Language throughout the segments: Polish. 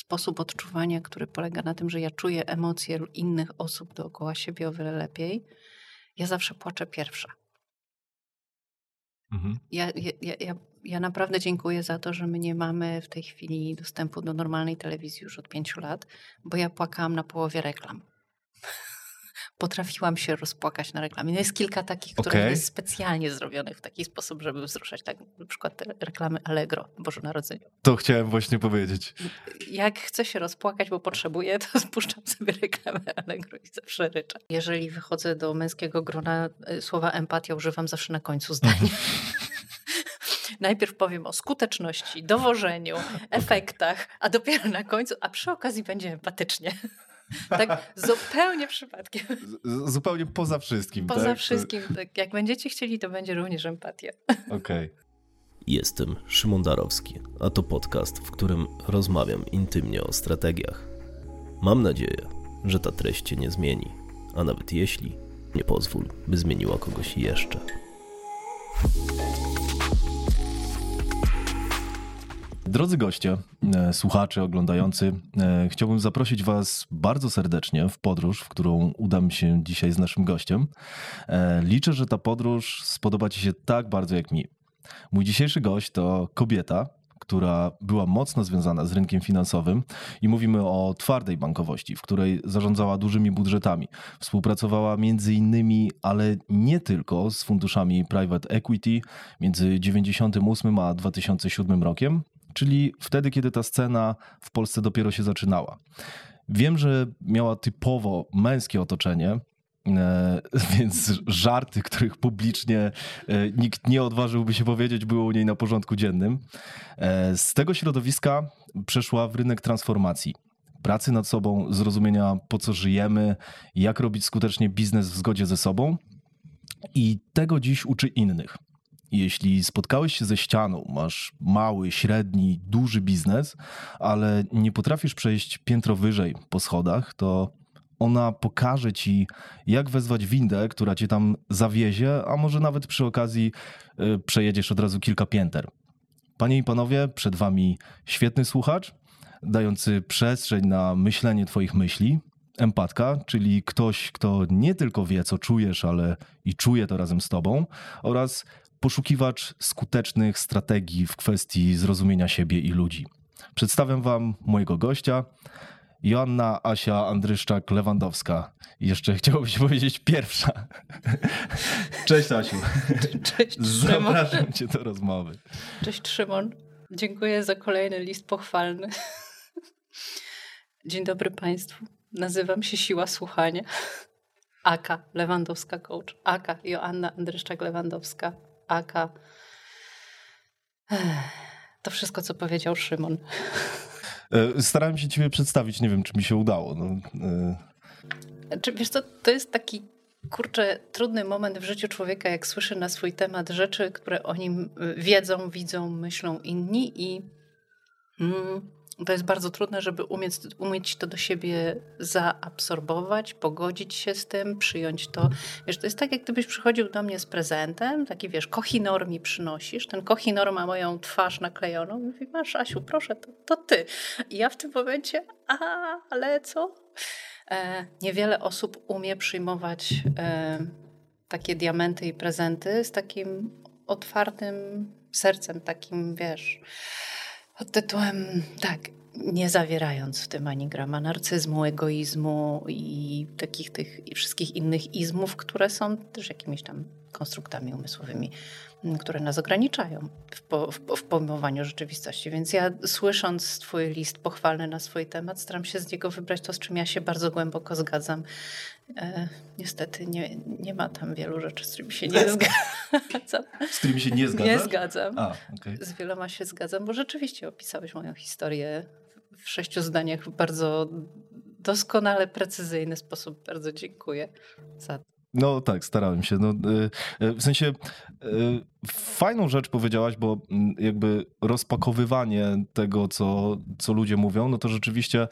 sposób odczuwania, który polega na tym, że ja czuję emocje innych osób dookoła siebie o wiele lepiej, ja zawsze płaczę pierwsza. Mhm. Ja naprawdę dziękuję za to, że my nie mamy w tej chwili dostępu do normalnej telewizji już od 5 lat, bo ja płakałam na połowie reklam. Potrafiłam się rozpłakać na reklamie. No jest kilka takich, które jest specjalnie zrobionych w taki sposób, żeby wzruszać. Tak, na przykład te reklamy Allegro, Boże Narodzenie. To chciałem właśnie powiedzieć. Jak chcę się rozpłakać, bo potrzebuję, to spuszczam sobie reklamę Allegro i zawsze ryczę. Jeżeli wychodzę do męskiego grona, słowa empatia używam zawsze na końcu zdania. Najpierw powiem o skuteczności, dowożeniu, efektach, a dopiero na końcu, a przy okazji będzie empatycznie. Tak zupełnie przypadkiem. Zupełnie poza wszystkim. Poza wszystkim. Tak, jak będziecie chcieli, to będzie również empatia. Okej. Jestem Szymon Darowski, a to podcast, w którym rozmawiam intymnie o strategiach. Mam nadzieję, że ta treść cię nie zmieni, a nawet jeśli, nie pozwól, by zmieniła kogoś jeszcze. Drodzy goście, słuchacze, oglądający, chciałbym zaprosić Was bardzo serdecznie w podróż, w którą udam się dzisiaj z naszym gościem. Liczę, że ta podróż spodoba Ci się tak bardzo jak mi. Mój dzisiejszy gość to kobieta, która była mocno związana z rynkiem finansowym i mówimy o twardej bankowości, w której zarządzała dużymi budżetami. Współpracowała między innymi, ale nie tylko, z funduszami private equity między 1998 a 2007 rokiem, czyli wtedy, kiedy ta scena w Polsce dopiero się zaczynała. Wiem, że miała typowo męskie otoczenie, więc żarty, których publicznie nikt nie odważyłby się powiedzieć, były u niej na porządku dziennym. Z tego środowiska przeszła w rynek transformacji, pracy nad sobą, zrozumienia, po co żyjemy, jak robić skutecznie biznes w zgodzie ze sobą, i tego dziś uczy innych. Jeśli spotkałeś się ze ścianą, masz mały, średni, duży biznes, ale nie potrafisz przejść piętro wyżej po schodach, to ona pokaże ci, jak wezwać windę, która cię tam zawiezie, a może nawet przy okazji przejedziesz od razu kilka pięter. Panie i panowie, przed wami świetny słuchacz, dający przestrzeń na myślenie twoich myśli, empatka, czyli ktoś, kto nie tylko wie, co czujesz, ale i czuje to razem z tobą, oraz poszukiwacz skutecznych strategii w kwestii zrozumienia siebie i ludzi. Przedstawiam wam mojego gościa, Joanna Asia Andryszczak-Lewandowska. I jeszcze chciałoby się powiedzieć pierwsza. Cześć, Asiu. Cześć, Zapraszam cię do rozmowy. Cześć, Szymon. Dziękuję za kolejny list pochwalny. Dzień dobry Państwu. Nazywam się Siła Słuchania. Aka Lewandowska Coach. Aka Joanna Andryszczak-Lewandowska. Aka to wszystko, co powiedział Szymon. Starałem się ciebie przedstawić, nie wiem, czy mi się udało. Wiesz co, to jest taki, trudny moment w życiu człowieka, jak słyszy na swój temat rzeczy, które o nim wiedzą, widzą, myślą inni, i to jest bardzo trudne, żeby umieć to do siebie zaabsorbować, pogodzić się z tym, przyjąć to. Wiesz, to jest tak, jak gdybyś przychodził do mnie z prezentem, taki wiesz, Kohinoor mi przynosisz, ten Kohinoor ma moją twarz naklejoną i mówi, masz Asiu, proszę, to ty. I ja w tym momencie, ale co? Niewiele osób umie przyjmować takie diamenty i prezenty z takim otwartym sercem, takim, wiesz, pod tytułem, tak, nie zawierając w tym ani grama narcyzmu, egoizmu i takich tych i wszystkich innych izmów, które są też jakimiś tam konstruktami umysłowymi, które nas ograniczają w pojmowaniu rzeczywistości. Więc ja, słysząc twój list pochwalny na swój temat, staram się z niego wybrać to, z czym ja się bardzo głęboko zgadzam. Niestety nie ma tam wielu rzeczy, z którymi się nie zgadzam. Z którymi się nie zgadzasz? Nie zgadzam. Okay. Z wieloma się zgadzam, bo rzeczywiście opisałeś moją historię w 6 zdaniach w bardzo doskonale, precyzyjny sposób. Bardzo dziękuję za to. No tak, starałem się. W sensie fajną rzecz powiedziałaś, bo jakby rozpakowywanie tego, co ludzie mówią, no to rzeczywiście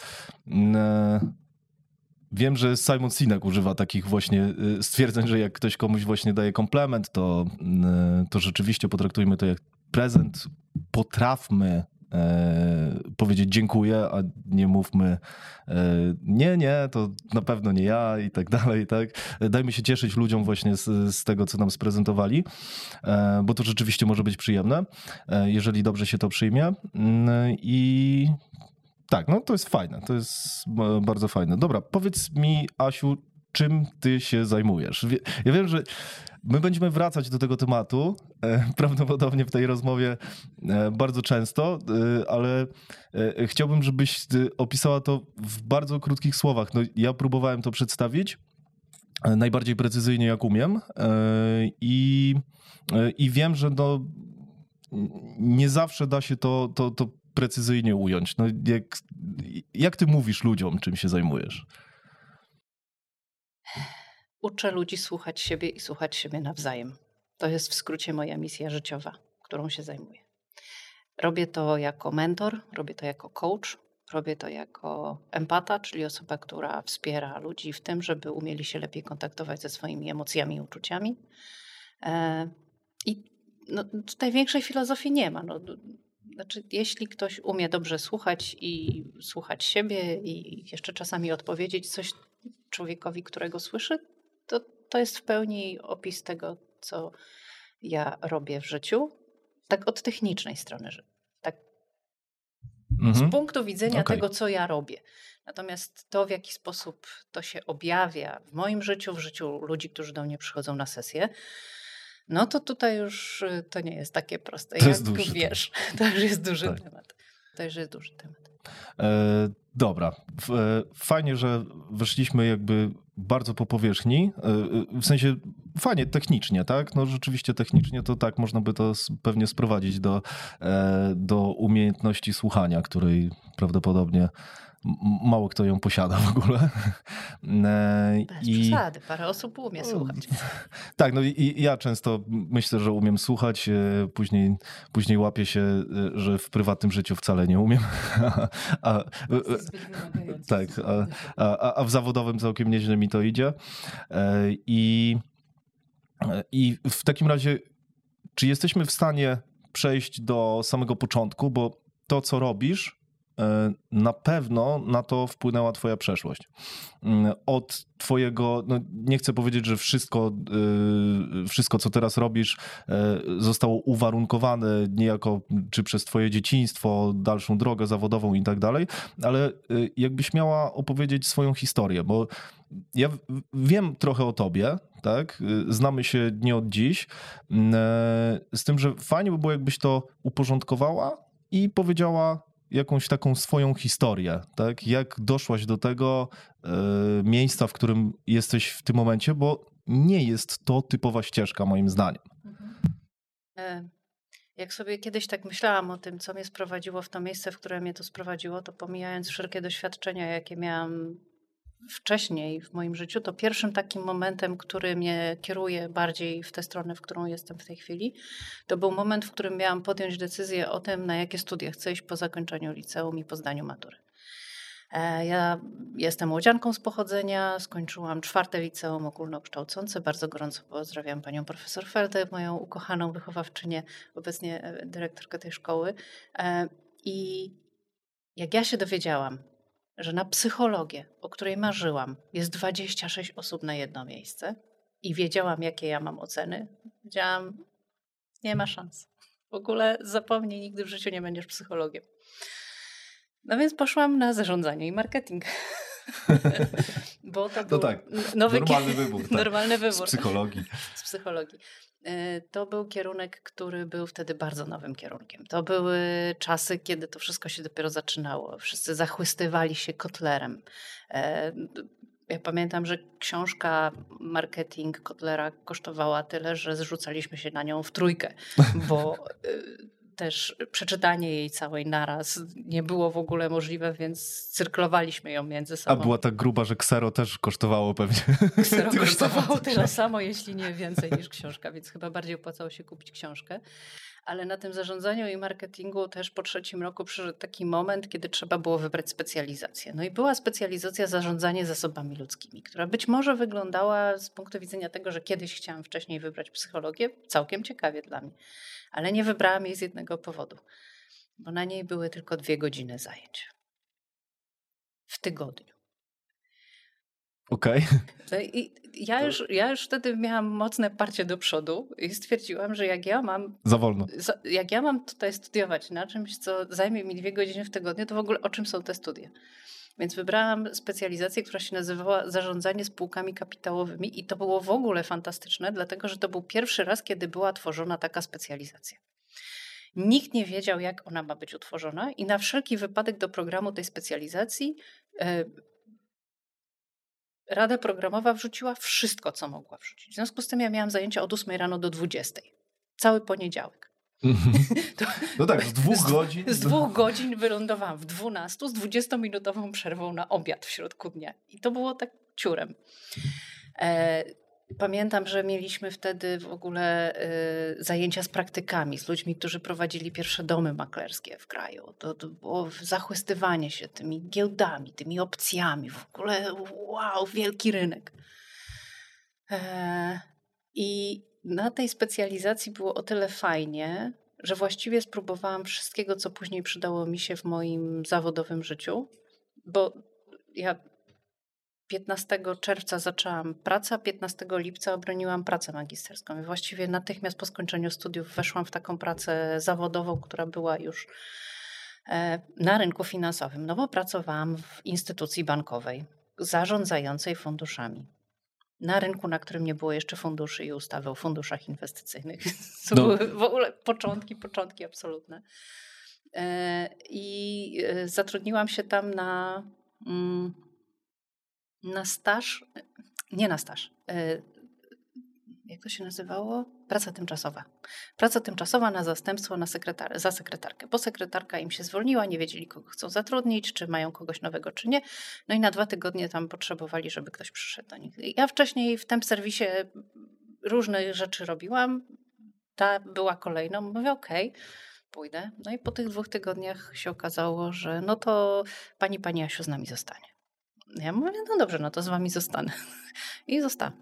wiem, że Simon Sinek używa takich właśnie stwierdzeń, że jak ktoś komuś właśnie daje komplement, to rzeczywiście potraktujmy to jak prezent. Potrafmy powiedzieć dziękuję, a nie mówmy nie, to na pewno nie ja i tak dalej, tak? Dajmy się cieszyć ludziom właśnie z tego, co nam sprezentowali, bo to rzeczywiście może być przyjemne, jeżeli dobrze się to przyjmie i tak, no to jest fajne, to jest bardzo fajne. Dobra, powiedz mi, Asiu, czym ty się zajmujesz? Ja wiem, że my będziemy wracać do tego tematu prawdopodobnie w tej rozmowie bardzo często, ale chciałbym, żebyś opisała to w bardzo krótkich słowach. No, ja próbowałem to przedstawić najbardziej precyzyjnie, jak umiem i wiem, że no, nie zawsze da się to precyzyjnie ująć. No, jak ty mówisz ludziom, czym się zajmujesz? Uczę ludzi słuchać siebie i słuchać siebie nawzajem. To jest w skrócie moja misja życiowa, którą się zajmuję. Robię to jako mentor, robię to jako coach, robię to jako empata, czyli osoba, która wspiera ludzi w tym, żeby umieli się lepiej kontaktować ze swoimi emocjami i uczuciami. I no, tutaj większej filozofii nie ma. No, znaczy, jeśli ktoś umie dobrze słuchać i słuchać siebie i jeszcze czasami odpowiedzieć coś człowiekowi, którego słyszy, to jest w pełni opis tego, co ja robię w życiu. Tak od technicznej strony, tak z punktu widzenia tego, co ja robię. Natomiast to, w jaki sposób to się objawia w moim życiu, w życiu ludzi, którzy do mnie przychodzą na sesję, no to tutaj już to nie jest takie proste. To jest duży wiesz, to już jest duży temat. To już jest duży temat. Dobra. Fajnie, że weszliśmy jakby bardzo po powierzchni. W sensie fajnie technicznie, tak? No rzeczywiście technicznie to tak, można by to pewnie sprowadzić do umiejętności słuchania, której prawdopodobnie mało kto ją posiada w ogóle. Bez przesady, parę osób umie słuchać. Tak, no i ja często myślę, że umiem słuchać, później łapię się, że w prywatnym życiu wcale nie umiem. A w zawodowym całkiem nieźle mi to idzie. I w takim razie, czy jesteśmy w stanie przejść do samego początku, bo to, co robisz, na pewno na to wpłynęła twoja przeszłość. Od twojego, no nie chcę powiedzieć, że wszystko, co teraz robisz, zostało uwarunkowane niejako czy przez twoje dzieciństwo, dalszą drogę zawodową i tak dalej, ale jakbyś miała opowiedzieć swoją historię, bo ja wiem trochę o tobie, tak? Znamy się nie od dziś, z tym, że fajnie by było, jakbyś to uporządkowała i powiedziała jakąś taką swoją historię, tak? Jak doszłaś do tego miejsca, w którym jesteś w tym momencie, bo nie jest to typowa ścieżka, moim zdaniem. Jak sobie kiedyś tak myślałam o tym, co mnie sprowadziło w to miejsce, w które mnie to sprowadziło, to pomijając wszelkie doświadczenia, jakie miałam wcześniej w moim życiu, to pierwszym takim momentem, który mnie kieruje bardziej w tę stronę, w którą jestem w tej chwili, to był moment, w którym miałam podjąć decyzję o tym, na jakie studia chcę iść po zakończeniu liceum i po zdaniu matury. Ja jestem łodzianką z pochodzenia, skończyłam 4. liceum ogólnokształcące. Bardzo gorąco pozdrawiam panią profesor Feldę, moją ukochaną wychowawczynię, obecnie dyrektorkę tej szkoły. I jak ja się dowiedziałam, że na psychologię, o której marzyłam, jest 26 osób na jedno miejsce i wiedziałam, jakie ja mam oceny, wiedziałam, nie ma szans. W ogóle zapomnij, nigdy w życiu nie będziesz psychologiem. No więc poszłam na zarządzanie i marketing. Bo to był normalny wybór. Tak. Normalny wybór. Z psychologii. To był kierunek, który był wtedy bardzo nowym kierunkiem. To były czasy, kiedy to wszystko się dopiero zaczynało. Wszyscy zachwystywali się Kotlerem. Ja pamiętam, że książka Marketing Kotlera kosztowała tyle, że zrzucaliśmy się na nią w trójkę, bo też przeczytanie jej całej naraz nie było w ogóle możliwe, więc cyrklowaliśmy ją między sobą. A była tak gruba, że Xero też kosztowało pewnie. Xero kosztowało tyle samo, jeśli nie więcej niż książka, więc chyba bardziej opłacało się kupić książkę. Ale na tym zarządzaniu i marketingu też po 3. roku przyszedł taki moment, kiedy trzeba było wybrać specjalizację. No i była specjalizacja zarządzanie zasobami ludzkimi, która być może wyglądała z punktu widzenia tego, że kiedyś chciałam wcześniej wybrać psychologię, całkiem ciekawie dla mnie. Ale nie wybrałam jej z jednego powodu. bo na niej były tylko 2 godziny zajęć w tygodniu. Okej. I ja już wtedy miałam mocne parcie do przodu i stwierdziłam, że Za wolno. jak ja mam tutaj studiować na czymś, co zajmie mi 2 godziny w tygodniu, to w ogóle o czym są te studia? Więc wybrałam specjalizację, która się nazywała zarządzanie spółkami kapitałowymi i to było w ogóle fantastyczne, dlatego że to był pierwszy raz, kiedy była tworzona taka specjalizacja. Nikt nie wiedział, jak ona ma być utworzona i na wszelki wypadek do programu tej specjalizacji Rada Programowa wrzuciła wszystko, co mogła wrzucić. W związku z tym ja miałam zajęcia od 8 rano do 20. Cały poniedziałek. No tak, z 2 godzin. Z 2 godzin wylądowałam w 12 z 20-minutową przerwą na obiad w środku dnia. I to było tak ciurem. Pamiętam, że mieliśmy wtedy w ogóle zajęcia z praktykami, z ludźmi, którzy prowadzili pierwsze domy maklerskie w kraju. To było zachłystywanie się tymi giełdami, tymi opcjami. W ogóle wow, wielki rynek. I na tej specjalizacji było o tyle fajnie, że właściwie spróbowałam wszystkiego, co później przydało mi się w moim zawodowym życiu, bo ja 15 czerwca zaczęłam pracę, a 15 lipca obroniłam pracę magisterską. I właściwie natychmiast po skończeniu studiów weszłam w taką pracę zawodową, która była już na rynku finansowym. No bo pracowałam w instytucji bankowej zarządzającej funduszami. Na rynku, na którym nie było jeszcze funduszy i ustawy o funduszach inwestycyjnych. To były w ogóle początki absolutne. I zatrudniłam się tam na staż, nie na staż, jak to się nazywało? Praca tymczasowa. Praca tymczasowa na zastępstwo za sekretarkę. Bo sekretarka im się zwolniła, nie wiedzieli, kogo chcą zatrudnić, czy mają kogoś nowego, czy nie. No i na 2 tygodnie tam potrzebowali, żeby ktoś przyszedł do nich. Ja wcześniej w temp serwisie różne rzeczy robiłam. Ta była kolejną. Mówię, okej, pójdę. No i po tych 2 tygodniach się okazało, że no to pani Asiu z nami zostanie. Ja mówię, no dobrze, no to z wami zostanę. I zostałam.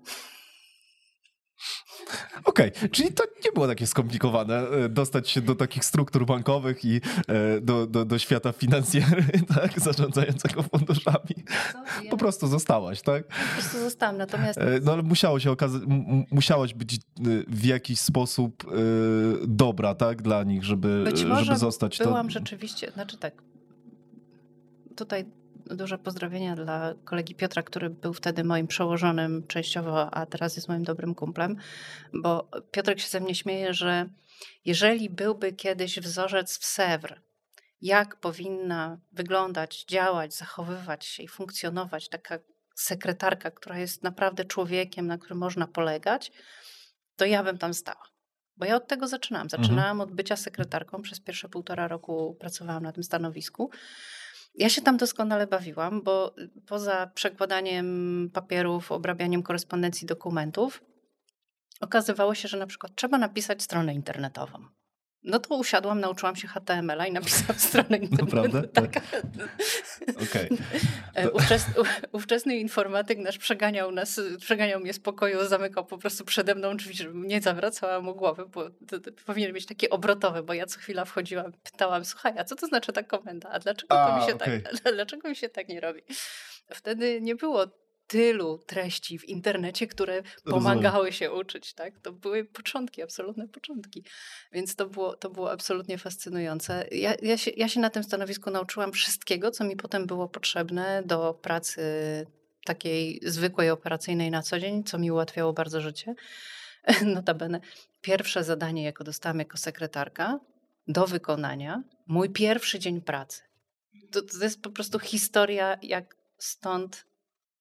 Okej, czyli to nie było takie skomplikowane dostać się do takich struktur bankowych i do świata finansjery, tak, zarządzającego funduszami. Po prostu zostałaś, tak? Po prostu zostałam, natomiast... No ale musiałaś być w jakiś sposób dobra, tak, dla nich, żeby zostać. Byłam rzeczywiście, znaczy tak, tutaj duże pozdrowienia dla kolegi Piotra, który był wtedy moim przełożonym częściowo, a teraz jest moim dobrym kumplem, bo Piotrek się ze mnie śmieje, że jeżeli byłby kiedyś wzorzec w Sèvres, jak powinna wyglądać, działać, zachowywać się i funkcjonować taka sekretarka, która jest naprawdę człowiekiem, na którym można polegać, to ja bym tam stała. Bo ja od tego zaczynałam. Zaczynałam od bycia sekretarką. Przez pierwsze 1,5 roku pracowałam na tym stanowisku. Ja się tam doskonale bawiłam, bo poza przekładaniem papierów, obrabianiem korespondencji dokumentów, okazywało się, że na przykład trzeba napisać stronę internetową. No to usiadłam, nauczyłam się HTML-a i napisałam stronę internetową. Naprawdę? Tak. Okej. Ówczesny informatyk nasz przeganiał mnie z pokoju, zamykał po prostu przede mną drzwi, żebym nie zawracała mu głowy, bo to powinien być takie obrotowe, bo ja co chwila wchodziłam, pytałam, słuchaj, a co to znaczy ta komenda? A dlaczego mi się tak nie robi? Wtedy nie było tylu treści w internecie, które pomagały się uczyć. Tak? To były początki, absolutne początki. Więc to było absolutnie fascynujące. Ja się na tym stanowisku nauczyłam wszystkiego, co mi potem było potrzebne do pracy takiej zwykłej, operacyjnej na co dzień, co mi ułatwiało bardzo życie. Notabene pierwsze zadanie, jakie dostałam jako sekretarka do wykonania, mój pierwszy dzień pracy. To jest po prostu historia jak stąd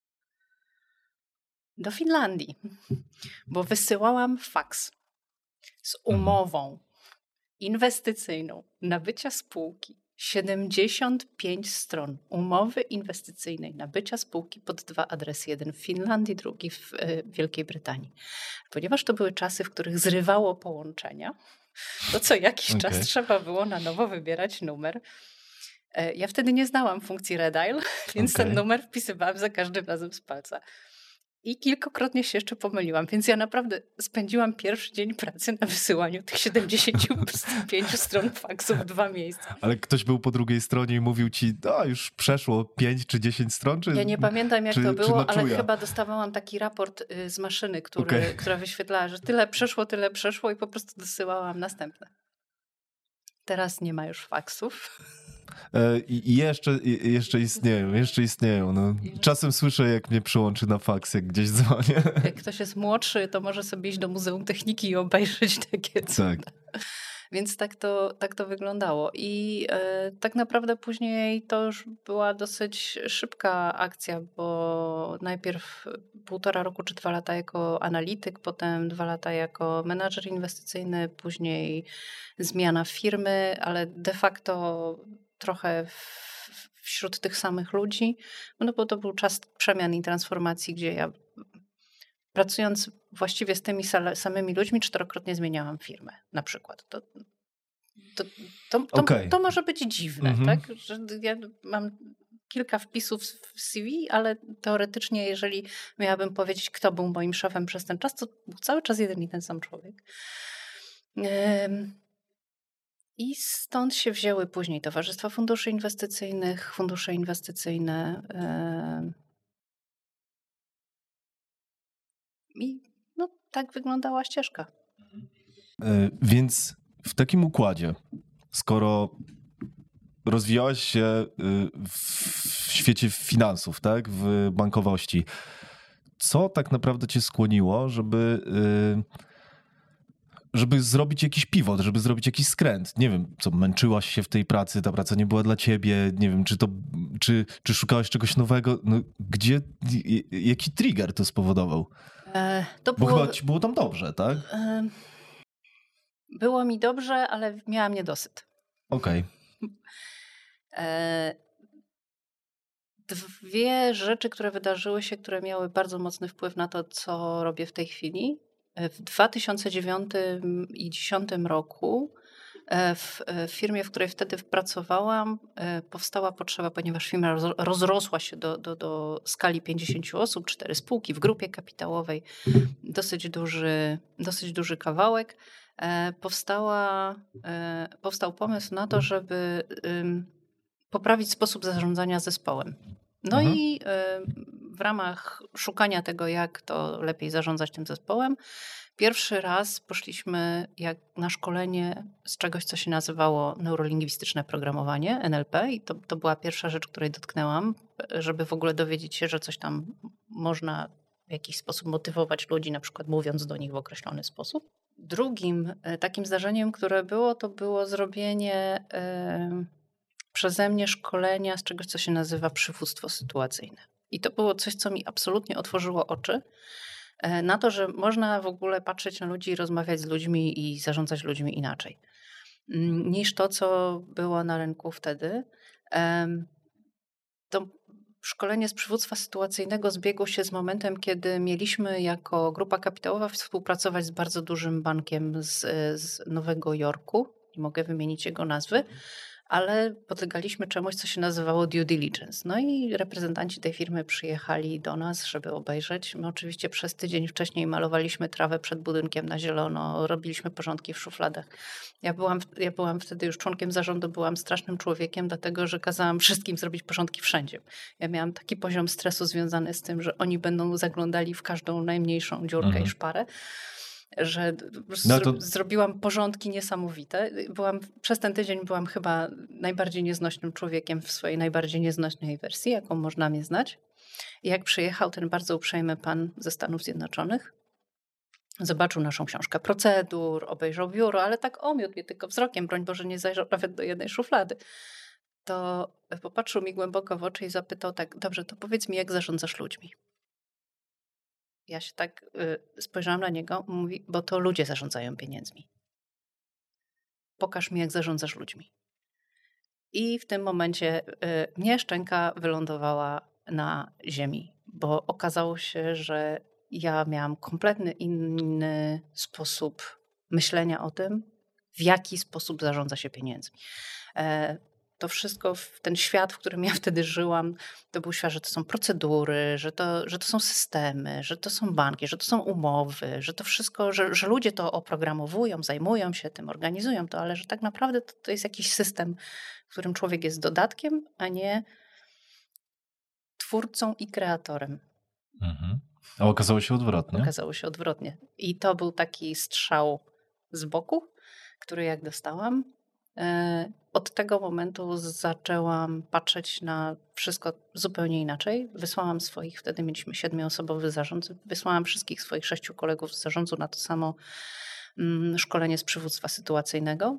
do Finlandii, bo wysyłałam faks z umową inwestycyjną nabycia spółki. 75 stron umowy inwestycyjnej nabycia spółki pod 2 adresy. Jeden w Finlandii, drugi w Wielkiej Brytanii. Ponieważ to były czasy, w których zrywało połączenia, to co jakiś czas trzeba było na nowo wybierać numer. Ja wtedy nie znałam funkcji redial, więc ten numer wpisywałam za każdym razem z palca. I kilkakrotnie się jeszcze pomyliłam, więc ja naprawdę spędziłam pierwszy dzień pracy na wysyłaniu tych 75 stron faksu w 2 miejsca. Ale ktoś był po drugiej stronie i mówił ci, już przeszło 5 czy 10 stron? Czy, ja nie pamiętam, jak to było, ale czuja? chyba dostawałam taki raport z maszyny, która wyświetlała, że tyle przeszło i po prostu dosyłałam następne. Teraz nie ma już faksów. I jeszcze istnieją. No. Czasem słyszę, jak mnie przyłączy na faks, jak gdzieś dzwonię. Jak ktoś jest młodszy, to może sobie iść do Muzeum Techniki i obejrzeć takie cuda. Tak. Więc tak to wyglądało. I tak naprawdę później to już była dosyć szybka akcja, bo najpierw 1,5 roku czy 2 lata jako analityk, potem 2 lata jako menadżer inwestycyjny, później zmiana firmy, ale de facto trochę wśród tych samych ludzi, no bo to był czas przemian i transformacji, gdzie ja pracując właściwie z tymi samymi ludźmi 4-krotnie zmieniałam firmę na przykład. To może być dziwne, tak? Że ja mam kilka wpisów w CV, ale teoretycznie jeżeli miałabym powiedzieć, kto był moim szefem przez ten czas, to był cały czas jeden i ten sam człowiek. I stąd się wzięły później towarzystwa funduszy inwestycyjnych, fundusze inwestycyjne. I tak wyglądała ścieżka. Więc w takim układzie, skoro rozwijałaś się w świecie finansów, tak, w bankowości, co tak naprawdę cię skłoniło, żeby zrobić jakiś pivot, żeby zrobić jakiś skręt? Nie wiem, co, męczyłaś się w tej pracy, ta praca nie była dla ciebie, nie wiem, czy szukałaś czegoś nowego, jaki trigger to spowodował? Bo chyba ci było tam dobrze, tak? Było mi dobrze, ale miałam niedosyt. Okej. 2 rzeczy, które wydarzyły się, które miały bardzo mocny wpływ na to, co robię w tej chwili. W 2009 i 2010 roku w firmie, w której wtedy pracowałam, powstała potrzeba, ponieważ firma rozrosła się do skali 50 osób, 4 spółki w grupie kapitałowej, dosyć duży kawałek. Powstał pomysł na to, żeby poprawić sposób zarządzania zespołem. I w ramach szukania tego, jak to lepiej zarządzać tym zespołem, pierwszy raz poszliśmy na szkolenie z czegoś, co się nazywało neurolingwistyczne programowanie, NLP, i to była pierwsza rzecz, której dotknęłam, żeby w ogóle dowiedzieć się, że coś tam można w jakiś sposób motywować ludzi, na przykład mówiąc do nich w określony sposób. Drugim takim zdarzeniem, które było, to było zrobienie przeze mnie szkolenia z czegoś, co się nazywa przywództwo sytuacyjne. I to było coś, co mi absolutnie otworzyło oczy na to, że można w ogóle patrzeć na ludzi i rozmawiać z ludźmi i zarządzać ludźmi inaczej niż to, co było na rynku wtedy. To szkolenie z przywództwa sytuacyjnego zbiegło się z momentem, kiedy mieliśmy jako grupa kapitałowa współpracować z bardzo dużym bankiem z Nowego Jorku. Nie mogę wymienić jego nazwy, ale podlegaliśmy czemuś, co się nazywało due diligence. I reprezentanci tej firmy przyjechali do nas, żeby obejrzeć. My oczywiście przez tydzień wcześniej malowaliśmy trawę przed budynkiem na zielono, robiliśmy porządki w szufladach. Ja byłam wtedy już członkiem zarządu, byłam strasznym człowiekiem, dlatego że kazałam wszystkim zrobić porządki wszędzie. Ja miałam taki poziom stresu związany z tym, że oni będą zaglądali w każdą najmniejszą dziurkę i szparę, że zrobiłam porządki niesamowite. Przez ten tydzień byłam chyba najbardziej nieznośnym człowiekiem w swojej najbardziej nieznośnej wersji, jaką można mnie znać. I jak przyjechał ten bardzo uprzejmy pan ze Stanów Zjednoczonych, zobaczył naszą książkę procedur, obejrzał biuro, ale tak omiódł mnie tylko wzrokiem, broń Boże, nie zajrzał nawet do jednej szuflady. To popatrzył mi głęboko w oczy i zapytał tak: dobrze, to powiedz mi, jak zarządzasz ludźmi? Ja się tak spojrzałam na niego, mówi: bo to ludzie zarządzają pieniędzmi. Pokaż mi, jak zarządzasz ludźmi. I w tym momencie mnie szczęka wylądowała na ziemi, bo okazało się, że ja miałam kompletnie inny sposób myślenia o tym, w jaki sposób zarządza się pieniędzmi. to wszystko, ten świat, w którym ja wtedy żyłam, to był świat, że to są procedury, że to są systemy, że to są banki, że to są umowy, że to wszystko, że ludzie to oprogramowują, zajmują się tym, organizują to, ale że tak naprawdę to jest jakiś system, w którym człowiek jest dodatkiem, a nie twórcą i kreatorem. A okazało się odwrotnie? Okazało się odwrotnie. I to był taki strzał z boku, który jak dostałam, od tego momentu zaczęłam patrzeć na wszystko zupełnie inaczej. Wysłałam wtedy mieliśmy 7-osobowy zarząd, wysłałam wszystkich swoich 6 kolegów z zarządu na to samo szkolenie z przywództwa sytuacyjnego.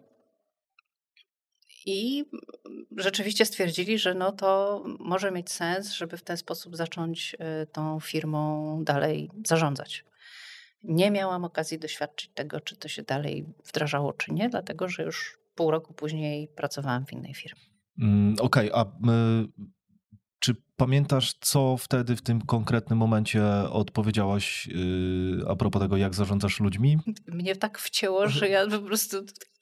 I rzeczywiście stwierdzili, że no to może mieć sens, żeby w ten sposób zacząć tą firmą dalej zarządzać. Nie miałam okazji doświadczyć tego, czy to się dalej wdrażało, czy nie, dlatego że już pół roku później pracowałam w innej firmie. Okej, a czy pamiętasz, co wtedy w tym konkretnym momencie odpowiedziałaś a propos tego, jak zarządzasz ludźmi? Mnie tak wcięło, że ja po prostu...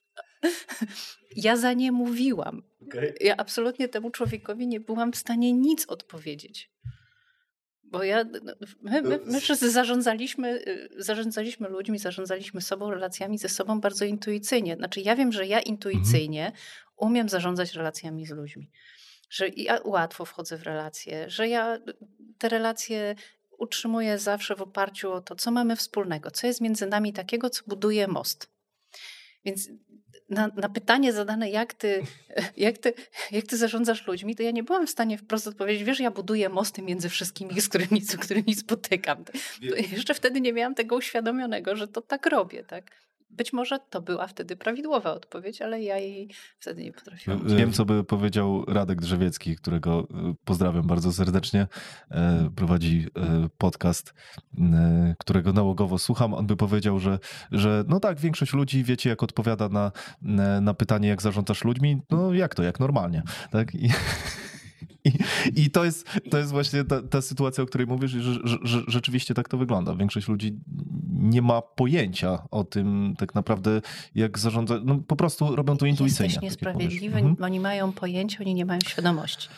Ja za nie mówiłam. Okay. Ja absolutnie temu człowiekowi nie byłam w stanie nic odpowiedzieć. Bo my wszyscy zarządzaliśmy ludźmi, zarządzaliśmy sobą, relacjami ze sobą bardzo intuicyjnie. Znaczy ja wiem, że ja intuicyjnie umiem zarządzać relacjami z ludźmi. Że ja łatwo wchodzę w relacje, że ja te relacje utrzymuję zawsze w oparciu o to, co mamy wspólnego, co jest między nami takiego, co buduje most. Więc na pytanie zadane, jak ty zarządzasz ludźmi, to ja nie byłam w stanie wprost odpowiedzieć, wiesz, ja buduję mosty między wszystkimi, z którymi spotykam. To jeszcze wtedy nie miałam tego uświadomionego, że to tak robię, tak? Być może to była wtedy prawidłowa odpowiedź, ale ja jej wtedy nie potrafiłam. Wiem, co by powiedział Radek Drzewiecki, którego pozdrawiam bardzo serdecznie. Prowadzi podcast, którego nałogowo słucham. On by powiedział, że no tak, większość ludzi, wiecie, jak odpowiada na pytanie, jak zarządzasz ludźmi, no jak to, jak normalnie. Tak? I to jest właśnie ta sytuacja, o której mówisz, że rzeczywiście tak to wygląda. Większość ludzi nie ma pojęcia o tym tak naprawdę, jak zarządzać. No po prostu robią to intuicyjnie. Jesteś niesprawiedliwy, oni mają pojęcie, oni nie mają świadomości.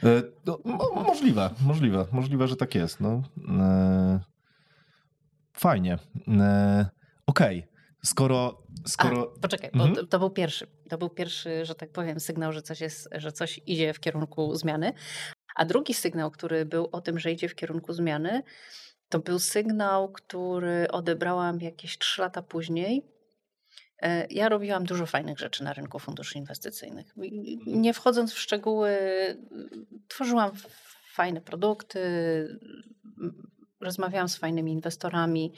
Możliwe, że tak jest. No. Fajnie. Okej. Poczekaj, bo to był pierwszy, że tak powiem, sygnał, że coś idzie w kierunku zmiany. A drugi sygnał, który był o tym, że idzie w kierunku zmiany, to był sygnał, który odebrałam jakieś 3 lata później. Ja robiłam dużo fajnych rzeczy na rynku funduszy inwestycyjnych. Nie wchodząc w szczegóły, tworzyłam fajne produkty, rozmawiałam z fajnymi inwestorami.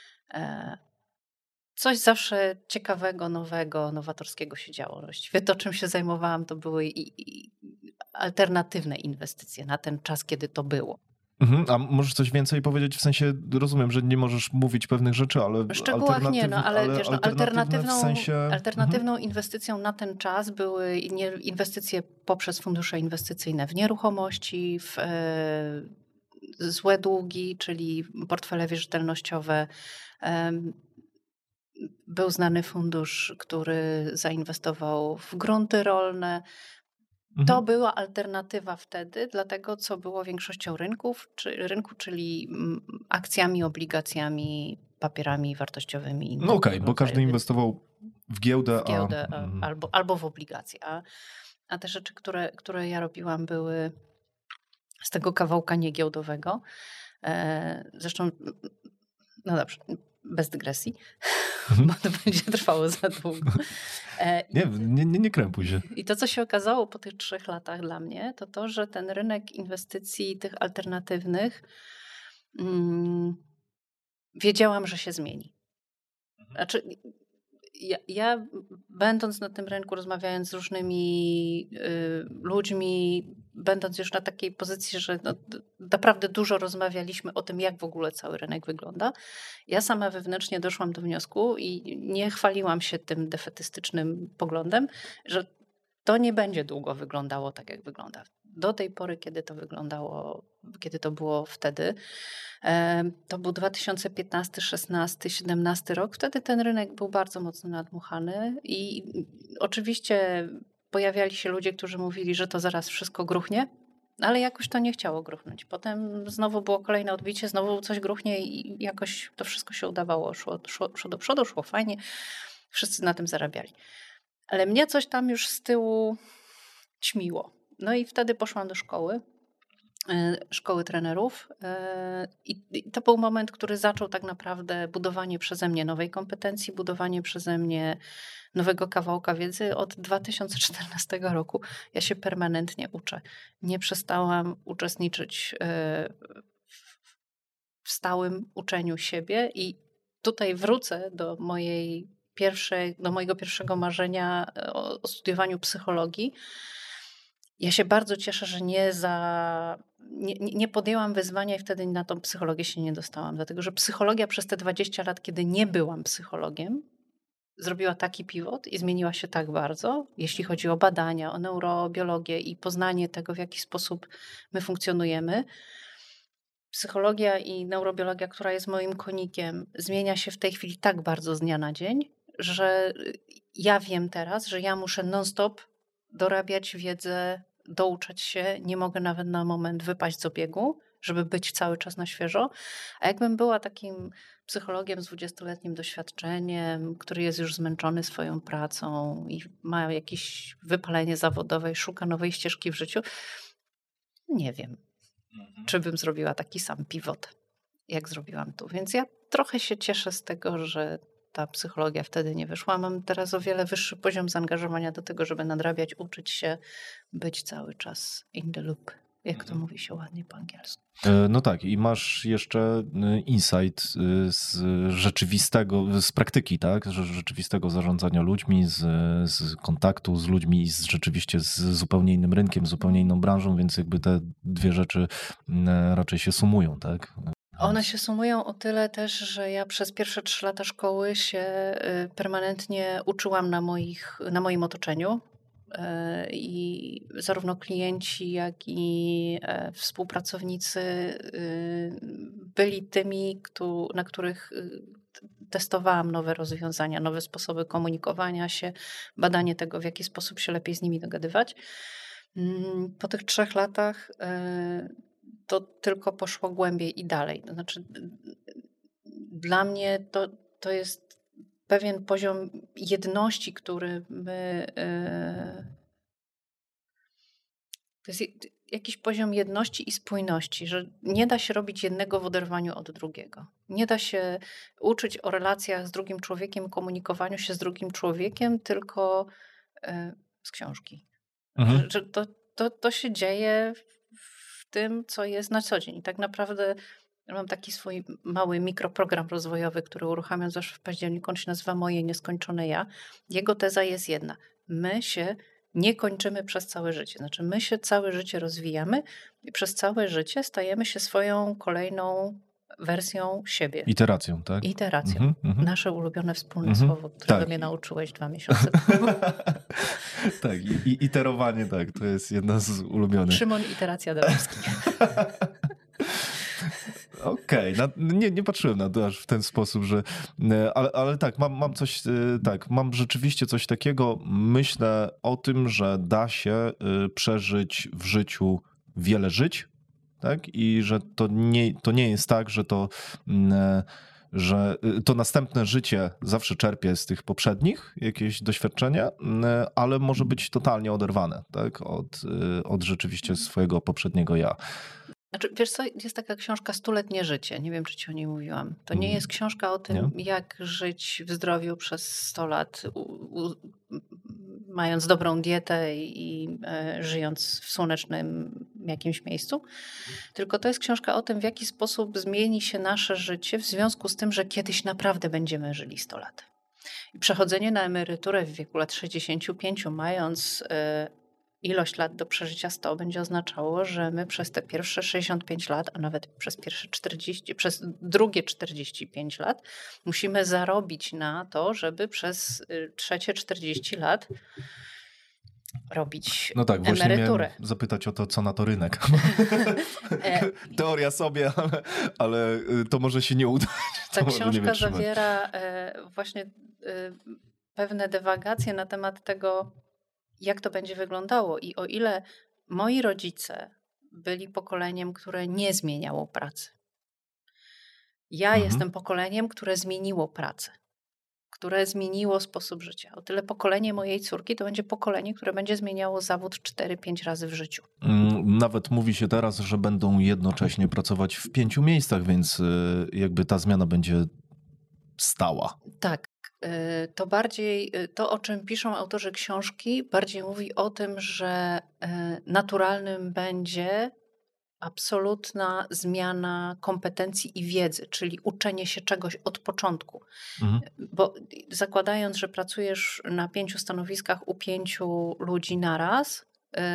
Coś zawsze ciekawego, nowego, nowatorskiego się działo. Właściwie to, czym się zajmowałam, to były alternatywne inwestycje na ten czas, kiedy to było. A możesz coś więcej powiedzieć? W sensie, rozumiem, że nie możesz mówić pewnych rzeczy, ale... W szczegółach nie, ale wiesz, alternatywną inwestycją na ten czas były inwestycje poprzez fundusze inwestycyjne w nieruchomości, w złe długi, czyli portfele wierzytelnościowe. Był znany fundusz, który zainwestował w grunty rolne. To była alternatywa wtedy dla tego, co było większością rynku, czyli akcjami, obligacjami, papierami wartościowymi. No okej, bo każdy inwestował w giełdę. Albo w obligacje. A te rzeczy, które ja robiłam, były z tego kawałka niegiełdowego. Zresztą, no dobrze, bez dygresji, bo to będzie trwało za długo. Nie krępuj się. I to, co się okazało po tych 3 latach dla mnie, to, że ten rynek inwestycji tych alternatywnych wiedziałam, że się zmieni. Znaczy, ja będąc na tym rynku, rozmawiając z różnymi ludźmi, będąc już na takiej pozycji, że naprawdę dużo rozmawialiśmy o tym, jak w ogóle cały rynek wygląda, ja sama wewnętrznie doszłam do wniosku i nie chwaliłam się tym defetystycznym poglądem, że to nie będzie długo wyglądało tak, jak wygląda. Do tej pory, kiedy to wyglądało, kiedy to było wtedy, to był 2015, 16, 17 rok. Wtedy ten rynek był bardzo mocno nadmuchany i oczywiście pojawiali się ludzie, którzy mówili, że to zaraz wszystko gruchnie, ale jakoś to nie chciało gruchnąć. Potem znowu było kolejne odbicie, znowu coś gruchnie i jakoś to wszystko się udawało. Szło do przodu, szło fajnie. Wszyscy na tym zarabiali. Ale mnie coś tam już z tyłu ćmiło. No i wtedy poszłam do szkoły trenerów i to był moment, który zaczął tak naprawdę budowanie przeze mnie nowej kompetencji, budowanie przeze mnie nowego kawałka wiedzy. Od 2014 roku ja się permanentnie uczę. Nie przestałam uczestniczyć w stałym uczeniu siebie i tutaj wrócę do mojego pierwszego marzenia o studiowaniu psychologii. Ja się bardzo cieszę, że nie podjęłam wyzwania i wtedy na tą psychologię się nie dostałam. Dlatego, że psychologia przez te 20 lat, kiedy nie byłam psychologiem, zrobiła taki pivot i zmieniła się tak bardzo, jeśli chodzi o badania, o neurobiologię i poznanie tego, w jaki sposób my funkcjonujemy. Psychologia i neurobiologia, która jest moim konikiem, zmienia się w tej chwili tak bardzo z dnia na dzień, że ja wiem teraz, że ja muszę non-stop dorabiać wiedzę, douczać się. Nie mogę nawet na moment wypaść z obiegu, żeby być cały czas na świeżo. A jakbym była takim psychologiem z 20-letnim doświadczeniem, który jest już zmęczony swoją pracą i ma jakieś wypalenie zawodowe i szuka nowej ścieżki w życiu, nie wiem, czy bym zrobiła taki sam pivot, jak zrobiłam tu. Więc ja trochę się cieszę z tego, że ta psychologia wtedy nie wyszła. Mam teraz o wiele wyższy poziom zaangażowania do tego, żeby nadrabiać, uczyć się, być cały czas in the loop, jak to mówi się ładnie po angielsku. No tak, i masz jeszcze insight z rzeczywistego, z praktyki, tak? Rzeczywistego zarządzania ludźmi, z kontaktu z ludźmi i rzeczywiście z zupełnie innym rynkiem, zupełnie inną branżą, więc jakby te dwie rzeczy raczej się sumują, tak? One się sumują o tyle też, że ja przez pierwsze 3 lata szkoły się permanentnie uczyłam na moim otoczeniu. I zarówno klienci, jak i współpracownicy byli tymi, na których testowałam nowe rozwiązania, nowe sposoby komunikowania się, badanie tego, w jaki sposób się lepiej z nimi dogadywać. Po tych 3 latach to tylko poszło głębiej i dalej. To znaczy, dla mnie to jest pewien poziom jedności, który my... To jest jakiś poziom jedności i spójności, że nie da się robić jednego w oderwaniu od drugiego. Nie da się uczyć o relacjach z drugim człowiekiem, komunikowaniu się z drugim człowiekiem, tylko z książki. Mhm. Że to się dzieje w tym, co jest na co dzień. I tak naprawdę mam taki swój mały mikroprogram rozwojowy, który uruchamiam zawsze w październiku. On się nazywa Moje Nieskończone Ja. Jego teza jest jedna. My się nie kończymy przez całe życie. Znaczy my się całe życie rozwijamy i przez całe życie stajemy się swoją kolejną wersją siebie. Iteracją, tak? Iteracją. Nasze ulubione wspólne słowo, którego mnie nauczyłeś 2 miesiące temu. Tak, i iterowanie, tak, to jest jedna z ulubionych. Szymon Iteracja Dąbrowski. Okej, nie patrzyłem na to aż w ten sposób, że... Ale tak, mam coś, tak, mam rzeczywiście coś takiego. Myślę o tym, że da się przeżyć w życiu wiele żyć, tak? I że to nie jest tak, że to następne życie zawsze czerpie z tych poprzednich jakieś doświadczenia, ale może być totalnie oderwane, tak? Od rzeczywiście swojego poprzedniego ja. Znaczy, wiesz co, jest taka książka 100-letnie życie. Nie wiem, czy ci o niej mówiłam. To nie jest książka o tym, jak żyć w zdrowiu przez 100 lat, mając dobrą dietę i żyjąc w słonecznym jakimś miejscu. Tylko to jest książka o tym, w jaki sposób zmieni się nasze życie w związku z tym, że kiedyś naprawdę będziemy żyli 100 lat. I przechodzenie na emeryturę w wieku lat 65, mając ilość lat do przeżycia 100, będzie oznaczało, że my przez te pierwsze 65 lat, a nawet przez drugie 45 lat musimy zarobić na to, żeby przez trzecie 40 lat robić no tak, właśnie emeryturę. Miałem zapytać o to, co na to rynek. Teoria sobie, ale to może się nie udać. Ta książka zawiera właśnie pewne dywagacje na temat tego, jak to będzie wyglądało. I o ile moi rodzice byli pokoleniem, które nie zmieniało pracy, ja jestem pokoleniem, które zmieniło pracę, które zmieniło sposób życia. O tyle pokolenie mojej córki to będzie pokolenie, które będzie zmieniało zawód 4-5 razy w życiu. Nawet mówi się teraz, że będą jednocześnie pracować w 5 miejscach, więc jakby ta zmiana będzie stała. Tak. To bardziej, to o czym piszą autorzy książki, bardziej mówi o tym, że naturalnym będzie absolutna zmiana kompetencji i wiedzy, czyli uczenie się czegoś od początku. Bo zakładając, że pracujesz na 5 stanowiskach u 5 ludzi naraz,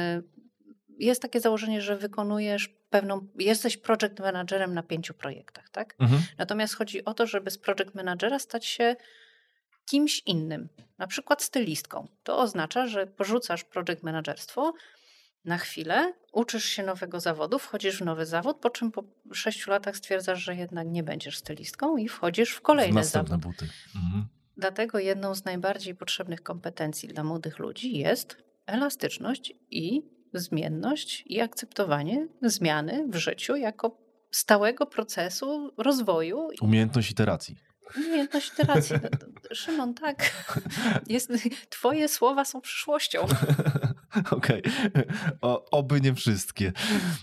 jest takie założenie, że jesteś project managerem na 5 projektach, tak? Natomiast chodzi o to, żeby z project managera stać się kimś innym, na przykład stylistką. To oznacza, że porzucasz project managerstwo na chwilę, uczysz się nowego zawodu, wchodzisz w nowy zawód, po czym po 6 latach stwierdzasz, że jednak nie będziesz stylistką i wchodzisz w kolejny następne zawód. buty. Dlatego jedną z najbardziej potrzebnych kompetencji dla młodych ludzi jest elastyczność i zmienność i akceptowanie zmiany w życiu jako stałego procesu rozwoju. Umiejętność iteracji. Umiejętność iteracji. Szymon, tak. Twoje słowa są przyszłością. Okej. Oby nie wszystkie.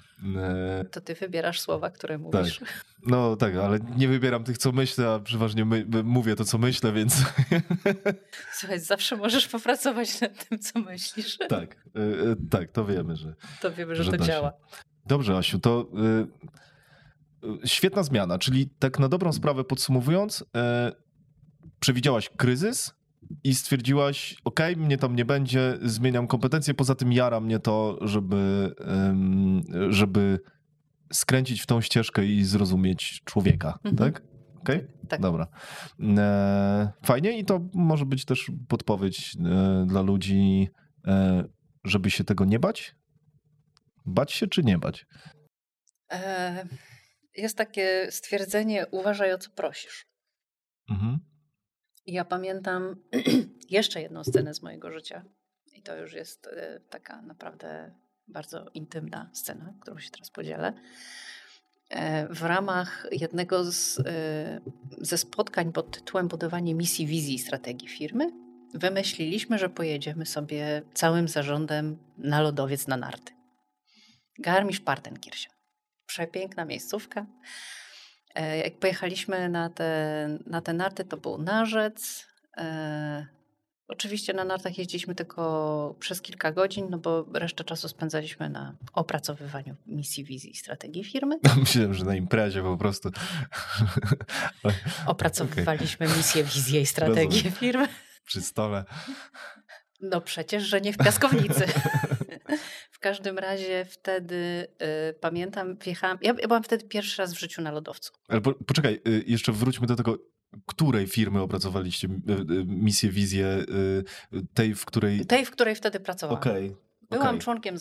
To ty wybierasz słowa, które mówisz. Tak. No tak, ale nie wybieram tych, co myślę, a przeważnie mówię to, co myślę, więc... Słuchaj, zawsze możesz popracować nad tym, co myślisz. Tak, to wiemy, że... To wiemy, że to działa. Dobrze, Asiu, to świetna zmiana, czyli tak na dobrą sprawę podsumowując, przewidziałaś kryzys i stwierdziłaś, okej, mnie tam nie będzie, zmieniam kompetencje, poza tym jara mnie to, żeby skręcić w tą ścieżkę i zrozumieć człowieka, tak? Okej? Tak. Dobra. Fajnie i to może być też podpowiedź dla ludzi, żeby się tego nie bać? Bać się czy nie bać? Jest takie stwierdzenie, uważaj o co prosisz. Ja pamiętam jeszcze jedną scenę z mojego życia i to już jest taka naprawdę bardzo intymna scena, którą się teraz podzielę. W ramach jednego ze spotkań pod tytułem Budowanie misji, wizji i strategii firmy wymyśliliśmy, że pojedziemy sobie całym zarządem na lodowiec na narty. Garmisch-Partenkirchen. Przepiękna miejscówka. Jak pojechaliśmy na te narty, to był narzec. Oczywiście na nartach jeździliśmy tylko przez kilka godzin, no bo resztę czasu spędzaliśmy na opracowywaniu misji, wizji i strategii firmy. Myślałem, że na imprezie po prostu. Opracowywaliśmy misję, wizję i strategię firmy. Przy stole. No przecież, że nie w piaskownicy. W każdym razie wtedy pamiętam, wjechałam. Ja byłam wtedy pierwszy raz w życiu na lodowcu. Ale poczekaj, jeszcze wróćmy do tego, której firmy opracowaliście misję, wizję, tej, w której... Tej, w której wtedy pracowałam. Byłam członkiem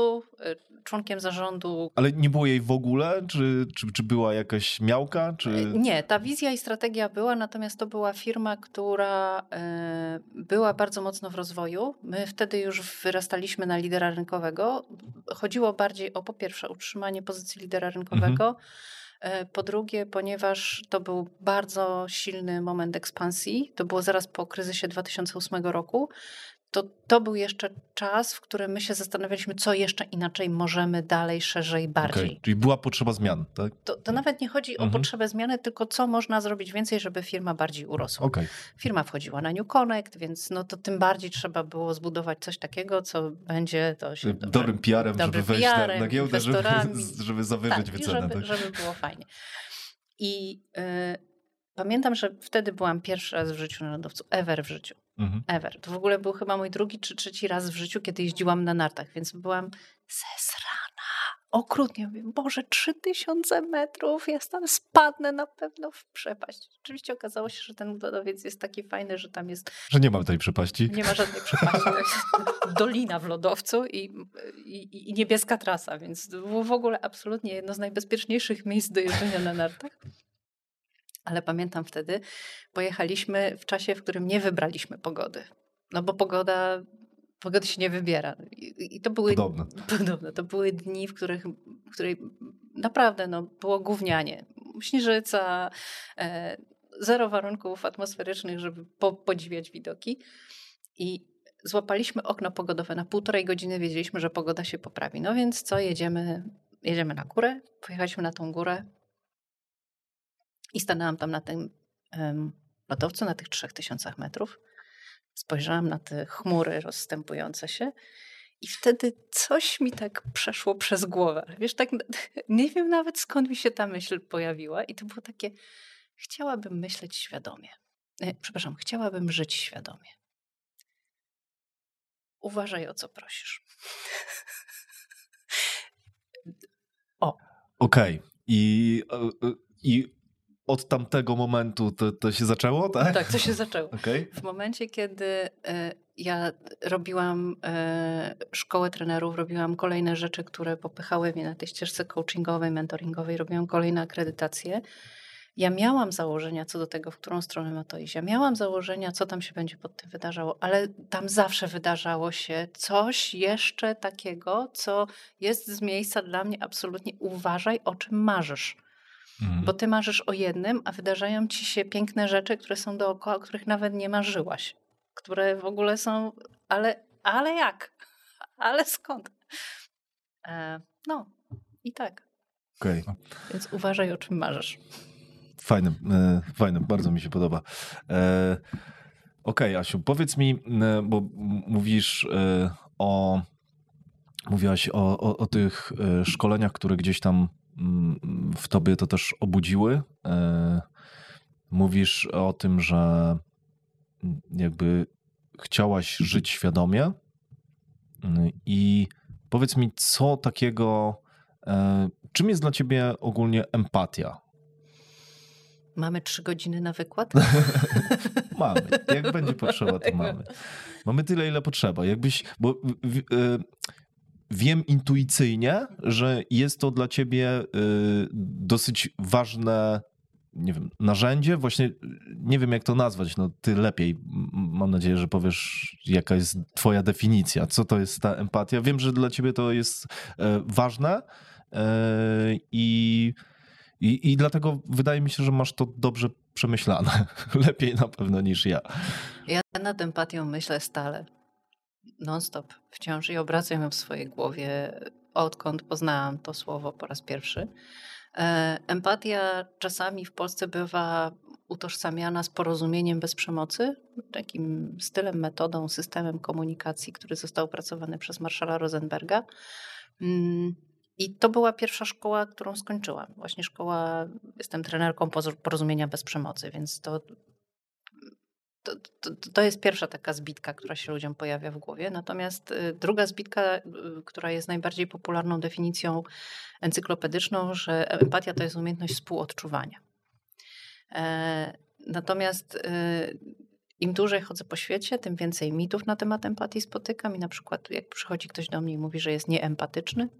zarządu. Ale nie było jej w ogóle? Czy była jakaś miałka? Nie, ta wizja i strategia była, natomiast to była firma, która była bardzo mocno w rozwoju. My wtedy już wyrastaliśmy na lidera rynkowego. Chodziło bardziej o, po pierwsze, utrzymanie pozycji lidera rynkowego. Po drugie, ponieważ to był bardzo silny moment ekspansji, to było zaraz po kryzysie 2008 roku, to był jeszcze czas, w którym my się zastanawialiśmy, co jeszcze inaczej możemy dalej, szerzej, bardziej. Czyli była potrzeba zmian, tak? To nawet nie chodzi o potrzebę zmiany, tylko co można zrobić więcej, żeby firma bardziej urosła. Firma wchodziła na New Connect, więc no to tym bardziej trzeba było zbudować coś takiego, co będzie to się dobrym PR-em, żeby wejść na giełdę, żeby zawyżyć wycenę. Żeby było fajnie. I pamiętam, że wtedy byłam pierwszy raz w życiu na lodowcu, ever w życiu. Ever. To w ogóle był chyba mój drugi czy trzeci raz w życiu, kiedy jeździłam na nartach, więc byłam zesrana. Okrutnie mówię, Boże, 3000 metrów, ja tam spadnę na pewno w przepaść. Oczywiście okazało się, że ten lodowiec jest taki fajny, że tam jest... Że nie ma tej przepaści. Nie ma żadnej przepaści. Dolina w lodowcu i niebieska trasa, więc było w ogóle absolutnie jedno z najbezpieczniejszych miejsc do jeżdżenia na nartach. Ale pamiętam wtedy, pojechaliśmy w czasie, w którym nie wybraliśmy pogody. No bo pogoda Pogody się nie wybiera. I to były Podobne. To były dni, w których naprawdę było gównianie. Śnieżyca, zero warunków atmosferycznych, żeby podziwiać widoki. I złapaliśmy okno pogodowe. Na 1,5 godziny wiedzieliśmy, że pogoda się poprawi. No więc co, jedziemy na górę. Pojechaliśmy na tą górę i stanęłam tam na tym lodowcu, na tych 3000 metrów. Spojrzałam na te chmury rozstępujące się i wtedy coś mi tak przeszło przez głowę. Wiesz, tak nie wiem nawet skąd mi się ta myśl pojawiła i to było takie, chciałabym myśleć świadomie. Chciałabym żyć świadomie. Uważaj, o co prosisz. Okej. I od tamtego momentu to się zaczęło, tak? Tak, to się zaczęło. Okay. W momencie, kiedy ja robiłam szkołę trenerów, robiłam kolejne rzeczy, które popychały mnie na tej ścieżce coachingowej, mentoringowej, robiłam kolejne akredytacje. Ja miałam założenia co do tego, w którą stronę ma to iść. Ja miałam założenia, co tam się będzie pod tym wydarzało, ale tam zawsze wydarzało się coś jeszcze takiego, co jest z miejsca dla mnie absolutnie uważaj, o czym marzysz. Bo ty marzysz o jednym, a wydarzają ci się piękne rzeczy, które są dookoła, o których nawet nie marzyłaś. Które w ogóle są, ale jak? Ale skąd? I tak. Okay. Więc uważaj, o czym marzysz. Fajne, bardzo mi się podoba. Okej, Asiu, powiedz mi, bo mówiłaś o tych szkoleniach, które gdzieś tam w tobie to też obudziły. Mówisz o tym, że jakby chciałaś żyć świadomie i powiedz mi, co takiego, czym jest dla ciebie ogólnie empatia? Mamy 3 godziny na wykład? Mamy. Jak będzie potrzeba, to mamy. Mamy tyle, ile potrzeba. Wiem intuicyjnie, że jest to dla ciebie dosyć ważne, nie wiem, narzędzie. Właśnie nie wiem, jak to nazwać. No, ty lepiej. Mam nadzieję, że powiesz, jaka jest twoja definicja. Co to jest ta empatia? Wiem, że dla ciebie to jest ważne i dlatego wydaje mi się, że masz to dobrze przemyślane. Lepiej na pewno niż ja. Ja nad empatią myślę stale. Non-stop. Wciąż i obracam ją w swojej głowie, odkąd poznałam to słowo po raz pierwszy. Empatia czasami w Polsce bywa utożsamiana z porozumieniem bez przemocy, takim stylem, metodą, systemem komunikacji, który został opracowany przez Marshalla Rosenberga. I to była pierwsza szkoła, którą skończyłam. Właśnie jestem trenerką porozumienia bez przemocy, więc to jest pierwsza taka zbitka, która się ludziom pojawia w głowie. Natomiast druga zbitka, która jest najbardziej popularną definicją encyklopedyczną, że empatia to jest umiejętność współodczuwania. Natomiast im dłużej chodzę po świecie, tym więcej mitów na temat empatii spotykam i na przykład jak przychodzi ktoś do mnie i mówi, że jest nieempatyczny,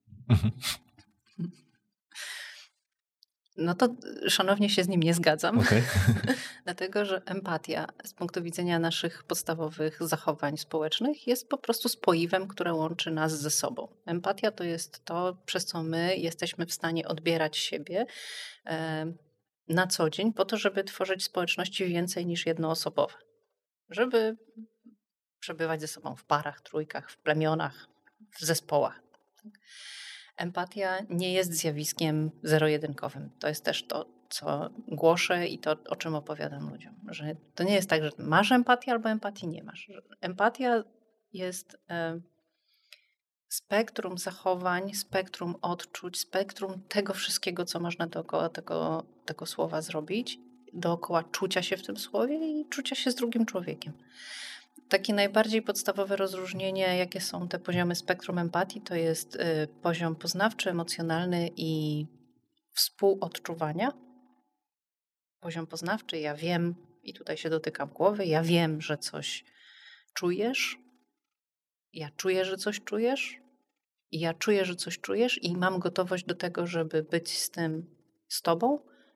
no to szanownie się z nim nie zgadzam. Okay. Dlatego, że empatia z punktu widzenia naszych podstawowych zachowań społecznych jest po prostu spoiwem, które łączy nas ze sobą. Empatia to jest to, przez co my jesteśmy w stanie odbierać siebie na co dzień po to, żeby tworzyć społeczności więcej niż jednoosobowe. Żeby przebywać ze sobą w parach, trójkach, w plemionach, w zespołach. Empatia nie jest zjawiskiem zero-jedynkowym. To jest też to, co głoszę i to, o czym opowiadam ludziom. Że to nie jest tak, że masz empatię albo empatii nie masz. Empatia jest spektrum zachowań, spektrum odczuć, spektrum tego wszystkiego, co można dookoła tego słowa zrobić, dookoła czucia się w tym słowie i czucia się z drugim człowiekiem. Takie najbardziej podstawowe rozróżnienie, jakie są te poziomy spektrum empatii, to jest poziom poznawczy, emocjonalny i współodczuwania. Poziom poznawczy, ja wiem, i tutaj się dotykam głowy, ja wiem, że coś czujesz, ja czuję, że coś czujesz, i ja czuję, że coś czujesz i mam gotowość do tego, żeby być z tym z tobą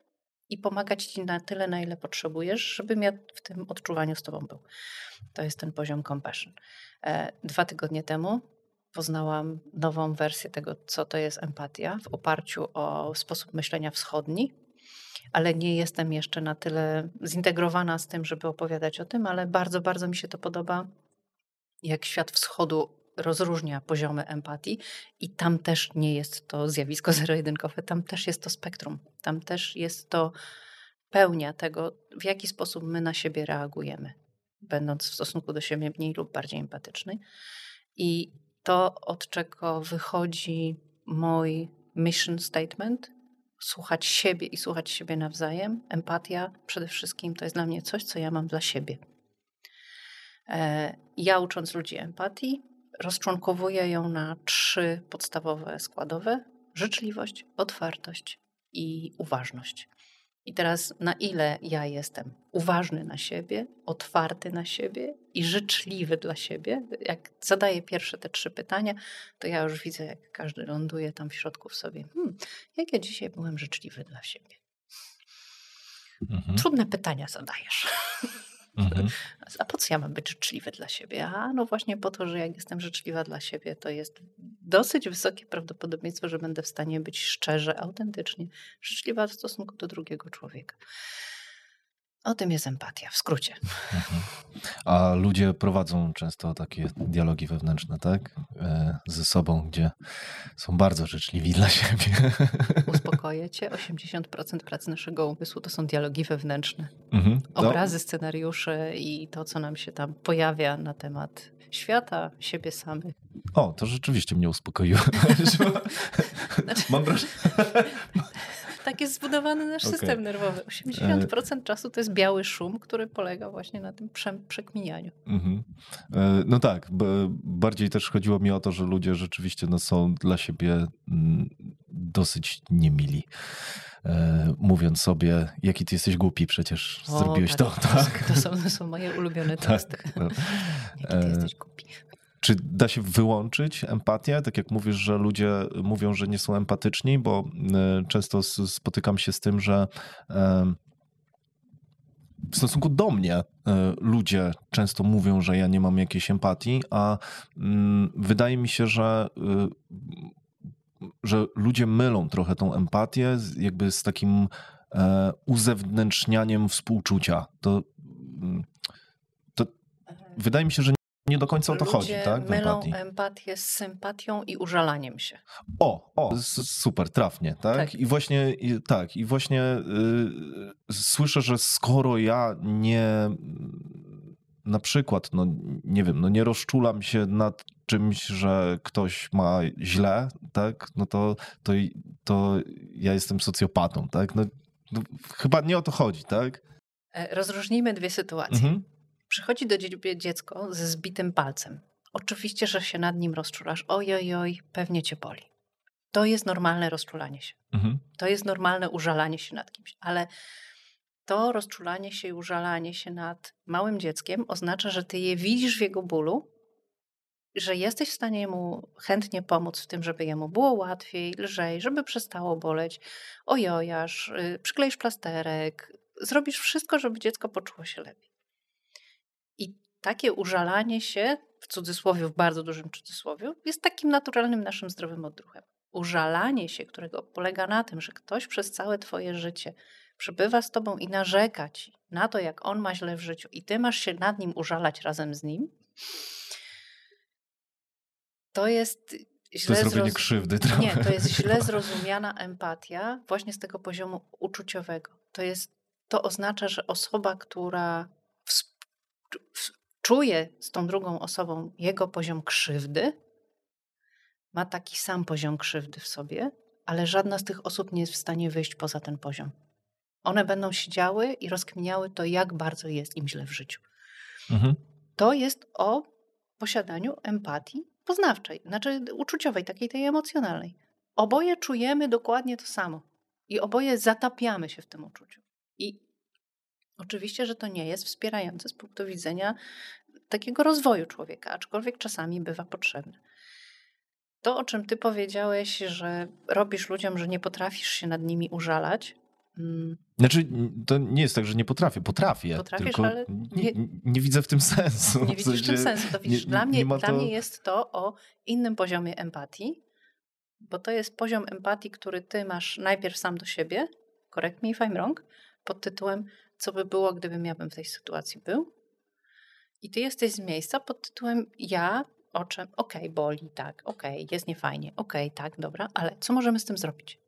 i pomagać ci na tyle, na ile potrzebujesz, żebym ja w tym odczuwaniu z tobą był. To jest ten poziom compassion. 2 tygodnie temu poznałam nową wersję tego, co to jest empatia w oparciu o sposób myślenia wschodni, ale nie jestem jeszcze na tyle zintegrowana z tym, żeby opowiadać o tym, ale bardzo, bardzo mi się to podoba, jak świat wschodu rozróżnia poziomy empatii i tam też nie jest to zjawisko zero-jedynkowe, tam też jest to spektrum, tam też jest to pełnia tego, w jaki sposób my na siebie reagujemy, będąc w stosunku do siebie mniej lub bardziej empatyczny. I to, od czego wychodzi mój mission statement, słuchać siebie i słuchać siebie nawzajem, empatia przede wszystkim to jest dla mnie coś, co ja mam dla siebie. Ja ucząc ludzi empatii, rozczłonkowuję ją na 3 podstawowe składowe: życzliwość, otwartość i uważność. I teraz na ile ja jestem uważny na siebie, otwarty na siebie i życzliwy dla siebie, jak zadaję pierwsze te 3 pytania, to ja już widzę, jak każdy ląduje tam w środku w sobie. Jak ja dzisiaj byłem życzliwy dla siebie? Trudne pytania zadajesz. A po co ja mam być życzliwy dla siebie? No właśnie po to, że jak jestem życzliwa dla siebie, to jest dosyć wysokie prawdopodobieństwo, że będę w stanie być szczerze, autentycznie życzliwa w stosunku do drugiego człowieka. O tym jest empatia, w skrócie. A ludzie prowadzą często takie dialogi wewnętrzne, tak? Ze sobą, gdzie są bardzo życzliwi dla siebie. Uspokoję cię, 80% pracy naszego umysłu to są dialogi wewnętrzne. No. Obrazy, scenariusze i to, co nam się tam pojawia na temat świata, siebie samych. O, to rzeczywiście mnie uspokoiło. Mam wrażenie... Tak jest zbudowany nasz system nerwowy. 80% czasu to jest biały szum, który polega właśnie na tym przekminianiu. No tak, bardziej też chodziło mi o to, że ludzie rzeczywiście są dla siebie dosyć niemili. Mówiąc sobie, jaki ty jesteś głupi, przecież zrobiłeś tak, to. Tak? To są moje ulubione teksty. Jaki ty jesteś głupi. Czy da się wyłączyć empatię? Tak jak mówisz, że ludzie mówią, że nie są empatyczni, bo często spotykam się z tym, że w stosunku do mnie ludzie często mówią, że ja nie mam jakiejś empatii, a wydaje mi się, że ludzie mylą trochę tą empatię jakby z takim uzewnętrznianiem współczucia. To wydaje mi się, że nie do końca o to chodzi, tak? Ludzie mylą empatię z sympatią i użalaniem się. Super, trafnie, tak? I właśnie słyszę, że skoro ja na przykład, nie wiem, nie rozczulam się nad czymś, że ktoś ma źle, tak? To ja jestem socjopatą, tak? Chyba nie o to chodzi, tak? Rozróżnijmy 2 sytuacje. Przychodzi do ciebie dziecko ze zbitym palcem. Oczywiście, że się nad nim rozczulasz. Oj, pewnie cię boli. To jest normalne rozczulanie się. To jest normalne użalanie się nad kimś. Ale to rozczulanie się i użalanie się nad małym dzieckiem oznacza, że ty je widzisz w jego bólu, że jesteś w stanie mu chętnie pomóc w tym, żeby jemu było łatwiej, lżej, żeby przestało boleć. Ojojasz, przykleisz plasterek, zrobisz wszystko, żeby dziecko poczuło się lepiej. I takie użalanie się, w cudzysłowie, w bardzo dużym cudzysłowie, jest takim naturalnym naszym zdrowym odruchem. Użalanie się, którego polega na tym, że ktoś przez całe twoje życie przebywa z tobą i narzeka ci na to, jak on ma źle w życiu i ty masz się nad nim użalać razem z nim, to jest robienie krzywdy. Nie, to jest źle zrozumiana empatia właśnie z tego poziomu uczuciowego. To oznacza, że osoba, która czuje z tą drugą osobą jego poziom krzywdy, ma taki sam poziom krzywdy w sobie, ale żadna z tych osób nie jest w stanie wyjść poza ten poziom. One będą siedziały i rozkminiały to, jak bardzo jest im źle w życiu. To jest o posiadaniu empatii poznawczej, znaczy uczuciowej, takiej tej emocjonalnej. Oboje czujemy dokładnie to samo i oboje zatapiamy się w tym uczuciu. I oczywiście, że to nie jest wspierające z punktu widzenia takiego rozwoju człowieka, aczkolwiek czasami bywa potrzebne. To, o czym ty powiedziałeś, że robisz ludziom, że nie potrafisz się nad nimi użalać, Znaczy, to nie jest tak, że nie potrafię. Potrafię, Potrafisz, tylko ale nie widzę w tym sensu. Nie widzisz w tym sensu. To widzisz, dla mnie jest to o innym poziomie empatii, bo to jest poziom empatii, który ty masz najpierw sam do siebie, correct me if I'm wrong, pod tytułem co by było, gdybym ja bym w tej sytuacji był. I ty jesteś z miejsca pod tytułem ja, o czym, okej, boli, tak, okej, jest niefajnie, okej, tak, dobra, ale co możemy z tym zrobić?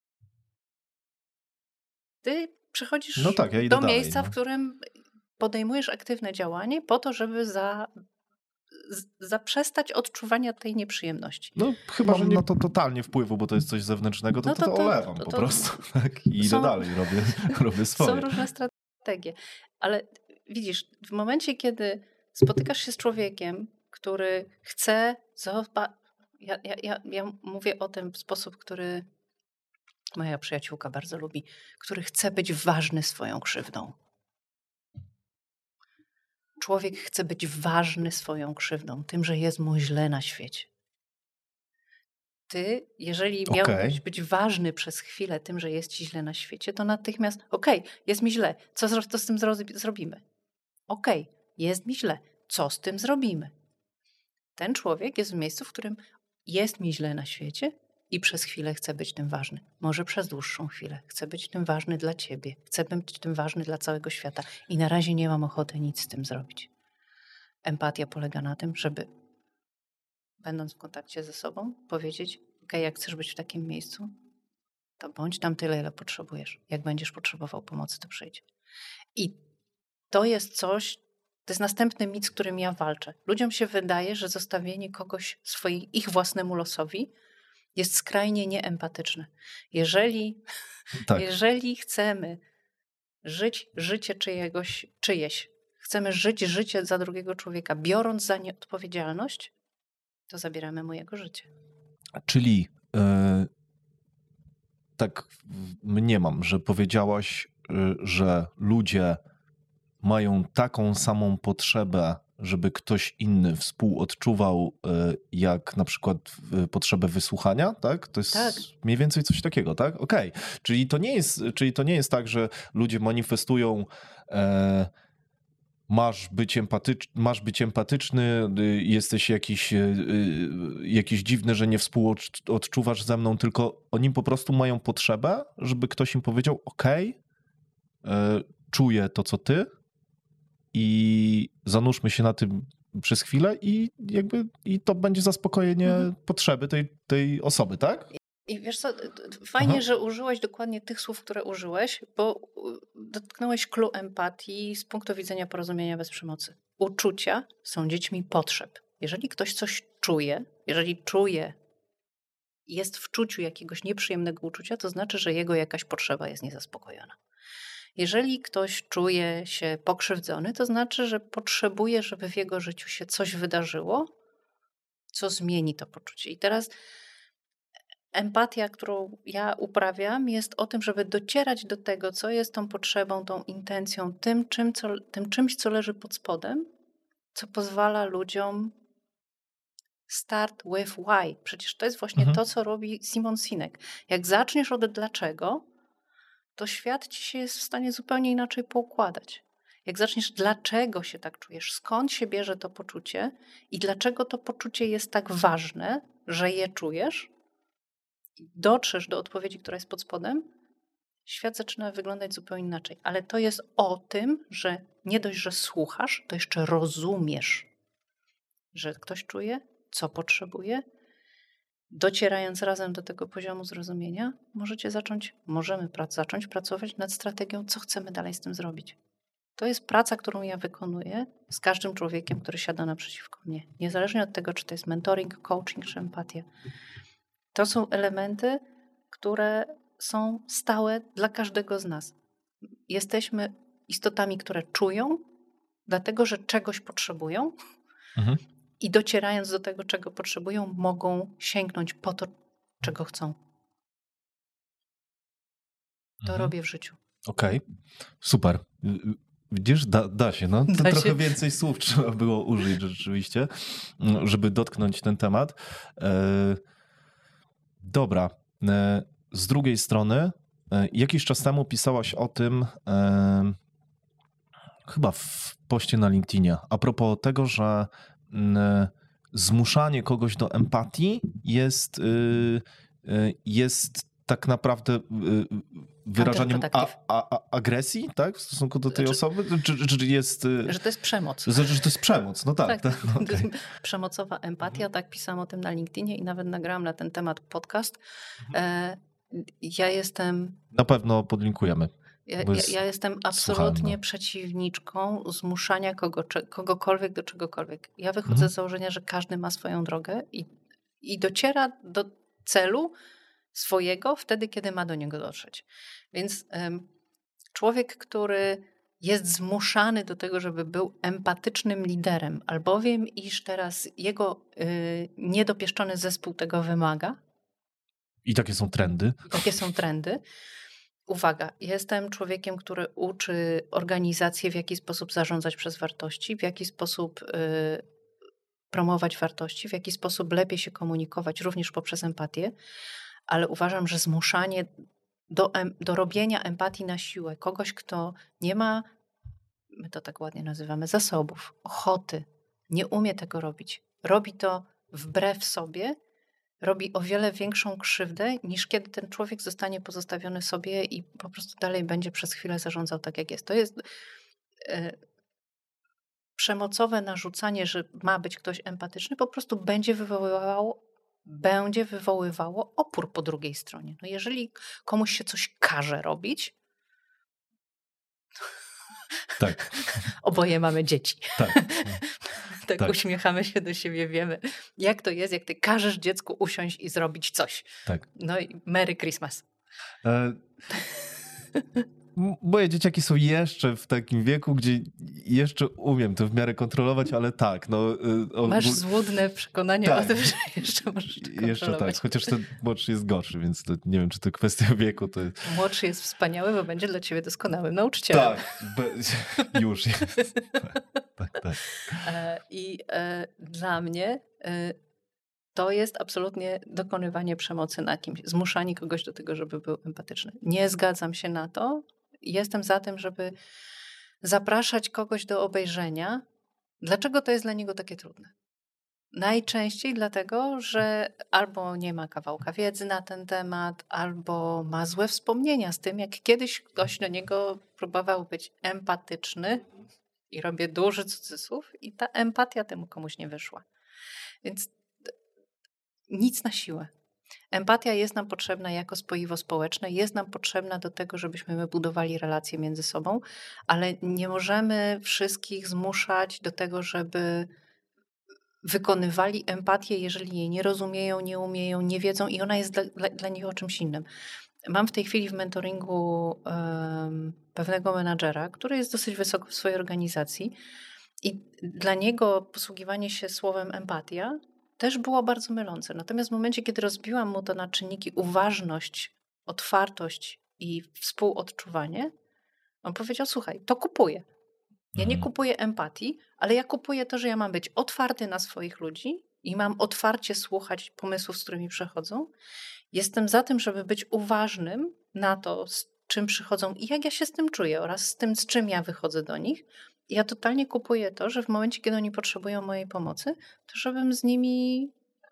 Ty przychodzisz ja do dalej, miejsca, w którym podejmujesz aktywne działanie po to, żeby zaprzestać odczuwania tej nieprzyjemności. No chyba, że nie to totalnie wpływu, bo to jest coś zewnętrznego, to olewam po prostu. Tak? I idę dalej, robię swoje. Są różne strategie, ale widzisz, w momencie, kiedy spotykasz się z człowiekiem, który chce... Ja mówię o tym w sposób, który moja przyjaciółka bardzo lubi, który chce być ważny swoją krzywdą. Człowiek chce być ważny swoją krzywdą, tym, że jest mu źle na świecie. Ty, jeżeli miałbyś być ważny przez chwilę tym, że jest ci źle na świecie, to natychmiast, jest mi źle, co z tym zrobimy? Jest mi źle, co z tym zrobimy? Ten człowiek jest w miejscu, w którym jest mi źle na świecie i przez chwilę chce być tym ważny. Może przez dłuższą chwilę. Chcę być tym ważny dla ciebie. Chcę być tym ważny dla całego świata. I na razie nie mam ochoty nic z tym zrobić. Empatia polega na tym, żeby będąc w kontakcie ze sobą, powiedzieć, jak chcesz być w takim miejscu, to bądź tam tyle, ile potrzebujesz. Jak będziesz potrzebował pomocy, to przyjdź. I to jest coś, to jest następny mit, z którym ja walczę. Ludziom się wydaje, że zostawienie kogoś ich własnemu losowi jest skrajnie nieempatyczne. Jeżeli chcemy żyć życie czyjeś, chcemy żyć życie za drugiego człowieka, biorąc za nie odpowiedzialność, to zabieramy mu jego życie. Czyli tak mniemam, że powiedziałaś, że ludzie mają taką samą potrzebę, żeby ktoś inny współodczuwał, jak na przykład potrzebę wysłuchania, tak? To jest mniej więcej coś takiego, tak? Okej. Czyli to nie jest tak, że ludzie manifestują masz być empatyczny, jesteś jakiś dziwny, że nie współodczuwasz ze mną, tylko oni po prostu mają potrzebę, żeby ktoś im powiedział czuję to, co ty i zanurzmy się na tym przez chwilę i to będzie zaspokojenie potrzeby tej osoby, tak? I wiesz co, fajnie, że użyłeś dokładnie tych słów, które użyłeś, bo dotknąłeś clou empatii z punktu widzenia porozumienia bez przemocy. Uczucia są dziećmi potrzeb. Jeżeli ktoś coś czuje, jest w czuciu jakiegoś nieprzyjemnego uczucia, to znaczy, że jego jakaś potrzeba jest niezaspokojona. Jeżeli ktoś czuje się pokrzywdzony, to znaczy, że potrzebuje, żeby w jego życiu się coś wydarzyło, co zmieni to poczucie. I teraz empatia, którą ja uprawiam, jest o tym, żeby docierać do tego, co jest tą potrzebą, tą intencją, tym czymś, co leży pod spodem, co pozwala ludziom start with why. Przecież to jest właśnie to, co robi Simon Sinek. Jak zaczniesz od dlaczego, to świat ci się jest w stanie zupełnie inaczej poukładać. Jak zaczniesz, dlaczego się tak czujesz, skąd się bierze to poczucie i dlaczego to poczucie jest tak ważne, że je czujesz, dotrzesz do odpowiedzi, która jest pod spodem, świat zaczyna wyglądać zupełnie inaczej. Ale to jest o tym, że nie dość, że słuchasz, to jeszcze rozumiesz, że ktoś czuje, co potrzebuje. Docierając razem do tego poziomu zrozumienia, możemy zacząć pracować nad strategią, co chcemy dalej z tym zrobić. To jest praca, którą ja wykonuję z każdym człowiekiem, który siada naprzeciwko mnie. Niezależnie od tego, czy to jest mentoring, coaching, czy empatia. To są elementy, które są stałe dla każdego z nas. Jesteśmy istotami, które czują, dlatego że czegoś potrzebują i docierając do tego, czego potrzebują, mogą sięgnąć po to, czego chcą. To robię w życiu. Okej, super. Widzisz, da się. No. To trochę więcej słów trzeba było użyć rzeczywiście, żeby dotknąć ten temat. Dobra. Z drugiej strony jakiś czas temu pisałaś o tym, chyba w poście na LinkedInie, a propos tego, że zmuszanie kogoś do empatii jest tak naprawdę wyrażaniem agresji, tak? W stosunku do tej osoby? Czy jest... Że to jest przemoc. Że to jest przemoc, no tak. Tak. No, okay. Przemocowa empatia, tak pisałam o tym na LinkedInie i nawet nagrałam na ten temat podcast. Ja jestem... Na pewno podlinkujemy. Ja jestem absolutnie przeciwniczką zmuszania kogokolwiek do czegokolwiek. Ja wychodzę z założenia, że każdy ma swoją drogę i dociera do celu swojego wtedy, kiedy ma do niego dotrzeć. Więc człowiek, który jest zmuszany do tego, żeby był empatycznym liderem, albowiem iż teraz jego niedopieszczony zespół tego wymaga. I takie są trendy. Uwaga, jestem człowiekiem, który uczy organizację, w jaki sposób zarządzać przez wartości, w jaki sposób promować wartości, w jaki sposób lepiej się komunikować, również poprzez empatię, ale uważam, że zmuszanie do robienia empatii na siłę kogoś, kto nie ma, my to tak ładnie nazywamy, zasobów, ochoty, nie umie tego robić, robi to wbrew sobie, robi o wiele większą krzywdę, niż kiedy ten człowiek zostanie pozostawiony sobie i po prostu dalej będzie przez chwilę zarządzał tak, jak jest. To jest przemocowe narzucanie, że ma być ktoś empatyczny, po prostu będzie wywoływało opór po drugiej stronie. No jeżeli komuś się coś każe robić, tak. Oboje mamy dzieci. Tak. Uśmiechamy się do siebie, wiemy, jak to jest, jak ty każesz dziecku usiąść i zrobić coś. Tak. No i Merry Christmas. Moje dzieciaki są jeszcze w takim wieku, gdzie jeszcze umiem to w miarę kontrolować, ale tak. Masz złudne przekonanie o tym, że jeszcze możesz to kontrolować. Jeszcze tak, chociaż ten młodszy jest gorszy, więc to nie wiem, czy to kwestia wieku. Młodszy jest wspaniały, bo będzie dla ciebie doskonałym nauczycielem. Tak, już jest. Tak. I dla mnie to jest absolutnie dokonywanie przemocy na kimś, zmuszanie kogoś do tego, żeby był empatyczny. Nie zgadzam się na to. Jestem za tym, żeby zapraszać kogoś do obejrzenia. Dlaczego to jest dla niego takie trudne? Najczęściej dlatego, że albo nie ma kawałka wiedzy na ten temat, albo ma złe wspomnienia z tym, jak kiedyś ktoś do niego próbował być empatyczny i robię duży cudzysłów i ta empatia temu komuś nie wyszła. Więc nic na siłę. Empatia jest nam potrzebna jako spoiwo społeczne, jest nam potrzebna do tego, żebyśmy my budowali relacje między sobą, ale nie możemy wszystkich zmuszać do tego, żeby wykonywali empatię, jeżeli jej nie rozumieją, nie umieją, nie wiedzą i ona jest dla nich o czymś innym. Mam w tej chwili w mentoringu pewnego menadżera, który jest dosyć wysoko w swojej organizacji i dla niego posługiwanie się słowem empatia też było bardzo mylące. Natomiast w momencie, kiedy rozbiłam mu to na czynniki uważność, otwartość i współodczuwanie, on powiedział, słuchaj, to kupuję. Ja nie kupuję empatii, ale ja kupuję to, że ja mam być otwarty na swoich ludzi i mam otwarcie słuchać pomysłów, z którymi przechodzą. Jestem za tym, żeby być uważnym na to, z czym przychodzą i jak ja się z tym czuję oraz z tym, z czym ja wychodzę do nich. I ja totalnie kupuję to, że w momencie, kiedy oni potrzebują mojej pomocy, to żebym z nimi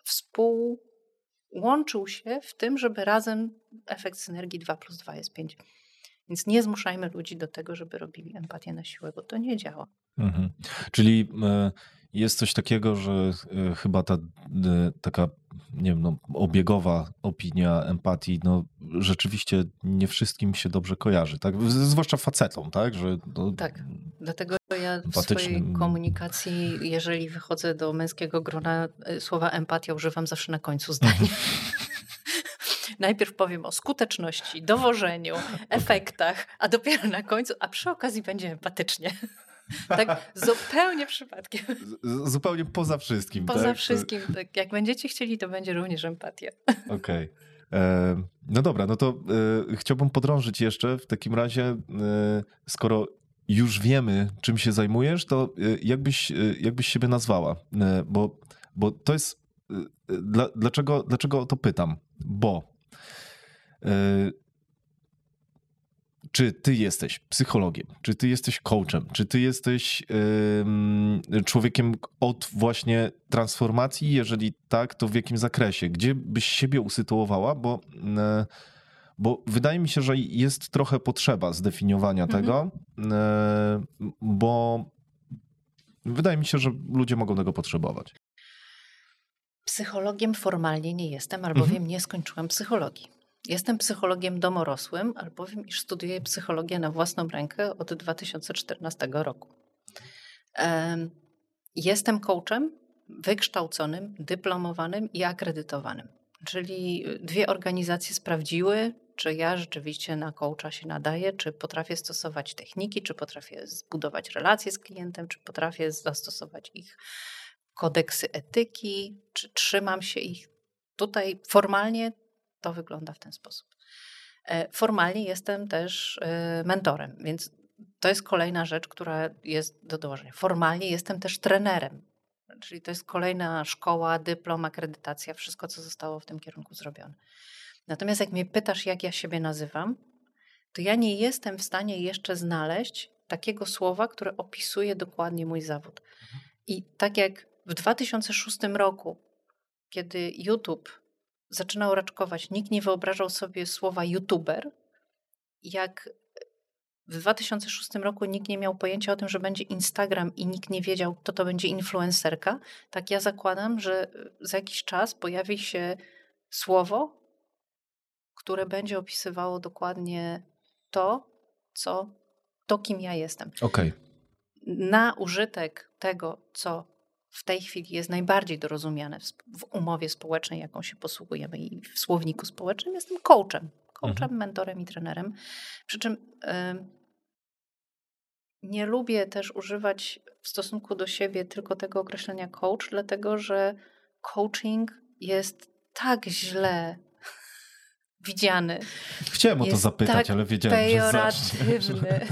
współłączył się w tym, żeby razem efekt synergii 2+2 jest 5. Więc nie zmuszajmy ludzi do tego, żeby robili empatię na siłę, bo to nie działa. Mhm. Czyli jest coś takiego, że chyba ta taka, nie wiem, obiegowa opinia empatii, rzeczywiście nie wszystkim się dobrze kojarzy, tak? Zwłaszcza facetom, tak? Tak, dlatego ja w swojej komunikacji, jeżeli wychodzę do męskiego grona, słowa empatia używam zawsze na końcu zdania. Najpierw powiem o skuteczności, dowożeniu, efektach, a dopiero na końcu, a przy okazji będzie empatycznie. Tak zupełnie przypadkiem. Zupełnie poza wszystkim. Poza wszystkim. Tak. Jak będziecie chcieli, to będzie również empatia. Okej. No dobra, no to chciałbym podrążyć jeszcze w takim razie, skoro już wiemy, czym się zajmujesz, to jakbyś siebie nazwała? Bo to jest... Dlaczego o to pytam? Bo czy ty jesteś psychologiem, czy ty jesteś coachem, czy ty jesteś człowiekiem od właśnie transformacji? Jeżeli tak, to w jakim zakresie? Gdzie byś siebie usytuowała? Bo wydaje mi się, że jest trochę potrzeba zdefiniowania tego, bo wydaje mi się, że ludzie mogą tego potrzebować. Psychologiem formalnie nie jestem, albowiem nie skończyłam psychologii. Jestem psychologiem domorosłym, albowiem iż studiuję psychologię na własną rękę od 2014 roku. Jestem coachem wykształconym, dyplomowanym i akredytowanym. Czyli 2 organizacje sprawdziły, czy ja rzeczywiście na coacha się nadaję, czy potrafię stosować techniki, czy potrafię zbudować relacje z klientem, czy potrafię zastosować ich kodeksy etyki, czy trzymam się ich. Tutaj formalnie to wygląda w ten sposób. Formalnie jestem też mentorem, więc to jest kolejna rzecz, która jest do dołożenia. Formalnie jestem też trenerem, czyli to jest kolejna szkoła, dyplom, akredytacja, wszystko, co zostało w tym kierunku zrobione. Natomiast jak mnie pytasz, jak ja siebie nazywam, to ja nie jestem w stanie jeszcze znaleźć takiego słowa, które opisuje dokładnie mój zawód. I tak jak w 2006 roku, kiedy YouTube zaczynał raczkować, nikt nie wyobrażał sobie słowa youtuber, jak w 2006 roku nikt nie miał pojęcia o tym, że będzie Instagram i nikt nie wiedział, kto to będzie influencerka, tak ja zakładam, że za jakiś czas pojawi się słowo, które będzie opisywało dokładnie to, kim ja jestem. Okay. Na użytek tego, co w tej chwili jest najbardziej dorozumiane w umowie społecznej, jaką się posługujemy i w słowniku społecznym, jestem coachem, mentorem i trenerem. Przy czym nie lubię też używać w stosunku do siebie tylko tego określenia coach, dlatego że coaching jest tak źle widziany. Chciałem o to zapytać, tak ale wiedziałem, że zaczniesz.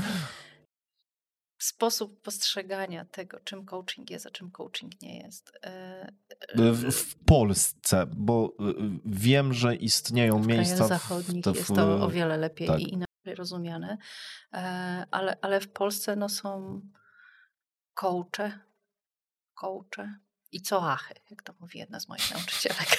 Sposób postrzegania tego, czym coaching jest, a czym coaching nie jest. W Polsce, bo wiem, że istnieją miejsca... W krajach zachodnich jest to o wiele lepiej i inaczej rozumiane, ale w Polsce są coache i coachy, jak to mówi jedna z moich nauczycielek.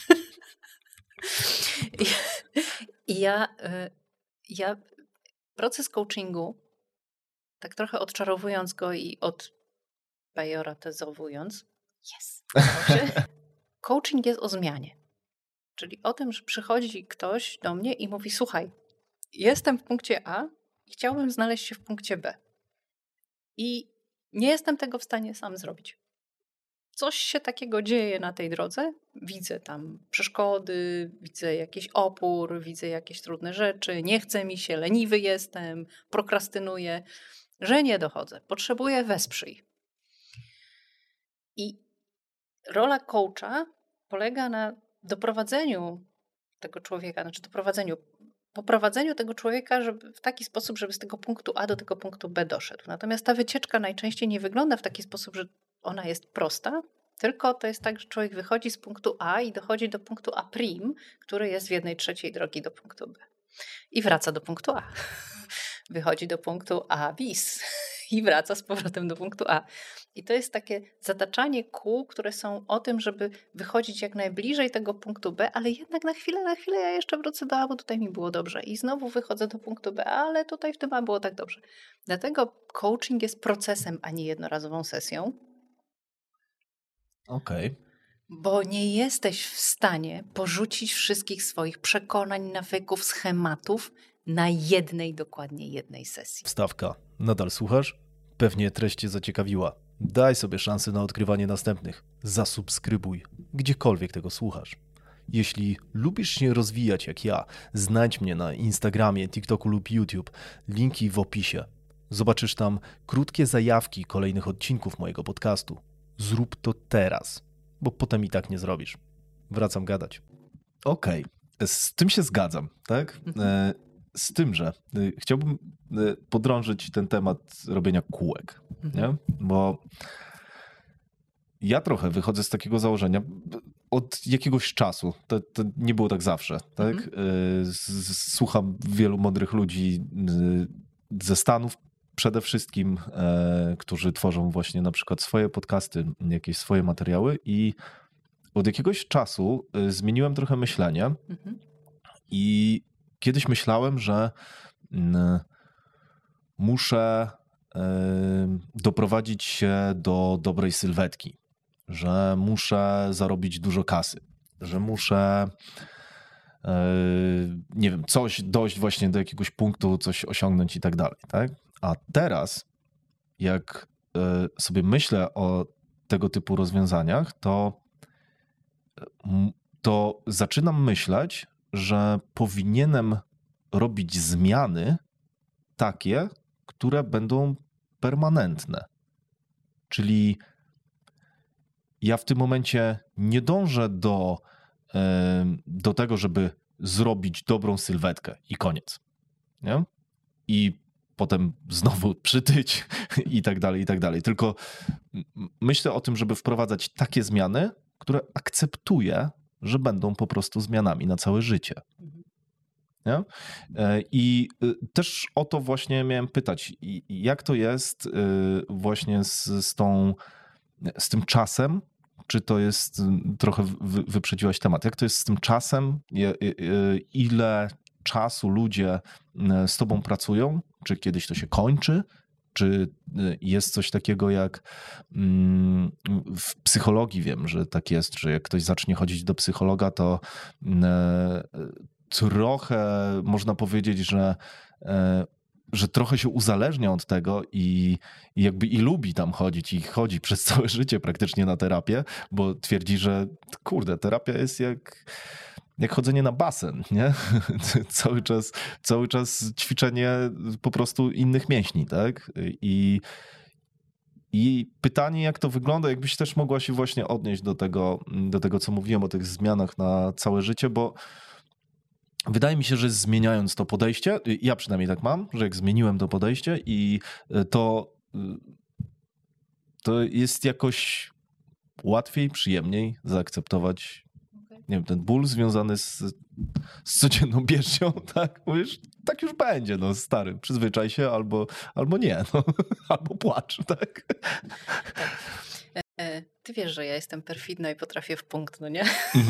I ja proces coachingu, tak trochę odczarowując go i odpejoratyzowując, coaching jest o zmianie. Czyli o tym, że przychodzi ktoś do mnie i mówi: słuchaj, jestem w punkcie A i chciałbym znaleźć się w punkcie B. I nie jestem tego w stanie sam zrobić. Coś się takiego dzieje na tej drodze. Widzę tam przeszkody, widzę jakiś opór, widzę jakieś trudne rzeczy, nie chce mi się, leniwy jestem, prokrastynuję, że nie dochodzę. Potrzebuję, wesprzyj. I rola coacha polega na doprowadzeniu tego człowieka, poprowadzeniu tego człowieka w taki sposób, żeby z tego punktu A do tego punktu B doszedł. Natomiast ta wycieczka najczęściej nie wygląda w taki sposób, że ona jest prosta, tylko to jest tak, że człowiek wychodzi z punktu A i dochodzi do punktu A', który jest w 1/3 drogi do punktu B. I wraca do punktu A. Wychodzi do punktu A bis i wraca z powrotem do punktu A. I to jest takie zataczanie kół, które są o tym, żeby wychodzić jak najbliżej tego punktu B, ale jednak na chwilę ja jeszcze wrócę do A, bo tutaj mi było dobrze. I znowu wychodzę do punktu B, ale tutaj w tym A było tak dobrze. Dlatego coaching jest procesem, a nie jednorazową sesją. Okej. Bo nie jesteś w stanie porzucić wszystkich swoich przekonań, nawyków, schematów na dokładnie jednej sesji. Wstawka. Nadal słuchasz? Pewnie treść cię zaciekawiła. Daj sobie szansę na odkrywanie następnych. Zasubskrybuj, gdziekolwiek tego słuchasz. Jeśli lubisz się rozwijać jak ja, znajdź mnie na Instagramie, TikToku lub YouTube. Linki w opisie. Zobaczysz tam krótkie zajawki kolejnych odcinków mojego podcastu. Zrób to teraz, bo potem i tak nie zrobisz. Wracam gadać. Okej. Z tym się zgadzam, tak? Z tym, że chciałbym podrążyć ten temat robienia kółek, nie? Bo ja trochę wychodzę z takiego założenia, od jakiegoś czasu. To nie było tak zawsze. Tak? Słucham wielu mądrych ludzi ze Stanów przede wszystkim, którzy tworzą właśnie na przykład swoje podcasty, jakieś swoje materiały i od jakiegoś czasu zmieniłem trochę myślenie i kiedyś myślałem, że muszę doprowadzić się do dobrej sylwetki, że muszę zarobić dużo kasy, że muszę nie wiem, dojść właśnie do jakiegoś punktu, coś osiągnąć i tak dalej, tak? A teraz, jak sobie myślę o tego typu rozwiązaniach, to zaczynam myśleć, że powinienem robić zmiany takie, które będą permanentne. Czyli ja w tym momencie nie dążę do tego, żeby zrobić dobrą sylwetkę i koniec. Nie? I potem znowu przytyć i tak dalej, i tak dalej. Tylko myślę o tym, żeby wprowadzać takie zmiany, które akceptuję, że będą po prostu zmianami na całe życie. Nie? I też o to właśnie miałem pytać. Jak to jest właśnie z tym czasem? Czy to jest, trochę wyprzedziłaś temat, jak to jest z tym czasem? Ile czasu ludzie z tobą pracują? Czy kiedyś to się kończy? Czy jest coś takiego jak w psychologii wiem, że tak jest, że jak ktoś zacznie chodzić do psychologa, to trochę można powiedzieć, że trochę się uzależnia od tego i jakby i lubi tam chodzić i chodzi przez całe życie praktycznie na terapię, bo twierdzi, że kurde, terapia jest jak chodzenie na basen, nie? Cały czas ćwiczenie po prostu innych mięśni, tak? I pytanie, jak to wygląda, jakbyś też mogła się właśnie odnieść do tego, co mówiłem o tych zmianach na całe życie, bo wydaje mi się, że zmieniając to podejście, ja przynajmniej tak mam, że jak zmieniłem to podejście i to jest jakoś łatwiej, przyjemniej zaakceptować, nie wiem, ten ból związany z codzienną bieżnią, tak? Mówisz, tak już będzie, no stary, przyzwyczaj się albo nie, no, albo płacz, tak? Ty wiesz, że ja jestem perfidna i potrafię w punkt, no nie?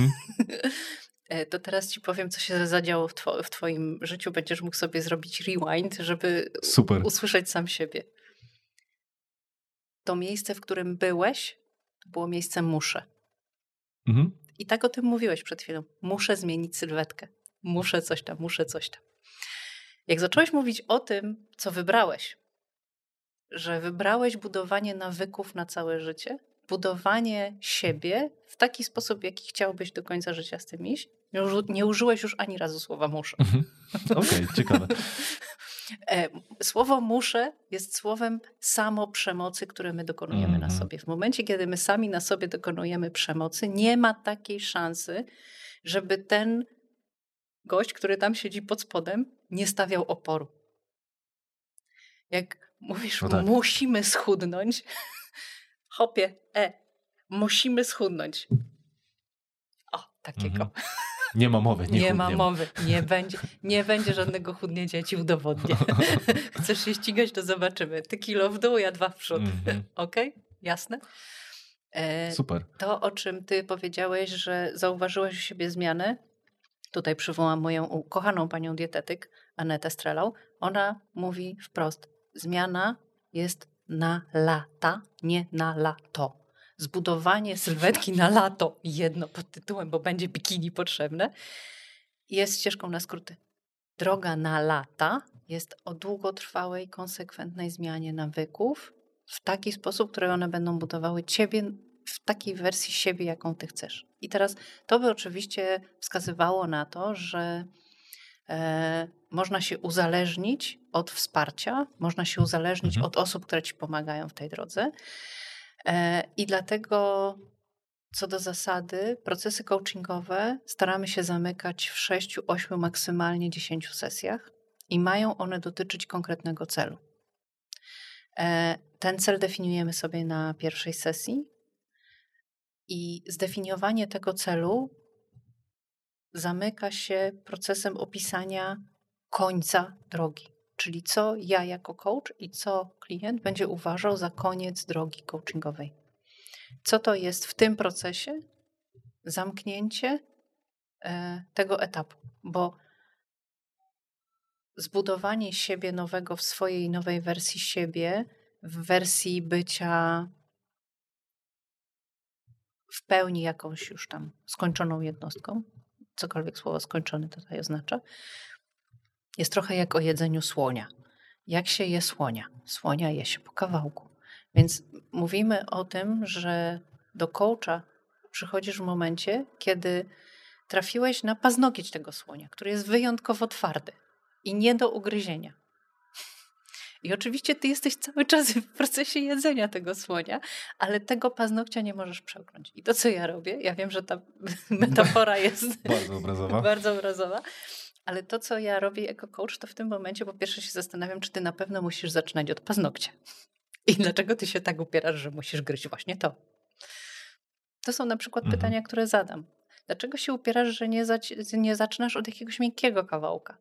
To teraz ci powiem, co się zadziało w twoim życiu. Będziesz mógł sobie zrobić rewind, żeby usłyszeć sam siebie. To miejsce, w którym byłeś, to było miejsce muszę. I tak o tym mówiłeś przed chwilą. Muszę zmienić sylwetkę. Muszę coś tam. Jak zacząłeś mówić o tym, co wybrałeś, że wybrałeś budowanie nawyków na całe życie, budowanie siebie w taki sposób, w jaki chciałbyś do końca życia z tym iść, nie użyłeś już ani razu słowa muszę. Okej, ciekawe. Słowo muszę jest słowem samoprzemocy, które my dokonujemy na sobie. W momencie, kiedy my sami na sobie dokonujemy przemocy, nie ma takiej szansy, żeby ten gość, który tam siedzi pod spodem, nie stawiał oporu. Jak mówisz, no tak, musimy schudnąć, hopie, musimy schudnąć. O, takiego. Nie ma mowy. Nie ma mowy. Nie będzie żadnego chudnięcia, ja ci udowodnię. Chcesz się ścigać, to zobaczymy. Ty kilo w dół, ja 2 w przód. Okej? Jasne? Super. To, o czym ty powiedziałeś, że zauważyłeś u siebie zmianę, tutaj przywołam moją ukochaną panią dietetyk, Anetę Strelau. Ona mówi wprost, zmiana jest na lata, nie na lato. Zbudowanie sylwetki na lato, jedno pod tytułem, bo będzie bikini potrzebne, jest ścieżką na skróty. Droga na lata jest o długotrwałej, konsekwentnej zmianie nawyków w taki sposób, który one będą budowały ciebie w takiej wersji siebie, jaką ty chcesz. I teraz to by oczywiście wskazywało na to, że można się uzależnić od wsparcia, można się uzależnić od osób, które ci pomagają w tej drodze. I dlatego co do zasady procesy coachingowe staramy się zamykać w 6, 8, maksymalnie 10 sesjach i mają one dotyczyć konkretnego celu. Ten cel definiujemy sobie na pierwszej sesji. I zdefiniowanie tego celu zamyka się procesem opisania końca drogi. Czyli co ja jako coach i co klient będzie uważał za koniec drogi coachingowej. Co to jest w tym procesie zamknięcie tego etapu, bo zbudowanie siebie nowego w swojej nowej wersji siebie, w wersji bycia w pełni jakąś już tam skończoną jednostką, cokolwiek słowo skończony tutaj oznacza, jest trochę jak o jedzeniu słonia. Jak się je słonia? Słonia je się po kawałku. Więc mówimy o tym, że do coacha przychodzisz w momencie, kiedy trafiłeś na paznokieć tego słonia, który jest wyjątkowo twardy i nie do ugryzienia. I oczywiście ty jesteś cały czas w procesie jedzenia tego słonia, ale tego paznokcia nie możesz przełknąć. I to, co ja robię, ja wiem, że ta metafora jest bardzo obrazowa, ale to, co ja robię jako coach, to w tym momencie po pierwsze się zastanawiam, czy ty na pewno musisz zaczynać od paznokcia. I dlaczego ty się tak upierasz, że musisz gryźć właśnie to? To są na przykład pytania, które zadam. Dlaczego się upierasz, że nie zaczynasz od jakiegoś miękkiego kawałka?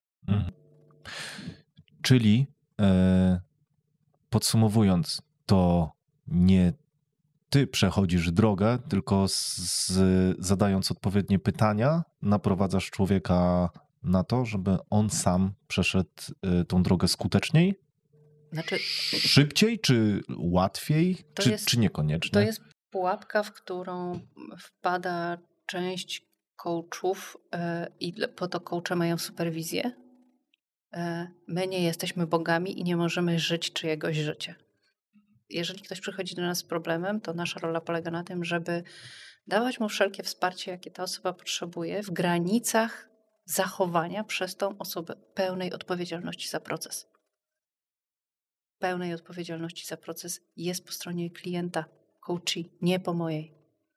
Czyli podsumowując, to nie ty przechodzisz drogę, tylko zadając odpowiednie pytania, naprowadzasz człowieka na to, żeby on sam przeszedł tą drogę skuteczniej? Znaczy, szybciej, czy łatwiej, czy niekoniecznie? To jest pułapka, w którą wpada część coachów i po to coache mają superwizję. My nie jesteśmy bogami i nie możemy żyć czyjegoś życia. Jeżeli ktoś przychodzi do nas z problemem, to nasza rola polega na tym, żeby dawać mu wszelkie wsparcie, jakie ta osoba potrzebuje, w granicach zachowania przez tą osobę pełnej odpowiedzialności za proces. Pełnej odpowiedzialności za proces jest po stronie klienta, coachi, nie po mojej.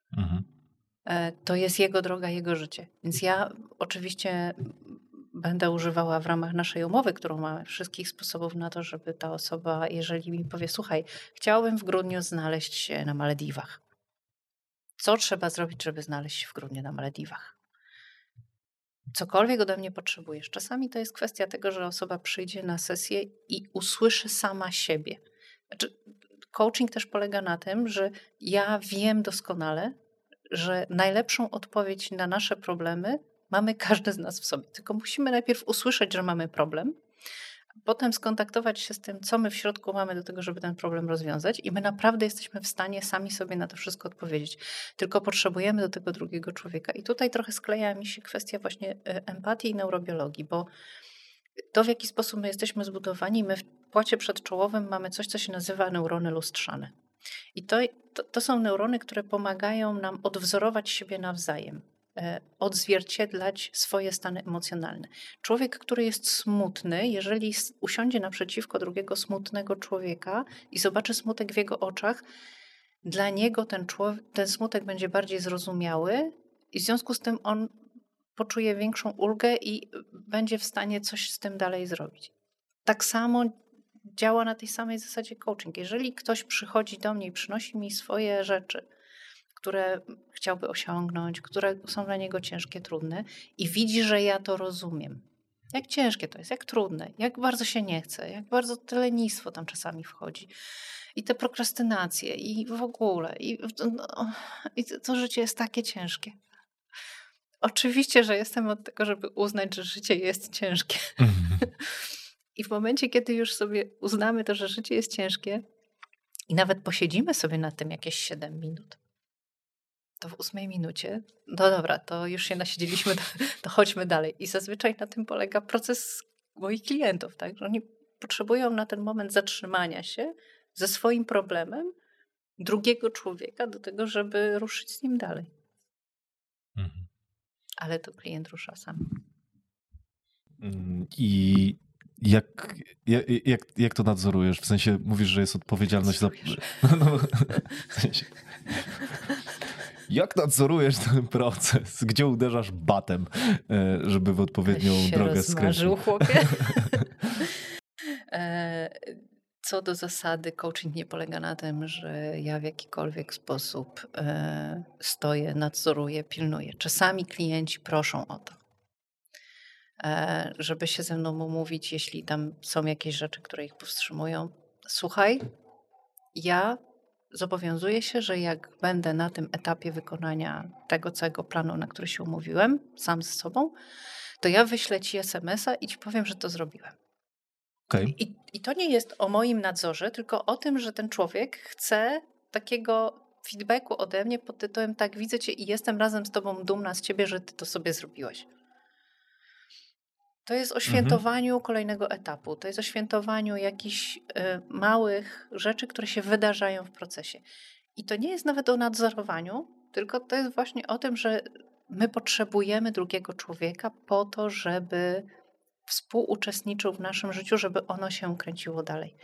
To jest jego droga, jego życie. Więc ja oczywiście będę używała w ramach naszej umowy, którą mamy, wszystkich sposobów na to, żeby ta osoba, jeżeli mi powie, słuchaj, chciałbym w grudniu znaleźć się na Malediwach. Co trzeba zrobić, żeby znaleźć się w grudniu na Malediwach? Cokolwiek ode mnie potrzebujesz. Czasami to jest kwestia tego, że osoba przyjdzie na sesję i usłyszy sama siebie. Znaczy, coaching też polega na tym, że ja wiem doskonale, że najlepszą odpowiedź na nasze problemy mamy każdy z nas w sobie. Tylko musimy najpierw usłyszeć, że mamy problem, potem skontaktować się z tym, co my w środku mamy do tego, żeby ten problem rozwiązać i my naprawdę jesteśmy w stanie sami sobie na to wszystko odpowiedzieć. Tylko potrzebujemy do tego drugiego człowieka. I tutaj trochę skleja mi się kwestia właśnie empatii i neurobiologii, bo to, w jaki sposób my jesteśmy zbudowani, my w płacie przedczołowym mamy coś, co się nazywa neurony lustrzane. I to są neurony, które pomagają nam odwzorować siebie nawzajem, odzwierciedlać swoje stany emocjonalne. Człowiek, który jest smutny, jeżeli usiądzie naprzeciwko drugiego smutnego człowieka i zobaczy smutek w jego oczach, dla niego ten smutek będzie bardziej zrozumiały i w związku z tym on poczuje większą ulgę i będzie w stanie coś z tym dalej zrobić. Tak samo działa na tej samej zasadzie coaching. Jeżeli ktoś przychodzi do mnie i przynosi mi swoje rzeczy, które chciałby osiągnąć, które są dla niego ciężkie, trudne i widzi, że ja to rozumiem. Jak ciężkie to jest, jak trudne, jak bardzo się nie chce, jak bardzo to lenistwo tam czasami wchodzi. I te prokrastynacje i w ogóle. I to życie jest takie ciężkie. Oczywiście, że jestem od tego, żeby uznać, że życie jest ciężkie. I w momencie, kiedy już sobie uznamy to, że życie jest ciężkie i nawet posiedzimy sobie nad tym jakieś 7 minut, to w 8 minucie, no dobra, to już się nasiedzieliśmy, to chodźmy dalej. I zazwyczaj na tym polega proces moich klientów, tak? Że oni potrzebują na ten moment zatrzymania się ze swoim problemem drugiego człowieka do tego, żeby ruszyć z nim dalej. Ale to klient rusza sam. I jak to nadzorujesz? W sensie mówisz, że jest odpowiedzialność za... w sensie... Jak nadzorujesz ten proces? Gdzie uderzasz batem, żeby w odpowiednią drogę skręcić? Chłopie. co do zasady coaching nie polega na tym, że ja w jakikolwiek sposób stoję, nadzoruję, pilnuję. Czasami klienci proszą o to, żeby się ze mną umówić, jeśli tam są jakieś rzeczy, które ich powstrzymują. Słuchaj, ja zobowiązuję się, że jak będę na tym etapie wykonania tego całego planu, na który się umówiłem, sam ze sobą, to ja wyślę ci SMS-a i ci powiem, że to zrobiłem. Okay. I to nie jest o moim nadzorze, tylko o tym, że ten człowiek chce takiego feedbacku ode mnie pod tytułem tak, widzę cię i jestem razem z tobą dumna z ciebie, że ty to sobie zrobiłeś. To jest o świętowaniu kolejnego etapu. To jest o świętowaniu jakichś małych rzeczy, które się wydarzają w procesie. I to nie jest nawet o nadzorowaniu, tylko to jest właśnie o tym, że my potrzebujemy drugiego człowieka po to, żeby współuczestniczył w naszym życiu, żeby ono się kręciło dalej.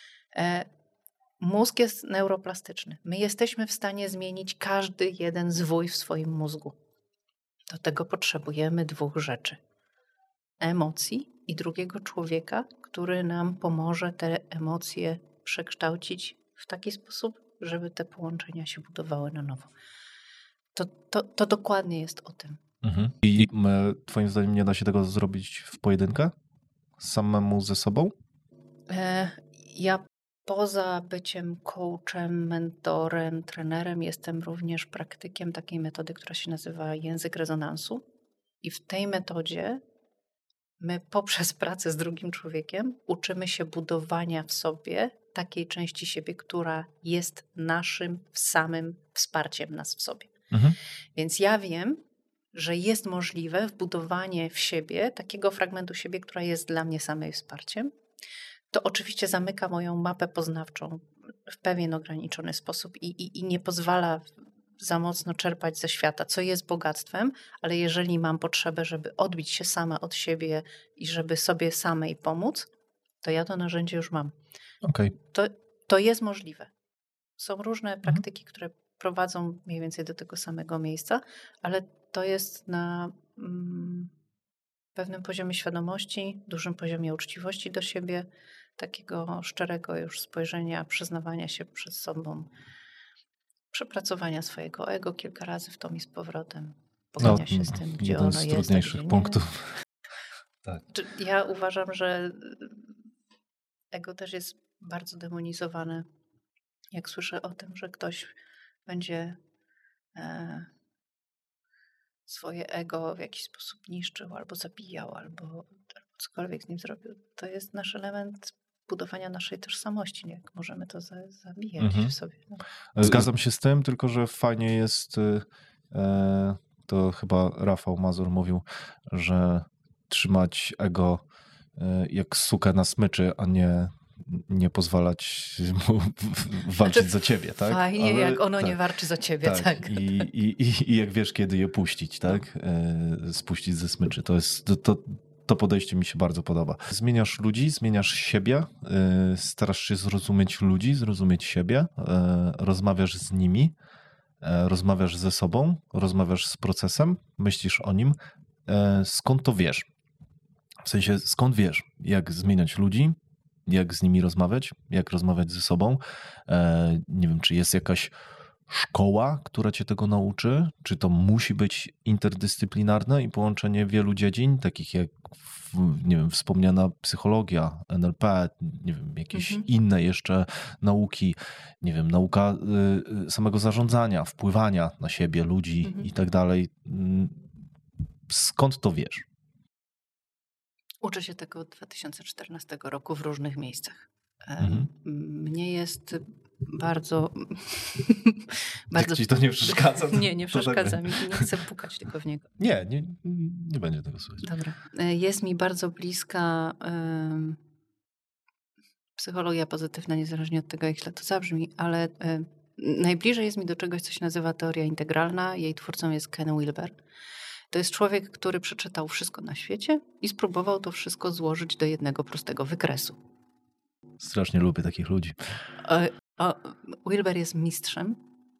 Mózg jest neuroplastyczny. My jesteśmy w stanie zmienić każdy jeden zwój w swoim mózgu. Do tego potrzebujemy dwóch rzeczy. Emocji i drugiego człowieka, który nam pomoże te emocje przekształcić w taki sposób, żeby te połączenia się budowały na nowo. To dokładnie jest o tym. I twoim zdaniem nie da się tego zrobić w pojedynkę? Samemu ze sobą? Ja poza byciem coachem, mentorem, trenerem jestem również praktykiem takiej metody, która się nazywa język rezonansu. I w tej metodzie my poprzez pracę z drugim człowiekiem uczymy się budowania w sobie takiej części siebie, która jest naszym samym wsparciem nas w sobie. Więc ja wiem, że jest możliwe wbudowanie w siebie takiego fragmentu siebie, która jest dla mnie samej wsparciem. To oczywiście zamyka moją mapę poznawczą w pewien ograniczony sposób i nie pozwala za mocno czerpać ze świata, co jest bogactwem, ale jeżeli mam potrzebę, żeby odbić się sama od siebie i żeby sobie samej pomóc, to ja to narzędzie już mam. Okay. To jest możliwe. Są różne praktyki, które prowadzą mniej więcej do tego samego miejsca, ale to jest na pewnym poziomie świadomości, dużym poziomie uczciwości do siebie, takiego szczerego już spojrzenia, przyznawania się przed sobą, przepracowania swojego ego kilka razy w tom i z powrotem, pogodzenia się z tym, gdzie ono jest. Jeden z trudniejszych punktów. Tak. Ja uważam, że ego też jest bardzo demonizowane. Jak słyszę o tym, że ktoś będzie swoje ego w jakiś sposób niszczył, albo zabijał, albo cokolwiek z nim zrobił, to jest nasz element budowania naszej tożsamości. Nie? Jak możemy to zabijać w sobie. No. Zgadzam się z tym, tylko że fajnie jest, to chyba Rafał Mazur mówił, że trzymać ego jak sukę na smyczy, a nie pozwalać mu walczyć za ciebie, tak? Fajnie, ale, jak ono nie warczy za ciebie, tak. I jak wiesz, kiedy je puścić, tak? Spuścić ze smyczy. To podejście mi się bardzo podoba. Zmieniasz ludzi, zmieniasz siebie, starasz się zrozumieć ludzi, zrozumieć siebie, rozmawiasz z nimi, rozmawiasz ze sobą, rozmawiasz z procesem, myślisz o nim. Skąd to wiesz? W sensie, skąd wiesz, jak zmieniać ludzi, jak z nimi rozmawiać, jak rozmawiać ze sobą. Nie wiem, czy jest jakaś szkoła, która cię tego nauczy, czy to musi być interdyscyplinarne i połączenie wielu dziedzin, takich jak, nie wiem, wspomniana psychologia, NLP, nie wiem, jakieś inne jeszcze nauki, nie wiem, nauka samego zarządzania, wpływania na siebie, ludzi i tak dalej. Skąd to wiesz? Uczę się tego od 2014 roku w różnych miejscach. Mnie jest bardzo... bardzo ci to nie przeszkadza? Nie przeszkadza mi. Nie chcę pukać tylko w niego. Nie będzie tego słychać. Dobra. Jest mi bardzo bliska psychologia pozytywna, niezależnie od tego, jak źle to zabrzmi, ale najbliżej jest mi do czegoś, co się nazywa teoria integralna. Jej twórcą jest Ken Wilber. To jest człowiek, który przeczytał wszystko na świecie i spróbował to wszystko złożyć do jednego prostego wykresu. Strasznie lubię takich ludzi. Wilber jest mistrzem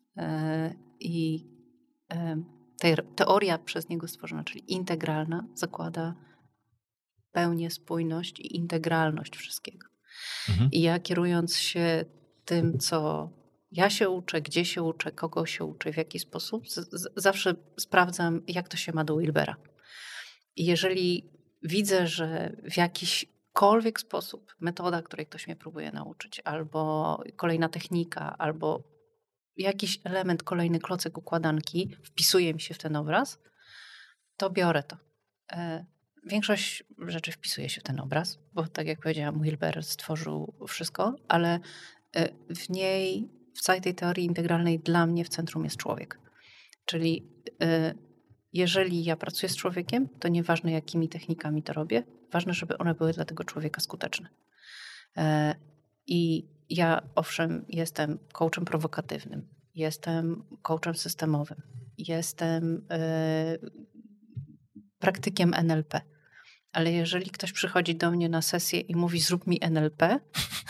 i teoria przez niego stworzona, czyli integralna, zakłada pełnię, spójność i integralność wszystkiego. I ja kierując się tym, co ja się uczę, gdzie się uczę, kogo się uczę, w jaki sposób, zawsze sprawdzam, jak to się ma do Wilbera. I jeżeli widzę, że w jakiśkolwiek sposób metoda, której ktoś mnie próbuje nauczyć, albo kolejna technika, albo jakiś element, kolejny klocek układanki wpisuje mi się w ten obraz, to biorę to. Większość rzeczy wpisuje się w ten obraz, bo tak jak powiedziałam, Wilber stworzył wszystko, ale w niej, w całej tej teorii integralnej dla mnie w centrum jest człowiek. Czyli jeżeli ja pracuję z człowiekiem, to nieważne jakimi technikami to robię, ważne, żeby one były dla tego człowieka skuteczne. I ja owszem jestem coachem prowokatywnym, jestem coachem systemowym, jestem praktykiem NLP, ale jeżeli ktoś przychodzi do mnie na sesję i mówi zrób mi NLP...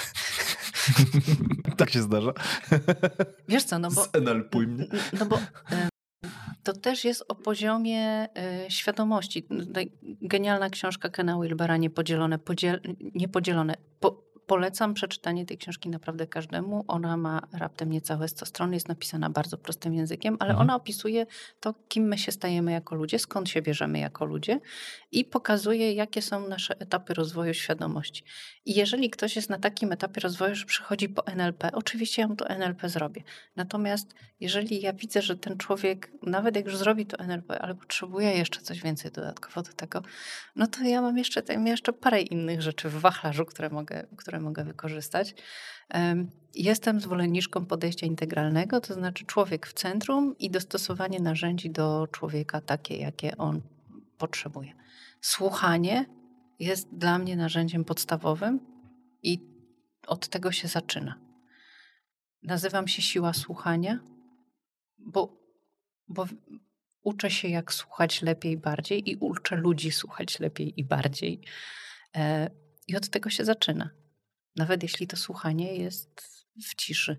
Tak się zdarza. Wiesz co, no bo... NLP-uj mnie. No bo to też jest o poziomie świadomości. Genialna książka Kena Wilbera, Niepodzielone. Polecam przeczytanie tej książki naprawdę każdemu. Ona ma raptem niecałe 100 stron, jest napisana bardzo prostym językiem, ale ona opisuje to, kim my się stajemy jako ludzie, skąd się bierzemy jako ludzie i pokazuje, jakie są nasze etapy rozwoju świadomości. I jeżeli ktoś jest na takim etapie rozwoju, że przychodzi po NLP, oczywiście ja mu to NLP zrobię. Natomiast jeżeli ja widzę, że ten człowiek, nawet jak już zrobi to NLP, ale potrzebuje jeszcze coś więcej dodatkowo do tego, no to ja mam jeszcze parę innych rzeczy w wachlarzu, które mogę wykorzystać. Jestem zwolenniczką podejścia integralnego, to znaczy człowiek w centrum i dostosowanie narzędzi do człowieka takie, jakie on potrzebuje. Słuchanie jest dla mnie narzędziem podstawowym i od tego się zaczyna. Nazywam się siła słuchania, bo uczę się, jak słuchać lepiej, bardziej i uczę ludzi słuchać lepiej i bardziej. I od tego się zaczyna. Nawet jeśli to słuchanie jest w ciszy.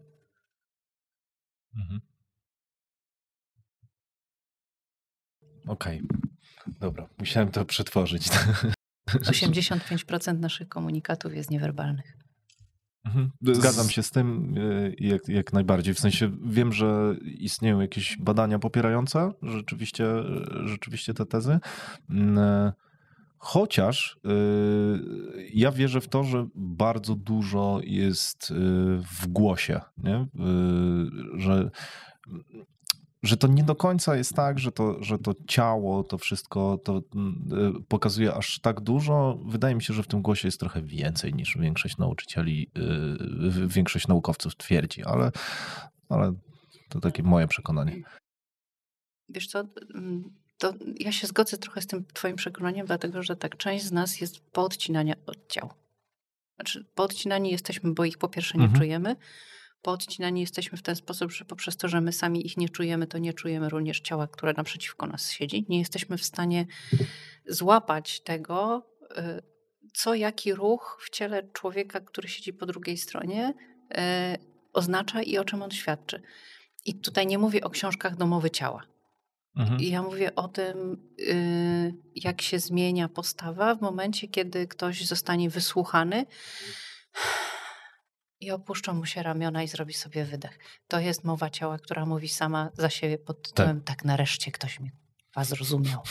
Okej. Dobra, musiałem to przetworzyć. 85% naszych komunikatów jest niewerbalnych. Zgadzam się z tym jak najbardziej. W sensie wiem, że istnieją jakieś badania popierające rzeczywiście te tezy. Chociaż ja wierzę w to, że bardzo dużo jest w głosie, nie? Że to nie do końca jest tak, że to ciało, to wszystko to pokazuje aż tak dużo. Wydaje mi się, że w tym głosie jest trochę więcej niż większość nauczycieli, większość naukowców twierdzi, ale to takie moje przekonanie. Wiesz co, to ja się zgodzę trochę z tym twoim przekonaniem, dlatego że tak część z nas jest poodcinania od ciał. Znaczy poodcinani jesteśmy, bo ich po pierwsze nie czujemy. Poodcinani jesteśmy w ten sposób, że poprzez to, że my sami ich nie czujemy, to nie czujemy również ciała, które naprzeciwko nas siedzi. Nie jesteśmy w stanie złapać tego, co jaki ruch w ciele człowieka, który siedzi po drugiej stronie, oznacza i o czym on świadczy. I tutaj nie mówię o książkach domowe ciała. Ja mówię o tym, jak się zmienia postawa w momencie, kiedy ktoś zostanie wysłuchany i opuszczą mu się ramiona i zrobi sobie wydech. To jest mowa ciała, która mówi sama za siebie pod tytułem tak nareszcie ktoś mnie zrozumiał.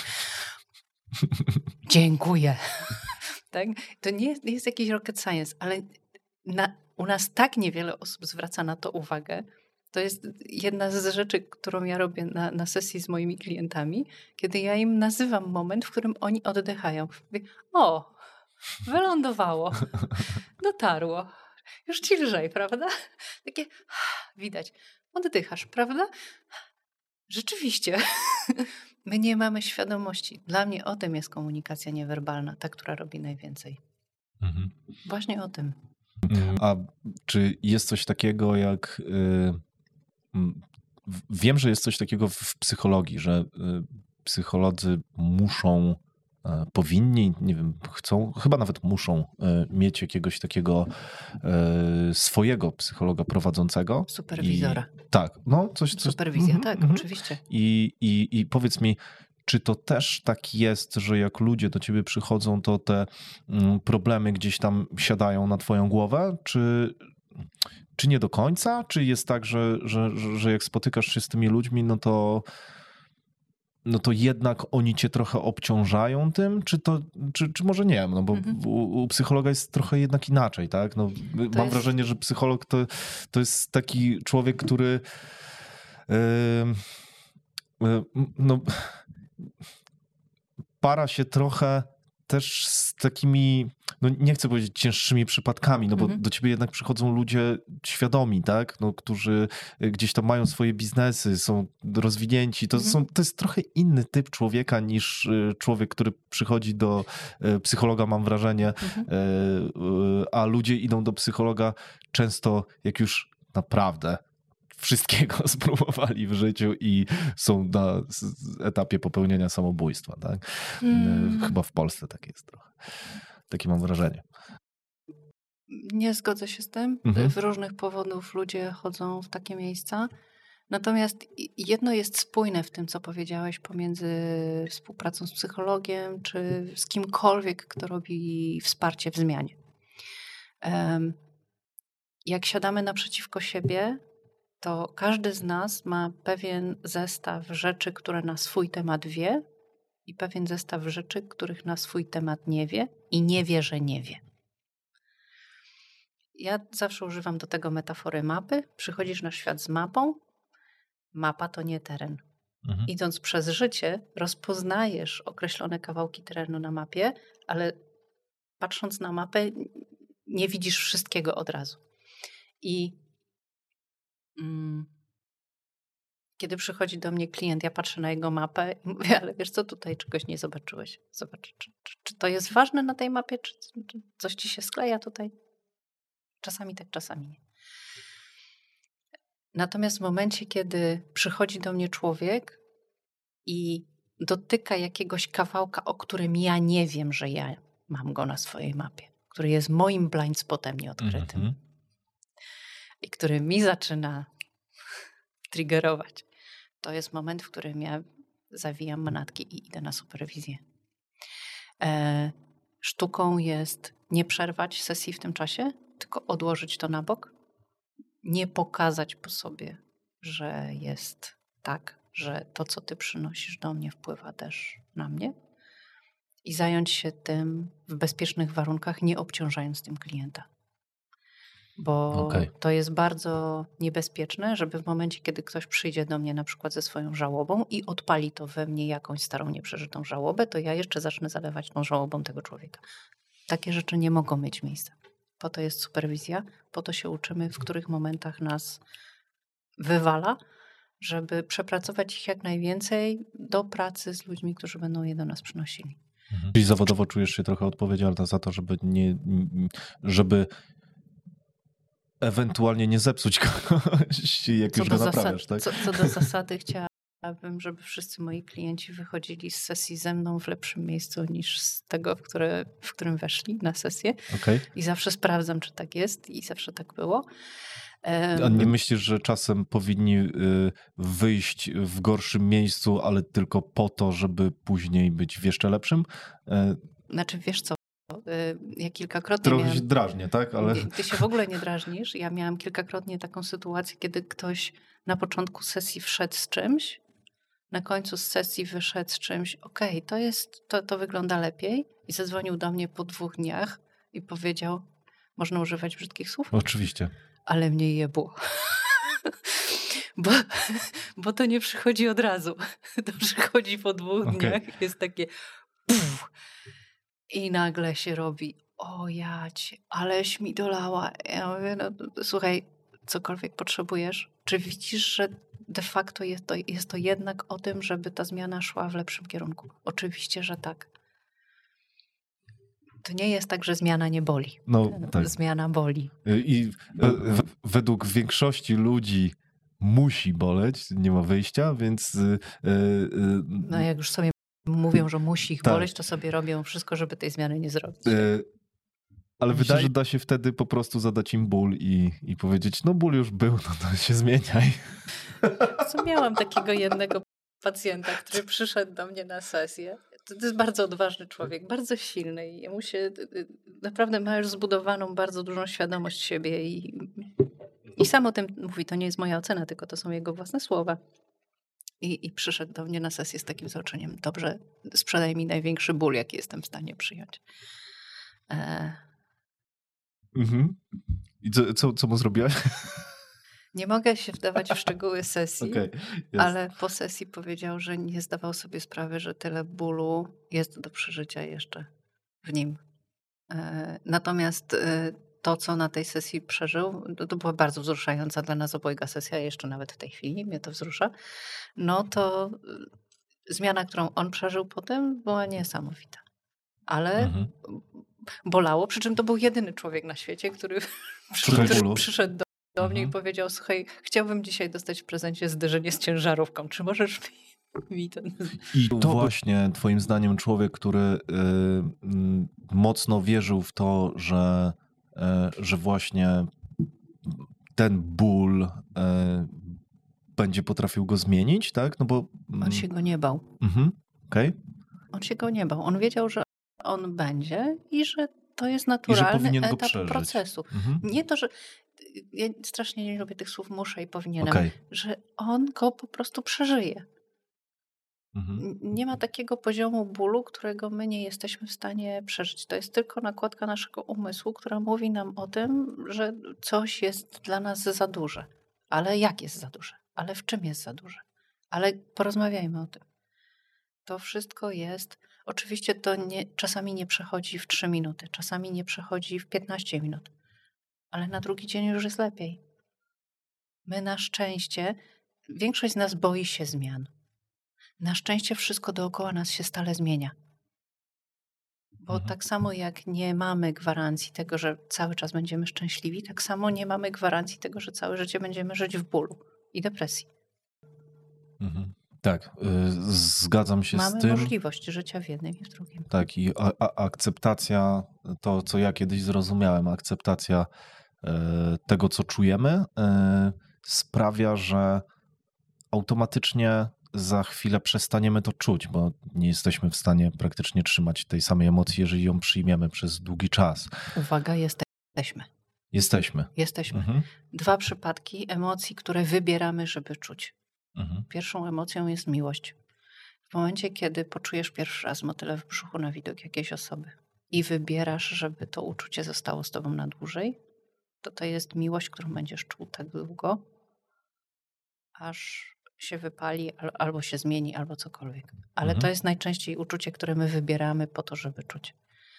Dziękuję. Tak? To nie jest jakiś rocket science, ale u nas tak niewiele osób zwraca na to uwagę. To jest jedna z rzeczy, którą ja robię na sesji z moimi klientami, kiedy ja im nazywam moment, w którym oni oddychają. Mówię, o, wylądowało, dotarło. Już ci lżej, prawda? Takie widać. Oddychasz, prawda? Rzeczywiście. My nie mamy świadomości. Dla mnie o tym jest komunikacja niewerbalna, ta, która robi najwięcej. Właśnie o tym. A czy jest coś takiego jak... Wiem, że jest coś takiego w psychologii, że psycholodzy muszą, powinni, nie wiem, chcą, chyba nawet muszą mieć jakiegoś takiego swojego psychologa prowadzącego. Superwizora. Tak, no coś. Superwizja, tak, oczywiście. I powiedz mi, czy to też tak jest, że jak ludzie do ciebie przychodzą, to te problemy gdzieś tam siadają na twoją głowę, czy nie do końca? Czy jest tak, że jak spotykasz się z tymi ludźmi, no to jednak oni cię trochę obciążają tym, czy może nie, no bo u psychologa jest trochę jednak inaczej, tak? No, mam wrażenie, że psycholog to jest taki człowiek, który no, para się trochę też z takimi, no nie chcę powiedzieć cięższymi przypadkami, no bo do ciebie jednak przychodzą ludzie świadomi, tak? No, którzy gdzieś tam mają swoje biznesy, są rozwinięci. To jest trochę inny typ człowieka niż człowiek, który przychodzi do psychologa, mam wrażenie, a ludzie idą do psychologa często, jak już naprawdę wszystkiego spróbowali w życiu i są na etapie popełnienia samobójstwa, tak? Chyba w Polsce tak jest trochę. Takie mam wrażenie. Nie zgodzę się z tym. W różnych powodów ludzie chodzą w takie miejsca. Natomiast jedno jest spójne w tym, co powiedziałeś, pomiędzy współpracą z psychologiem, czy z kimkolwiek, kto robi wsparcie w zmianie. Jak siadamy naprzeciwko siebie, to każdy z nas ma pewien zestaw rzeczy, które na swój temat wie i pewien zestaw rzeczy, których na swój temat nie wie i nie wie, że nie wie. Ja zawsze używam do tego metafory mapy. Przychodzisz na świat z mapą. Mapa to nie teren. Idąc przez życie, rozpoznajesz określone kawałki terenu na mapie, ale patrząc na mapę, nie widzisz wszystkiego od razu. I kiedy przychodzi do mnie klient, ja patrzę na jego mapę i mówię, ale wiesz co, tutaj czegoś nie zobaczyłeś. Zobacz, czy to jest ważne na tej mapie, czy coś ci się skleja tutaj? Czasami tak, czasami nie. Natomiast w momencie, kiedy przychodzi do mnie człowiek i dotyka jakiegoś kawałka, o którym ja nie wiem, że ja mam go na swojej mapie, który jest moim blind spotem nieodkrytym i który mi zaczyna triggerować, to jest moment, w którym ja zawijam manatki i idę na superwizję. Sztuką jest nie przerwać sesji w tym czasie, tylko odłożyć to na bok, nie pokazać po sobie, że jest tak, że to, co ty przynosisz do mnie, wpływa też na mnie i zająć się tym w bezpiecznych warunkach, nie obciążając tym klienta. Bo to jest bardzo niebezpieczne, żeby w momencie, kiedy ktoś przyjdzie do mnie na przykład ze swoją żałobą i odpali to we mnie jakąś starą, nieprzeżytą żałobę, to ja jeszcze zacznę zalewać tą żałobą tego człowieka. Takie rzeczy nie mogą mieć miejsca. Po to jest superwizja, po to się uczymy, w których momentach nas wywala, żeby przepracować ich jak najwięcej do pracy z ludźmi, którzy będą je do nas przynosili. Czyli zawodowo czujesz się trochę odpowiedzialna za to, żeby ewentualnie nie zepsuć kogoś, jak już go naprawiasz, tak? Co do zasady chciałabym, żeby wszyscy moi klienci wychodzili z sesji ze mną w lepszym miejscu niż z tego, w którym weszli na sesję. I zawsze sprawdzam, czy tak jest i zawsze tak było. A nie myślisz, że czasem powinni wyjść w gorszym miejscu, ale tylko po to, żeby później być w jeszcze lepszym? Znaczy, wiesz co? Ja kilkakrotnie trochę się drażnię, tak? Ale... Ty się w ogóle nie drażnisz. Ja miałam kilkakrotnie taką sytuację, kiedy ktoś na początku sesji wszedł z czymś, na końcu sesji wyszedł z czymś, to wygląda lepiej i zadzwonił do mnie po 2 dniach i powiedział, można używać brzydkich słów? Oczywiście. Ale mnie jebło. Bo to nie przychodzi od razu. To przychodzi po 2 dniach. Jest takie puf, i nagle się robi, o jacie, aleś mi dolała. Ja mówię, no słuchaj, cokolwiek potrzebujesz, czy widzisz, że de facto jest to jednak o tym, żeby ta zmiana szła w lepszym kierunku? Oczywiście, że tak. To nie jest tak, że zmiana nie boli. No, tak. Zmiana boli. I według większości ludzi musi boleć, nie ma wyjścia, więc... No jak już sobie mówią, że musi ich boleć, to sobie robią wszystko, żeby tej zmiany nie zrobić. Ale wydaje się, że da się wtedy po prostu zadać im ból i powiedzieć, no ból już był, no to się zmieniaj. Co miałam takiego jednego pacjenta, który przyszedł do mnie na sesję. To jest bardzo odważny człowiek, bardzo silny i jemu się naprawdę ma już zbudowaną bardzo dużą świadomość siebie i sam o tym mówi. To nie jest moja ocena, tylko to są jego własne słowa. I przyszedł do mnie na sesję z takim zaoczeniem. Dobrze, sprzedaj mi największy ból, jaki jestem w stanie przyjąć. I co mu zrobiłaś? Nie mogę się wdawać w szczegóły sesji, Okay, ale po sesji powiedział, że nie zdawał sobie sprawy, że tyle bólu jest do przeżycia jeszcze w nim. Natomiast to, co na tej sesji przeżył, to była bardzo wzruszająca dla nas obojga sesja, jeszcze nawet w tej chwili mnie to wzrusza. No to zmiana, którą on przeżył potem, była niesamowita. Ale bolało, przy czym to był jedyny człowiek na świecie, który przyszedł do mnie i powiedział: słuchaj, chciałbym dzisiaj dostać w prezencie zderzenie z ciężarówką. Czy możesz mi ten... I to właśnie twoim zdaniem człowiek, który mocno wierzył w to, że właśnie ten ból będzie potrafił go zmienić, tak? No bo... On się go nie bał. Okay. On się go nie bał. On wiedział, że on będzie i że to jest naturalny etap procesu. Nie to, że... Ja strasznie nie lubię tych słów muszę i powinienem, że on go po prostu przeżyje. Nie ma takiego poziomu bólu, którego my nie jesteśmy w stanie przeżyć. To jest tylko nakładka naszego umysłu, która mówi nam o tym, że coś jest dla nas za duże. Ale jak jest za duże? Ale w czym jest za duże? Ale porozmawiajmy o tym. To wszystko jest... Oczywiście to czasami nie przechodzi w 3 minuty, czasami nie przechodzi w 15 minut. Ale na drugi dzień już jest lepiej. My na szczęście, większość z nas boi się zmian. Na szczęście wszystko dookoła nas się stale zmienia. Bo tak samo jak nie mamy gwarancji tego, że cały czas będziemy szczęśliwi, tak samo nie mamy gwarancji tego, że całe życie będziemy żyć w bólu i depresji. Tak, zgadzam się z tym. Mamy możliwość życia w jednym i w drugim. Tak, i akceptacja, to co ja kiedyś zrozumiałem, akceptacja tego, co czujemy, sprawia, że automatycznie za chwilę przestaniemy to czuć, bo nie jesteśmy w stanie praktycznie trzymać tej samej emocji, jeżeli ją przyjmiemy przez długi czas. Uwaga, jesteśmy. Jesteśmy. 2 przypadki emocji, które wybieramy, żeby czuć. Pierwszą emocją jest miłość. W momencie, kiedy poczujesz pierwszy raz motyle w brzuchu na widok jakiejś osoby i wybierasz, żeby to uczucie zostało z tobą na dłużej, to jest miłość, którą będziesz czuł tak długo, aż się wypali, albo się zmieni, albo cokolwiek. Ale to jest najczęściej uczucie, które my wybieramy po to, żeby czuć.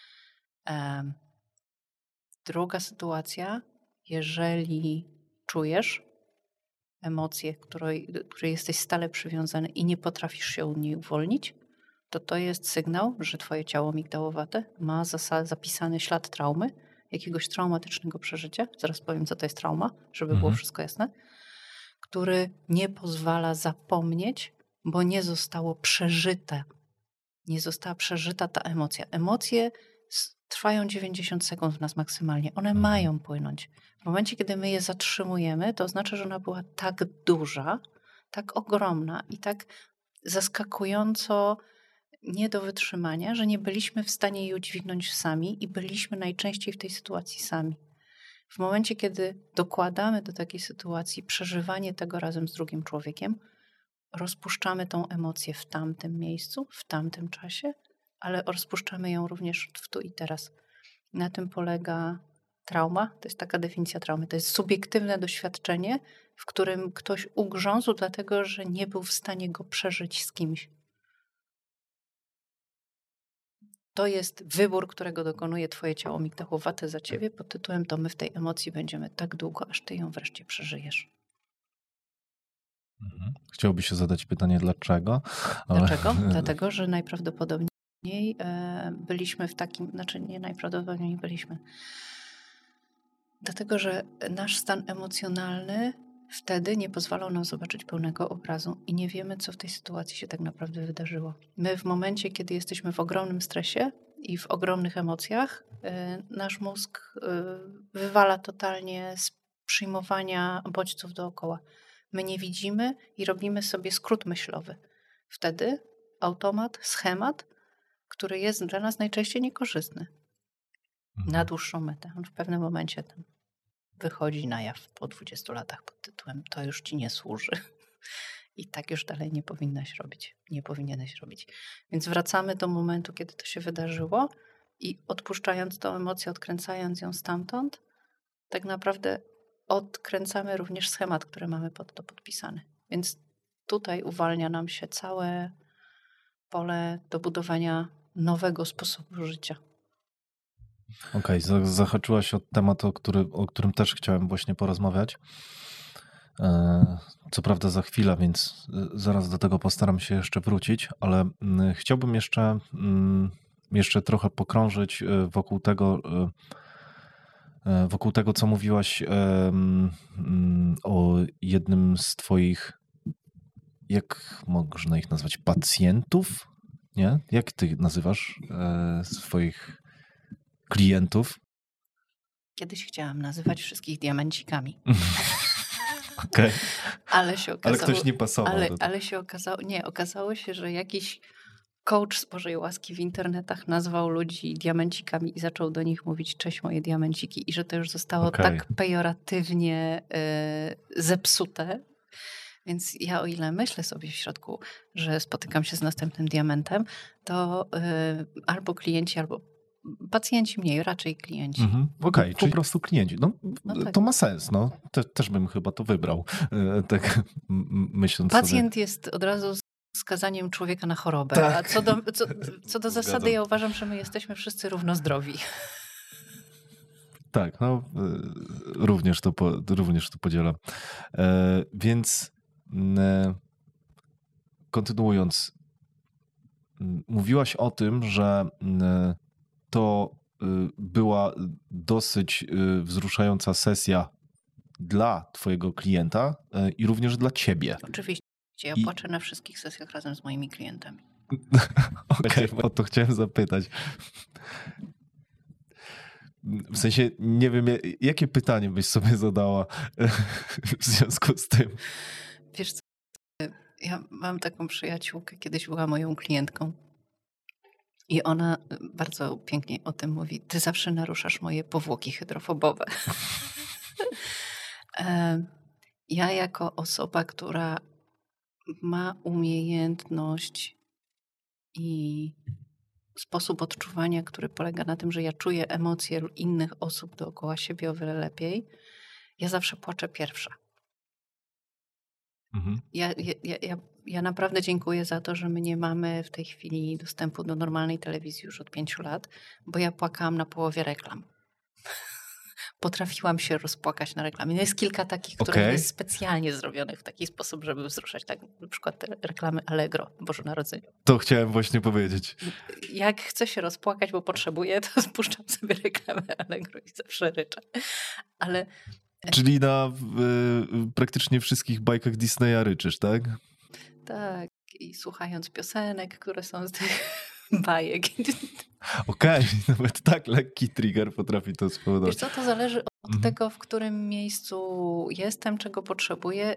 Druga sytuacja, jeżeli czujesz emocję, której jesteś stale przywiązany i nie potrafisz się od niej uwolnić, to jest sygnał, że twoje ciało migdałowate ma zapisany ślad traumy, jakiegoś traumatycznego przeżycia. Zaraz powiem, co to jest trauma, żeby było wszystko jasne. Który nie pozwala zapomnieć, bo nie zostało przeżyte. Nie została przeżyta ta emocja. Emocje trwają 90 sekund w nas maksymalnie. One mają płynąć. W momencie, kiedy my je zatrzymujemy, to oznacza, że ona była tak duża, tak ogromna i tak zaskakująco nie do wytrzymania, że nie byliśmy w stanie jej udźwignąć sami i byliśmy najczęściej w tej sytuacji sami. W momencie, kiedy dokładamy do takiej sytuacji przeżywanie tego razem z drugim człowiekiem, rozpuszczamy tą emocję w tamtym miejscu, w tamtym czasie, ale rozpuszczamy ją również w tu i teraz. Na tym polega trauma. To jest taka definicja traumy. To jest subiektywne doświadczenie, w którym ktoś ugrzązł, dlatego że nie był w stanie go przeżyć z kimś. To jest wybór, którego dokonuje twoje ciało migdałowate za ciebie pod tytułem: to my w tej emocji będziemy tak długo, aż ty ją wreszcie przeżyjesz. Chciałoby się zadać pytanie, dlaczego? Dlaczego? Dlatego, że najprawdopodobniej byliśmy w takim, znaczy nie najprawdopodobniej byliśmy. Dlatego, że nasz stan emocjonalny wtedy nie pozwalał nam zobaczyć pełnego obrazu i nie wiemy, co w tej sytuacji się tak naprawdę wydarzyło. My w momencie, kiedy jesteśmy w ogromnym stresie i w ogromnych emocjach, nasz mózg wywala totalnie z przyjmowania bodźców dookoła. My nie widzimy i robimy sobie skrót myślowy. wtedy automat, schemat, który jest dla nas najczęściej niekorzystny na dłuższą metę. On w pewnym momencie tam wychodzi na jaw po 20 latach pod tytułem to już ci nie służy. I tak już dalej nie powinnaś robić. Nie powinieneś robić. Więc wracamy do momentu, kiedy to się wydarzyło i odpuszczając tą emocję, odkręcając ją stamtąd, tak naprawdę odkręcamy również schemat, który mamy pod to podpisany. Więc tutaj uwalnia nam się całe pole do budowania nowego sposobu życia. Okej, zahaczyłaś o temat, o którym też chciałem właśnie porozmawiać. Co prawda za chwilę, więc zaraz do tego postaram się jeszcze wrócić, ale chciałbym jeszcze trochę pokrążyć wokół tego, co mówiłaś o jednym z twoich, jak można ich nazwać, pacjentów? Nie? Jak ty nazywasz swoich klientów? Kiedyś chciałam nazywać wszystkich diamencikami. Okay. Ale się okazało, ale ktoś nie pasował. Ale się okazało się, że jakiś coach z Bożej łaski w internetach nazwał ludzi diamencikami i zaczął do nich mówić cześć moje diamenciki i że to już zostało tak pejoratywnie zepsute. Więc ja o ile myślę sobie w środku, że spotykam się z następnym diamentem, to albo klienci, albo pacjenci mniej, raczej klienci. Okej, czyli po prostu klienci. Tak. To ma sens. No. Też bym chyba to wybrał. Tak myśląc Pacjent sobie. jest od razu skazaniem człowieka na chorobę. Tak. A co do zasady ja uważam, że my jesteśmy wszyscy równo zdrowi. Tak, no również to podzielam. Więc kontynuując, mówiłaś o tym, że to była dosyć wzruszająca sesja dla twojego klienta i również dla ciebie. Oczywiście. Ja płaczę na wszystkich sesjach razem z moimi klientami. Okej, o to chciałem zapytać. W sensie, nie wiem, jakie pytanie byś sobie zadała w związku z tym? Wiesz co, ja mam taką przyjaciółkę, kiedyś była moją klientką i ona bardzo pięknie o tym mówi. Ty zawsze naruszasz moje powłoki hydrofobowe. Ja jako osoba, która ma umiejętność i sposób odczuwania, który polega na tym, że ja czuję emocje innych osób dookoła siebie o wiele lepiej, ja zawsze płaczę pierwsza. Ja naprawdę dziękuję za to, że my nie mamy w tej chwili dostępu do normalnej telewizji już od 5 lat, bo ja płakałam na połowie reklam. Potrafiłam się rozpłakać na reklamie. No jest kilka takich, które jest specjalnie zrobionych w taki sposób, żeby wzruszać. Tak, na przykład te reklamy Allegro bożonarodzeniowe. To chciałem właśnie powiedzieć. Jak chcę się rozpłakać, bo potrzebuję, to spuszczam sobie reklamę Allegro i zawsze ryczę. Ale... Czyli na praktycznie wszystkich bajkach Disneya ryczysz, tak? Tak. I słuchając piosenek, które są z tych bajek. Okej, nawet tak lekki trigger potrafi to spowodować. Wiesz co, to zależy od tego, w którym miejscu jestem, czego potrzebuję.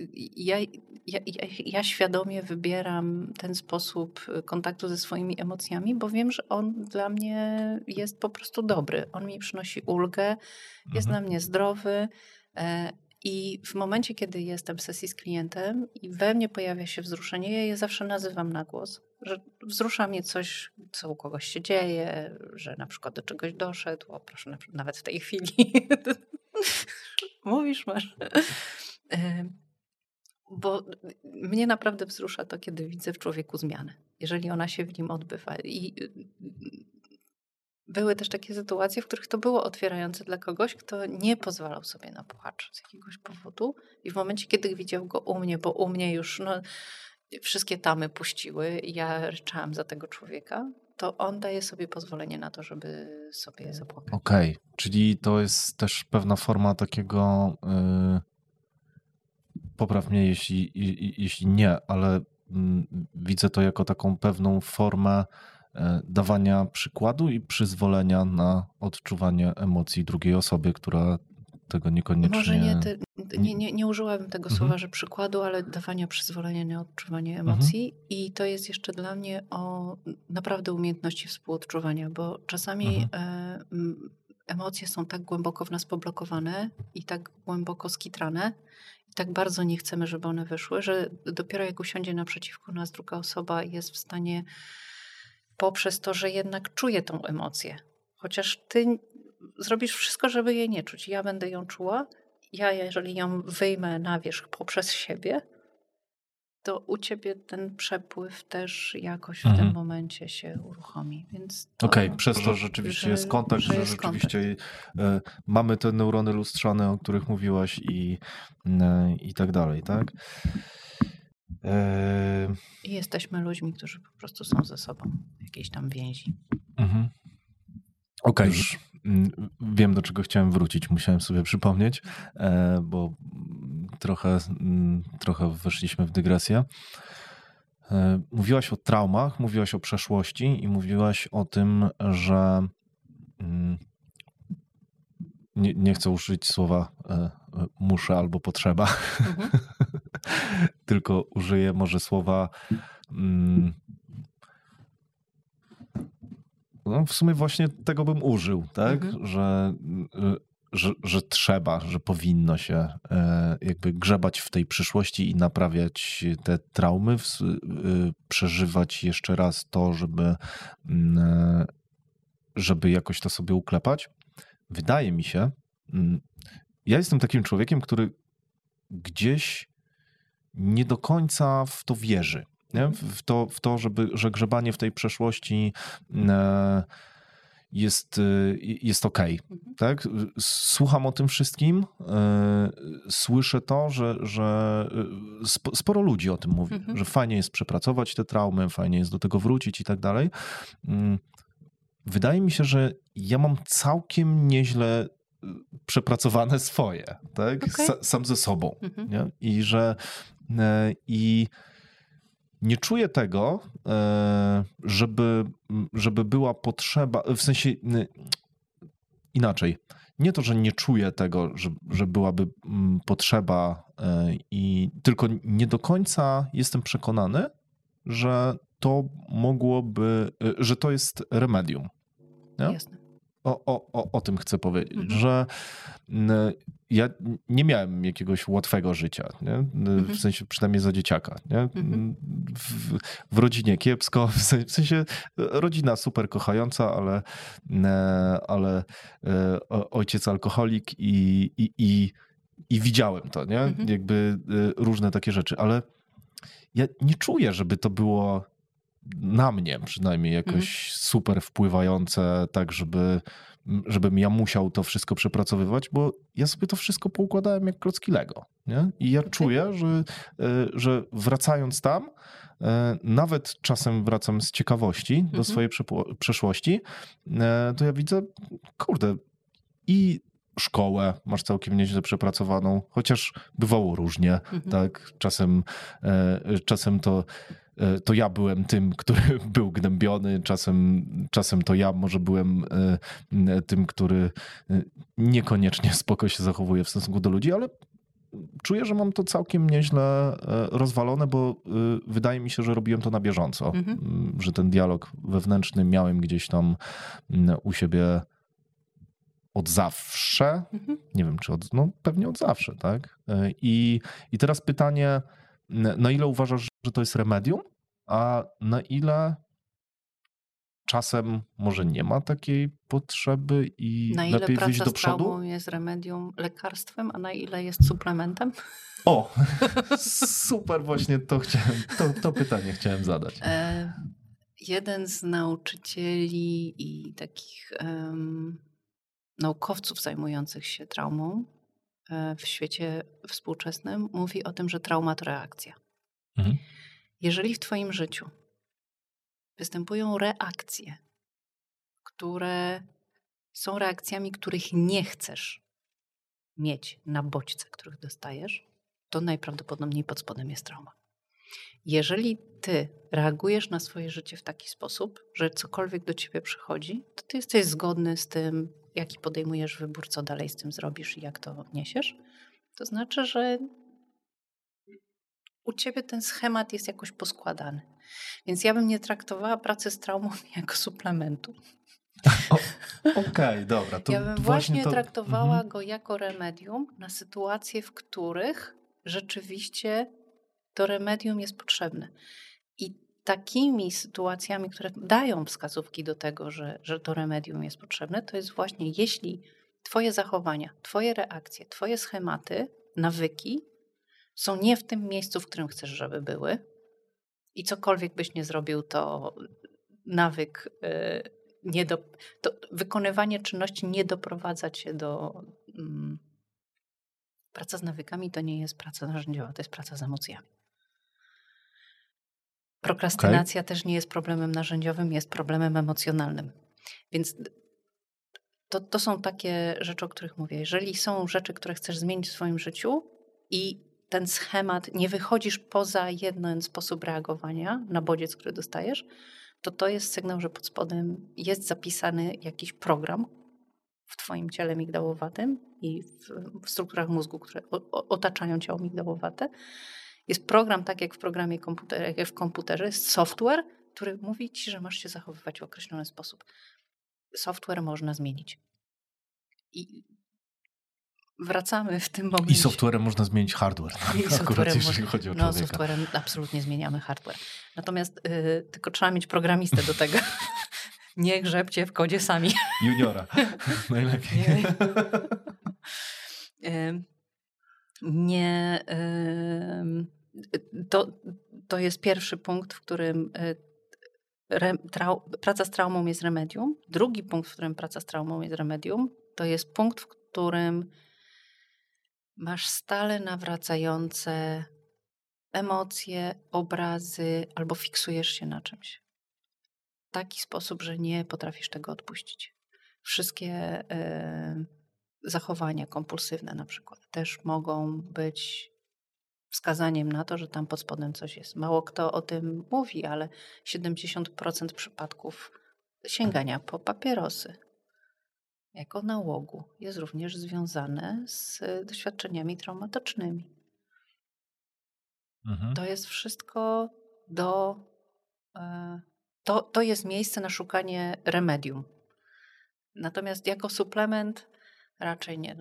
Ja świadomie wybieram ten sposób kontaktu ze swoimi emocjami, bo wiem, że on dla mnie jest po prostu dobry. On mi przynosi ulgę, jest dla mnie zdrowy. I w momencie, kiedy jestem w sesji z klientem i we mnie pojawia się wzruszenie, ja je zawsze nazywam na głos, że wzrusza mnie coś, co u kogoś się dzieje, że na przykład do czegoś doszedł, proszę, nawet w tej chwili. Mówisz, masz. Bo mnie naprawdę wzrusza to, kiedy widzę w człowieku zmianę, jeżeli ona się w nim odbywa. I były też takie sytuacje, w których to było otwierające dla kogoś, kto nie pozwalał sobie na płacz z jakiegoś powodu. I w momencie, kiedy widział go u mnie, bo u mnie już wszystkie tamy puściły i ja ryczałam za tego człowieka, to on daje sobie pozwolenie na to, żeby sobie zapłakać. Okej, czyli to jest też pewna forma takiego, popraw mnie jeśli nie, ale widzę to jako taką pewną formę dawania przykładu i przyzwolenia na odczuwanie emocji drugiej osoby, która tego niekoniecznie... Może nie użyłabym tego słowa, że przykładu, ale dawania przyzwolenia na odczuwanie emocji. I to jest jeszcze dla mnie o naprawdę umiejętności współodczuwania, bo czasami emocje są tak głęboko w nas poblokowane i tak głęboko skitrane i tak bardzo nie chcemy, żeby one wyszły, że dopiero jak usiądzie naprzeciwko nas druga osoba jest w stanie poprzez to, że jednak czuje tą emocję. Chociaż ty zrobisz wszystko, żeby jej nie czuć. Ja będę ją czuła. Ja, jeżeli ją wyjmę na wierzch poprzez siebie, to u ciebie ten przepływ też jakoś w tym momencie się uruchomi. Okej, przez to rzeczywiście jest kontakt, że rzeczywiście mamy te neurony lustrzane, o których mówiłaś i tak dalej, tak? I jesteśmy ludźmi, którzy po prostu są ze sobą w jakiejś tam więzi. Okej, już wiem, do czego chciałem wrócić. Musiałem sobie przypomnieć, bo trochę weszliśmy w dygresję. Mówiłaś o traumach, mówiłaś o przeszłości i mówiłaś o tym, że nie chcę użyć słowa muszę albo potrzeba, tylko użyję może słowa no w sumie właśnie tego bym użył, tak? Że trzeba, że powinno się jakby grzebać w tej przyszłości i naprawiać te traumy, przeżywać jeszcze raz to, żeby jakoś to sobie uklepać. Wydaje mi się, ja jestem takim człowiekiem, który gdzieś nie do końca w to wierzy. Nie? W to, że grzebanie w tej przeszłości jest okej. Tak? Słucham o tym wszystkim, słyszę to, że sporo ludzi o tym mówi, że fajnie jest przepracować te traumy, fajnie jest do tego wrócić i tak dalej. Wydaje mi się, że ja mam całkiem nieźle przepracowane swoje, tak? Sam ze sobą. Nie? I nie czuję tego, żeby była potrzeba, w sensie inaczej. Nie to, że nie czuję tego, że byłaby potrzeba, tylko nie do końca jestem przekonany, że to mogłoby, że to jest remedium. Nie? Jasne. O tym chcę powiedzieć, że ja nie miałem jakiegoś łatwego życia, nie? W sensie przynajmniej za dzieciaka. Nie? W rodzinie kiepsko, w sensie rodzina super kochająca, ale ojciec alkoholik i widziałem to, nie? Jakby różne takie rzeczy, ale ja nie czuję, żeby to było na mnie przynajmniej jakoś super wpływające, tak żebym ja musiał to wszystko przepracowywać, bo ja sobie to wszystko poukładałem jak klocki Lego. Nie? I ja czuję, że wracając tam, nawet czasem wracam z ciekawości do swojej przeszłości, to ja widzę, kurde, i szkołę masz całkiem nieźle przepracowaną, chociaż bywało różnie, tak? Czasem to ja byłem tym, który był gnębiony, czasem to ja może byłem tym, który niekoniecznie spoko się zachowuje w stosunku do ludzi, ale czuję, że mam to całkiem nieźle rozwalone, bo wydaje mi się, że robiłem to na bieżąco, że ten dialog wewnętrzny miałem gdzieś tam u siebie od zawsze. Nie wiem, czy pewnie od zawsze, tak? I teraz pytanie, na ile uważasz, że to jest remedium, a na ile czasem może nie ma takiej potrzeby i na ile lepiej wyjść do przodu? Na ile praca z traumą jest remedium, lekarstwem, a na ile jest suplementem? O, super, właśnie to pytanie chciałem zadać. Jeden z nauczycieli i takich naukowców zajmujących się traumą w świecie współczesnym mówi o tym, że trauma to reakcja. Jeżeli w twoim życiu występują reakcje, które są reakcjami, których nie chcesz mieć na bodźce, których dostajesz, to najprawdopodobniej pod spodem jest trauma. Jeżeli ty reagujesz na swoje życie w taki sposób, że cokolwiek do ciebie przychodzi, to ty jesteś zgodny z tym, jaki podejmujesz wybór, co dalej z tym zrobisz i jak to niesiesz, to znaczy, że u ciebie ten schemat jest jakoś poskładany. Więc ja bym nie traktowała pracy z traumą jako suplementu. Okej, dobra. To ja bym właśnie traktowała go jako remedium na sytuacje, w których rzeczywiście to remedium jest potrzebne. I takimi sytuacjami, które dają wskazówki do tego, że to remedium jest potrzebne, to jest właśnie jeśli twoje zachowania, twoje reakcje, twoje schematy, nawyki są nie w tym miejscu, w którym chcesz, żeby były i cokolwiek byś nie zrobił, to nawyk, to wykonywanie czynności nie doprowadza cię do... Praca z nawykami to nie jest praca narzędziowa, to jest praca z emocjami. Prokrastynacja też nie jest problemem narzędziowym, jest problemem emocjonalnym. Więc to są takie rzeczy, o których mówię. Jeżeli są rzeczy, które chcesz zmienić w swoim życiu i ten schemat, nie wychodzisz poza jeden sposób reagowania na bodziec, który dostajesz, to jest sygnał, że pod spodem jest zapisany jakiś program w twoim ciele migdałowatym i w strukturach mózgu, które otaczają ciało migdałowate. Jest program, tak jak w programie komputerze, jak w komputerze, jest software, który mówi ci, że masz się zachowywać w określony sposób. Software można zmienić. I wracamy w tym momencie. I softwarem można zmienić hardware. Akurat jeśli chodzi o człowieka. Softwarem absolutnie zmieniamy hardware. Natomiast tylko trzeba mieć programistę do tego. Nie grzebcie w kodzie sami. Juniora. Najlepiej. To jest pierwszy punkt, w którym praca z traumą jest remedium. Drugi punkt, w którym praca z traumą jest remedium, to jest punkt, w którym masz stale nawracające emocje, obrazy albo fiksujesz się na czymś. W taki sposób, że nie potrafisz tego odpuścić. Wszystkie zachowania kompulsywne na przykład też mogą być wskazaniem na to, że tam pod spodem coś jest. Mało kto o tym mówi, ale 70% przypadków sięgania po papierosy jako nałogu jest również związane z doświadczeniami traumatycznymi. To jest wszystko to jest miejsce na szukanie remedium. Natomiast jako suplement raczej nie.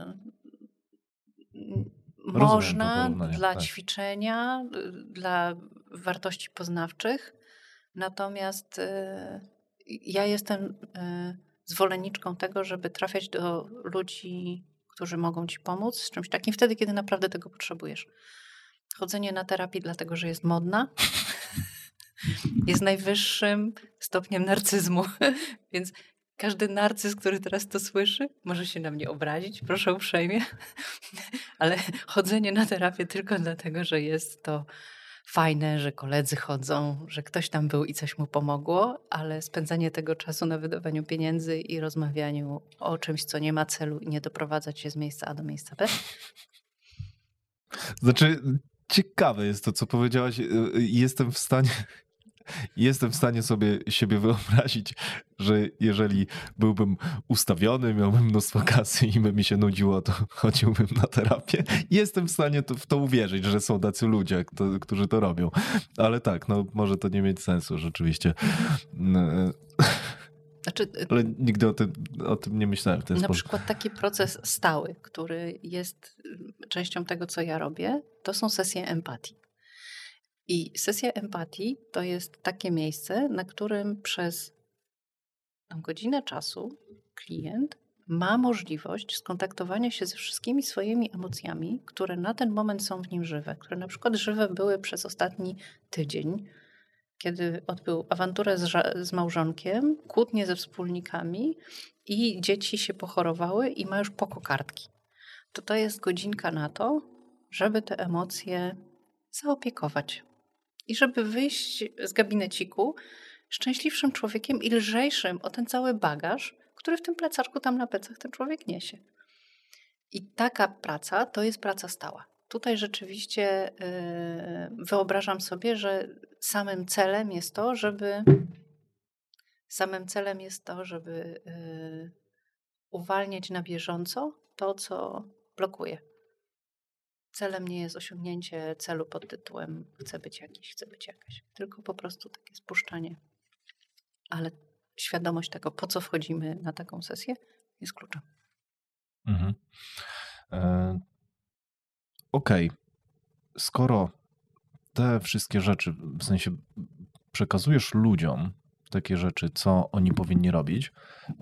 Można dla ćwiczenia, dla wartości poznawczych. Natomiast ja jestem zwolenniczką tego, żeby trafiać do ludzi, którzy mogą ci pomóc z czymś takim wtedy, kiedy naprawdę tego potrzebujesz. Chodzenie na terapię dlatego, że jest modna, jest najwyższym stopniem narcyzmu. Więc każdy narcyz, który teraz to słyszy, może się na mnie obrazić, proszę uprzejmie. Ale chodzenie na terapię tylko dlatego, że jest to fajne, że koledzy chodzą, że ktoś tam był i coś mu pomogło, ale spędzanie tego czasu na wydawaniu pieniędzy i rozmawianiu o czymś, co nie ma celu i nie doprowadza cię z miejsca A do miejsca B. Znaczy, ciekawe jest to, co powiedziałaś. Jestem w stanie sobie siebie wyobrazić, że jeżeli byłbym ustawiony, miałbym mnóstwo kasy i by mi się nudziło, to chodziłbym na terapię. Jestem w stanie w to uwierzyć, że są tacy ludzie, którzy to robią. Ale tak, no może to nie mieć sensu rzeczywiście. Ale nigdy o tym nie myślałem w ten sposób. Na przykład taki proces stały, który jest częścią tego, co ja robię, to są sesje empatii. I sesja empatii to jest takie miejsce, na którym przez godzinę czasu klient ma możliwość skontaktowania się ze wszystkimi swoimi emocjami, które na ten moment są w nim żywe, które na przykład żywe były przez ostatni tydzień, kiedy odbył awanturę z małżonkiem, kłótnie ze wspólnikami i dzieci się pochorowały i ma już po kokardki. To jest godzinka na to, żeby te emocje zaopiekować. I żeby wyjść z gabineciku szczęśliwszym człowiekiem i lżejszym o ten cały bagaż, który w tym plecaczku tam na plecach ten człowiek niesie. I taka praca to jest praca stała. Tutaj rzeczywiście wyobrażam sobie, że samym celem jest to, żeby uwalniać na bieżąco to, co blokuje. Celem nie jest osiągnięcie celu pod tytułem chcę być jakiś, chcę być jakaś. Tylko po prostu takie spuszczanie. Ale świadomość tego, po co wchodzimy na taką sesję, jest kluczem. Mhm. Okej. Skoro te wszystkie rzeczy, w sensie przekazujesz ludziom takie rzeczy, co oni powinni robić,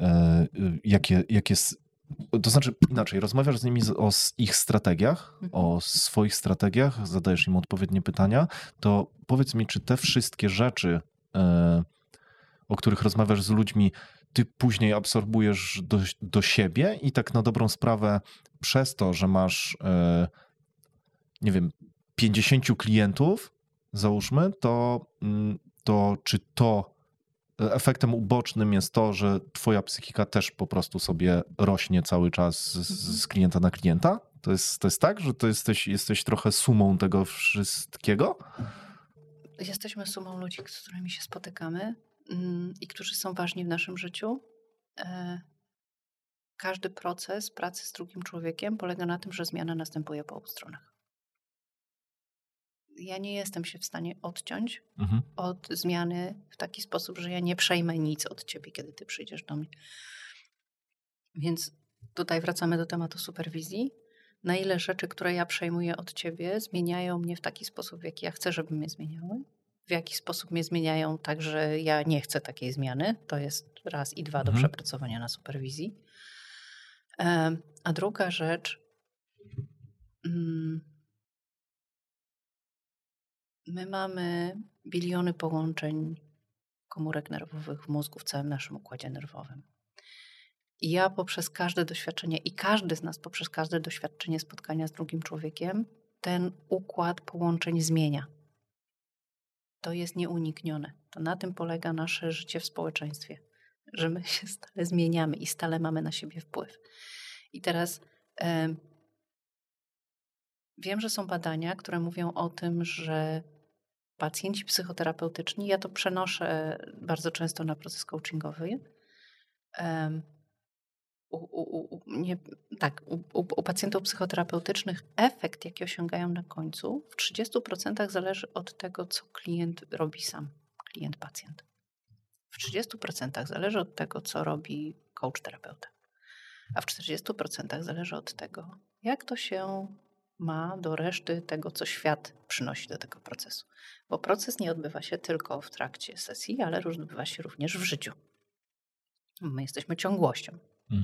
to znaczy inaczej, rozmawiasz z nimi o ich strategiach, o swoich strategiach, zadajesz im odpowiednie pytania, to powiedz mi, czy te wszystkie rzeczy, o których rozmawiasz z ludźmi, ty później absorbujesz do siebie i tak na dobrą sprawę przez to, że masz, nie wiem, 50 klientów, załóżmy, to czy to efektem ubocznym jest to, że twoja psychika też po prostu sobie rośnie cały czas z klienta na klienta? To jest tak, że to jesteś trochę sumą tego wszystkiego? Jesteśmy sumą ludzi, z którymi się spotykamy i którzy są ważni w naszym życiu. Każdy proces pracy z drugim człowiekiem polega na tym, że zmiana następuje po obu stronach. Ja nie jestem się w stanie odciąć od zmiany w taki sposób, że ja nie przejmę nic od ciebie, kiedy ty przyjdziesz do mnie. Więc tutaj wracamy do tematu superwizji. Na ile rzeczy, które ja przejmuję od ciebie, zmieniają mnie w taki sposób, w jaki ja chcę, żeby mnie zmieniały? W jaki sposób mnie zmieniają tak, że ja nie chcę takiej zmiany? To jest raz i dwa do przepracowania na superwizji. A druga rzecz... My mamy biliony połączeń komórek nerwowych w mózgu, w całym naszym układzie nerwowym. I ja poprzez każde doświadczenie i każdy z nas poprzez każde doświadczenie spotkania z drugim człowiekiem ten układ połączeń zmienia. To jest nieuniknione. To na tym polega nasze życie w społeczeństwie, że my się stale zmieniamy i stale mamy na siebie wpływ. I teraz wiem, że są badania, które mówią o tym, że pacjenci psychoterapeutyczni, ja to przenoszę bardzo często na proces coachingowy, u pacjentów psychoterapeutycznych efekt, jaki osiągają na końcu, w 30% zależy od tego, co klient robi sam, klient-pacjent. W 30% zależy od tego, co robi coach-terapeuta. A w 40% zależy od tego, jak to się ma do reszty tego, co świat przynosi do tego procesu. Bo proces nie odbywa się tylko w trakcie sesji, ale odbywa się również w życiu. My jesteśmy ciągłością.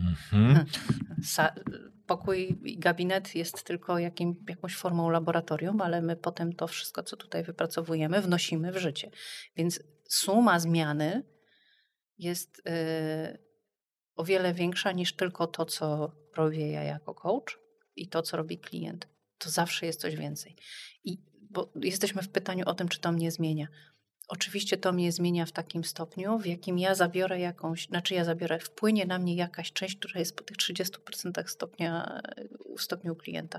Pokój i gabinet jest tylko jakąś formą laboratorium, ale my potem to wszystko, co tutaj wypracowujemy, wnosimy w życie. Więc suma zmiany jest o wiele większa niż tylko to, co robię ja jako coach i to, co robi klient. To zawsze jest coś więcej. Bo jesteśmy w pytaniu o tym, czy to mnie zmienia. Oczywiście to mnie zmienia w takim stopniu, w jakim ja zabiorę wpłynie na mnie jakaś część, która jest po tych 30% stopniu klienta.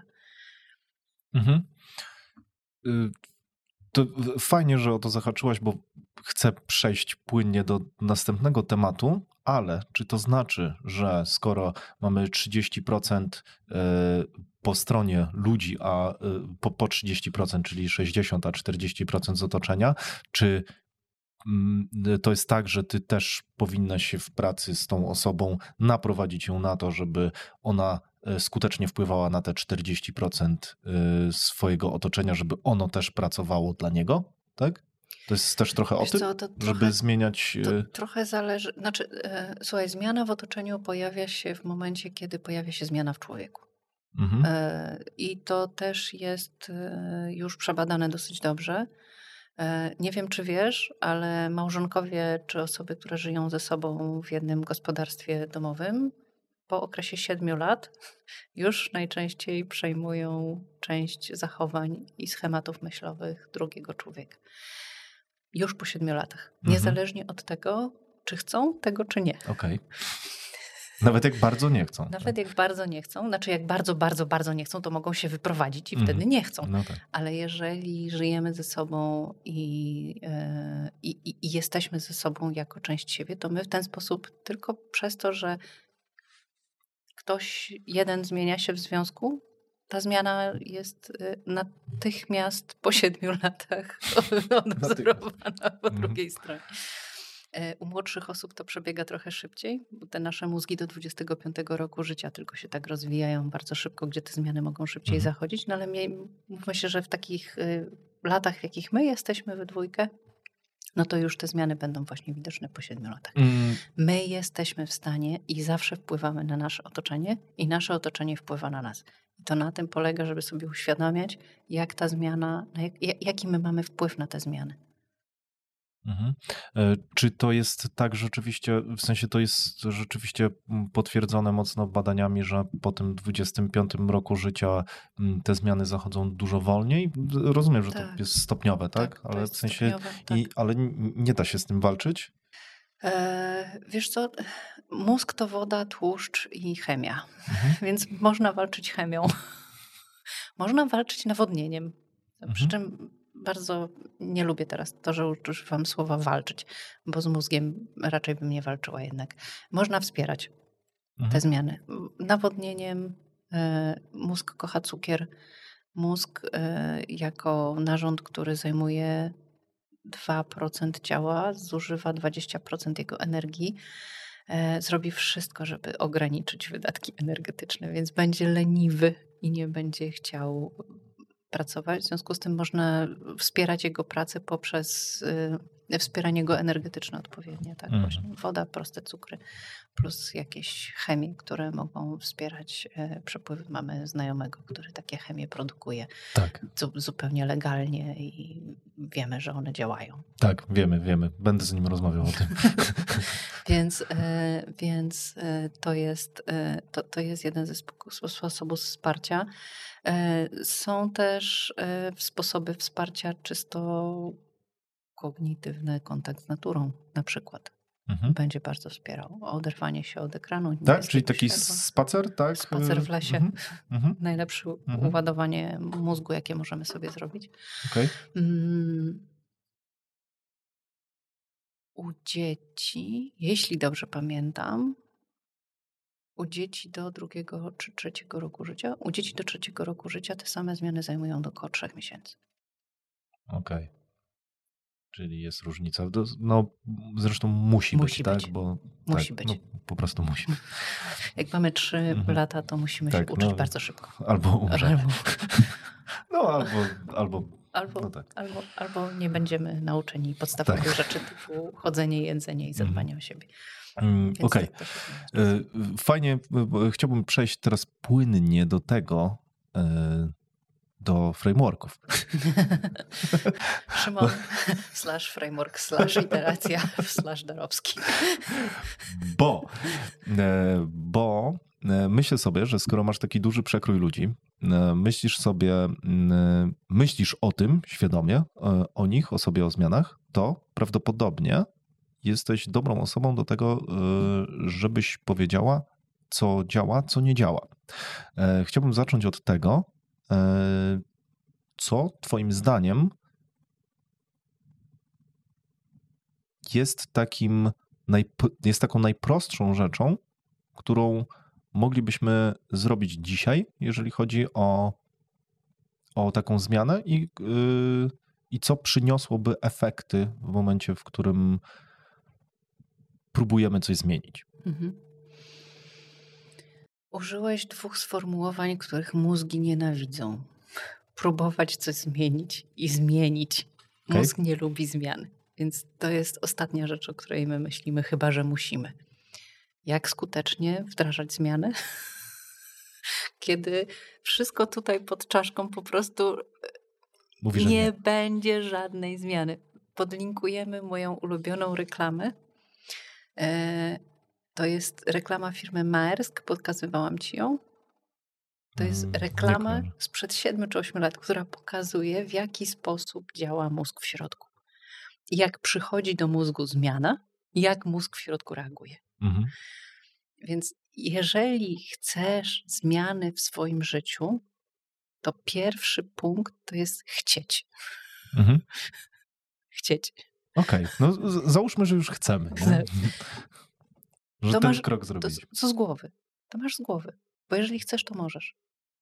To fajnie, że o to zahaczyłaś, bo chcę przejść płynnie do następnego tematu, ale czy to znaczy, że skoro mamy 30% po stronie ludzi, a po 30%, czyli 60%, a 40% z otoczenia, czy to jest tak, że ty też powinnaś się w pracy z tą osobą naprowadzić ją na to, żeby ona skutecznie wpływała na te 40% swojego otoczenia, żeby ono też pracowało dla niego, tak? To jest też trochę o tym, żeby zmieniać... To trochę zależy... Słuchaj, zmiana w otoczeniu pojawia się w momencie, kiedy pojawia się zmiana w człowieku. I to też jest już przebadane dosyć dobrze. Nie wiem, czy wiesz, ale małżonkowie czy osoby, które żyją ze sobą w jednym gospodarstwie domowym, po okresie 7 lat już najczęściej przejmują część zachowań i schematów myślowych drugiego człowieka. Już po 7 latach. Niezależnie od tego, czy chcą tego, czy nie. Okej. Nawet jak bardzo nie chcą. Nawet jak bardzo nie chcą. Znaczy jak bardzo, bardzo, bardzo nie chcą, to mogą się wyprowadzić i wtedy nie chcą. No tak. Ale jeżeli żyjemy ze sobą i jesteśmy ze sobą jako część siebie, to my w ten sposób tylko przez to, że ktoś jeden zmienia się w związku, ta zmiana jest natychmiast po 7 latach odwzorowana po drugiej stronie. U młodszych osób to przebiega trochę szybciej, bo te nasze mózgi do 25 roku życia tylko się tak rozwijają bardzo szybko, gdzie te zmiany mogą szybciej zachodzić. No ale mówmy się, że w takich latach, w jakich my jesteśmy we dwójkę, no to już te zmiany będą właśnie widoczne po 7 latach. My jesteśmy w stanie i zawsze wpływamy na nasze otoczenie i nasze otoczenie wpływa na nas. I to na tym polega, żeby sobie uświadamiać, jak ta zmiana, jaki my mamy wpływ na te zmiany. Czy to jest tak rzeczywiście, w sensie to jest rzeczywiście potwierdzone mocno badaniami, że po tym 25 roku życia te zmiany zachodzą dużo wolniej? Rozumiem, że to jest stopniowe, tak? Ale w sensie, ale nie da się z tym walczyć? Wiesz co, mózg to woda, tłuszcz i chemia, więc można walczyć chemią. Można walczyć nawodnieniem, przy czym bardzo nie lubię teraz to, że używam słowa walczyć, bo z mózgiem raczej bym nie walczyła jednak. Można wspierać te zmiany. Nawodnieniem, mózg kocha cukier. Mózg jako narząd, który zajmuje 2% ciała, zużywa 20% jego energii, zrobi wszystko, żeby ograniczyć wydatki energetyczne, więc będzie leniwy i nie będzie chciał pracować. W związku z tym można wspierać jego pracę poprzez wspieranie go energetyczne odpowiednio. Tak? Właśnie woda, proste cukry plus jakieś chemie, które mogą wspierać przepływy. Mamy znajomego, który takie chemie produkuje zupełnie legalnie i wiemy, że one działają. Tak, wiemy. Będę z nim rozmawiał o tym. Więc to jest jeden ze sposobów wsparcia. Są też sposoby wsparcia czysto kognitywny, kontakt z naturą na przykład. Będzie bardzo wspierał. Oderwanie się od ekranu. Tak? Czyli taki spacer, tak? Spacer w lesie. Najlepsze uładowanie mózgu, jakie możemy sobie zrobić. Okay. U dzieci, jeśli dobrze pamiętam, u dzieci do 2 czy 3 roku życia, u dzieci do 3 roku życia te same zmiany zajmują około 3 miesięcy. Okej. Czyli jest różnica. No, zresztą musi być, tak? Bo, musi być. No, po prostu musi. Jak mamy 3 lata, to musimy się uczyć bardzo szybko. Albo umrzemy. Albo nie będziemy nauczeni podstawowych rzeczy typu chodzenie, jedzenie i zadbanie o siebie. Okej. Fajnie. Chciałbym przejść teraz płynnie do tego, do frameworków. Szymon /framework /iteracja /Darowski. Bo myślę sobie, że skoro masz taki duży przekrój ludzi, myślisz o tym świadomie, o nich, o sobie, o zmianach, to prawdopodobnie jesteś dobrą osobą do tego, żebyś powiedziała, co działa, co nie działa. Chciałbym zacząć od tego, co twoim zdaniem jest taką najprostszą rzeczą, którą moglibyśmy zrobić dzisiaj, jeżeli chodzi o taką zmianę i co przyniosłoby efekty w momencie, w którym próbujemy coś zmienić. Użyłeś 2 sformułowań, których mózgi nienawidzą. Próbować coś zmienić i zmienić. Mózg nie lubi zmian, więc to jest ostatnia rzecz, o której my myślimy, chyba że musimy. Jak skutecznie wdrażać zmiany? Kiedy wszystko tutaj pod czaszką po prostu mówi, nie będzie żadnej zmiany. Podlinkujemy moją ulubioną reklamę. To jest reklama firmy Maersk, pokazywałam ci ją. To jest reklama sprzed 7 czy 8 lat, która pokazuje, w jaki sposób działa mózg w środku. Jak przychodzi do mózgu zmiana, jak mózg w środku reaguje. Więc jeżeli chcesz zmiany w swoim życiu, to pierwszy punkt to jest chcieć. Chcieć. Okej, no załóżmy, że już chcemy. Że ten krok zrobiliśmy. To z głowy. to masz z głowy. Bo jeżeli chcesz, to możesz.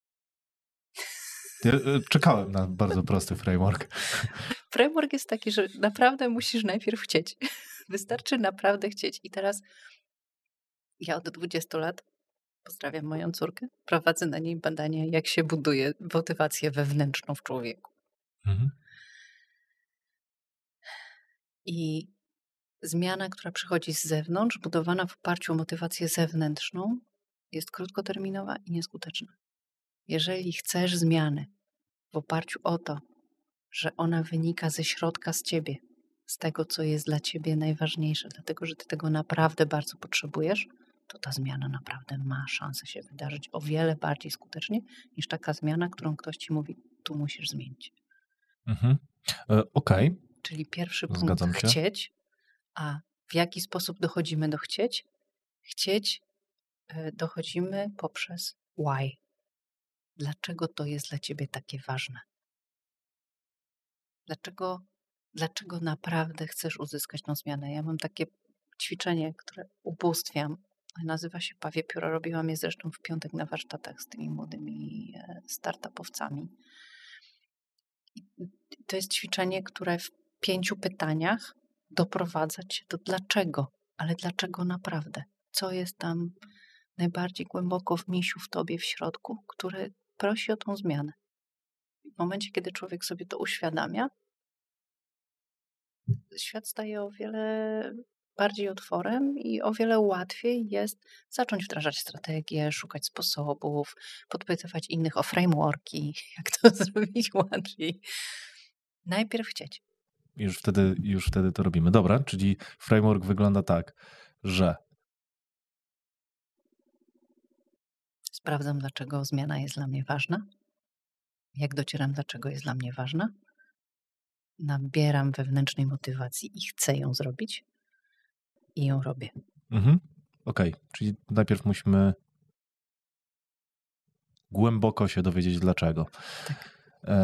Ja czekałem na bardzo prosty framework. Framework jest taki, że naprawdę musisz najpierw chcieć. Wystarczy naprawdę chcieć. I teraz ja od 20 lat, pozdrawiam moją córkę, prowadzę na niej badania, jak się buduje motywację wewnętrzną w człowieku. Mhm. I zmiana, która przychodzi z zewnątrz, budowana w oparciu o motywację zewnętrzną, jest krótkoterminowa i nieskuteczna. Jeżeli chcesz zmiany w oparciu o to, że ona wynika ze środka, z ciebie, z tego, co jest dla ciebie najważniejsze, dlatego, że ty tego naprawdę bardzo potrzebujesz, to ta zmiana naprawdę ma szansę się wydarzyć o wiele bardziej skutecznie niż taka zmiana, którą ktoś ci mówi, tu musisz zmienić. Mhm. Okej. Czyli pierwszy punkt Zgadzam się. chcieć, a w jaki sposób dochodzimy do chcieć? Chcieć dochodzimy poprzez why. Dlaczego to jest dla ciebie takie ważne? Dlaczego naprawdę chcesz uzyskać tą zmianę? Ja mam takie ćwiczenie, które ubóstwiam. Nazywa się Pawie Pióro. Robiłam je zresztą w piątek na warsztatach z tymi młodymi startupowcami. I to jest ćwiczenie, które w 5 pytaniach doprowadza cię do dlaczego. Ale dlaczego naprawdę? Co jest tam najbardziej głęboko w misiu w tobie, w środku, które prosi o tą zmianę? W momencie, kiedy człowiek sobie to uświadamia, świat staje o wiele bardziej otworem i o wiele łatwiej jest zacząć wdrażać strategie, szukać sposobów, podpytywać innych o frameworki, jak to zrobić łatwiej. Najpierw chcieć. Już wtedy to robimy. Dobra, czyli framework wygląda tak, że Sprawdzam, dlaczego zmiana jest dla mnie ważna. Jak docieram, dlaczego jest dla mnie ważna. Nabieram wewnętrznej motywacji i chcę ją zrobić. I ją robię. Mhm. Okej, czyli najpierw musimy głęboko się dowiedzieć dlaczego. Tak.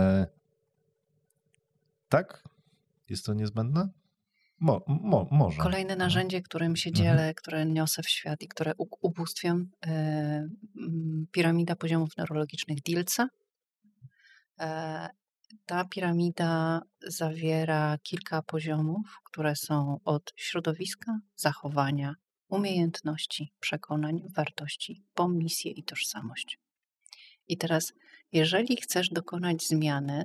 Tak? Jest to niezbędne? Może. Kolejne narzędzie, którym się dzielę, które niosę w świat i które ubóstwiam, piramida poziomów neurologicznych Dielca. Ta piramida zawiera kilka poziomów, które są od środowiska, zachowania, umiejętności, przekonań, wartości, po misję i tożsamość. I teraz, jeżeli chcesz dokonać zmiany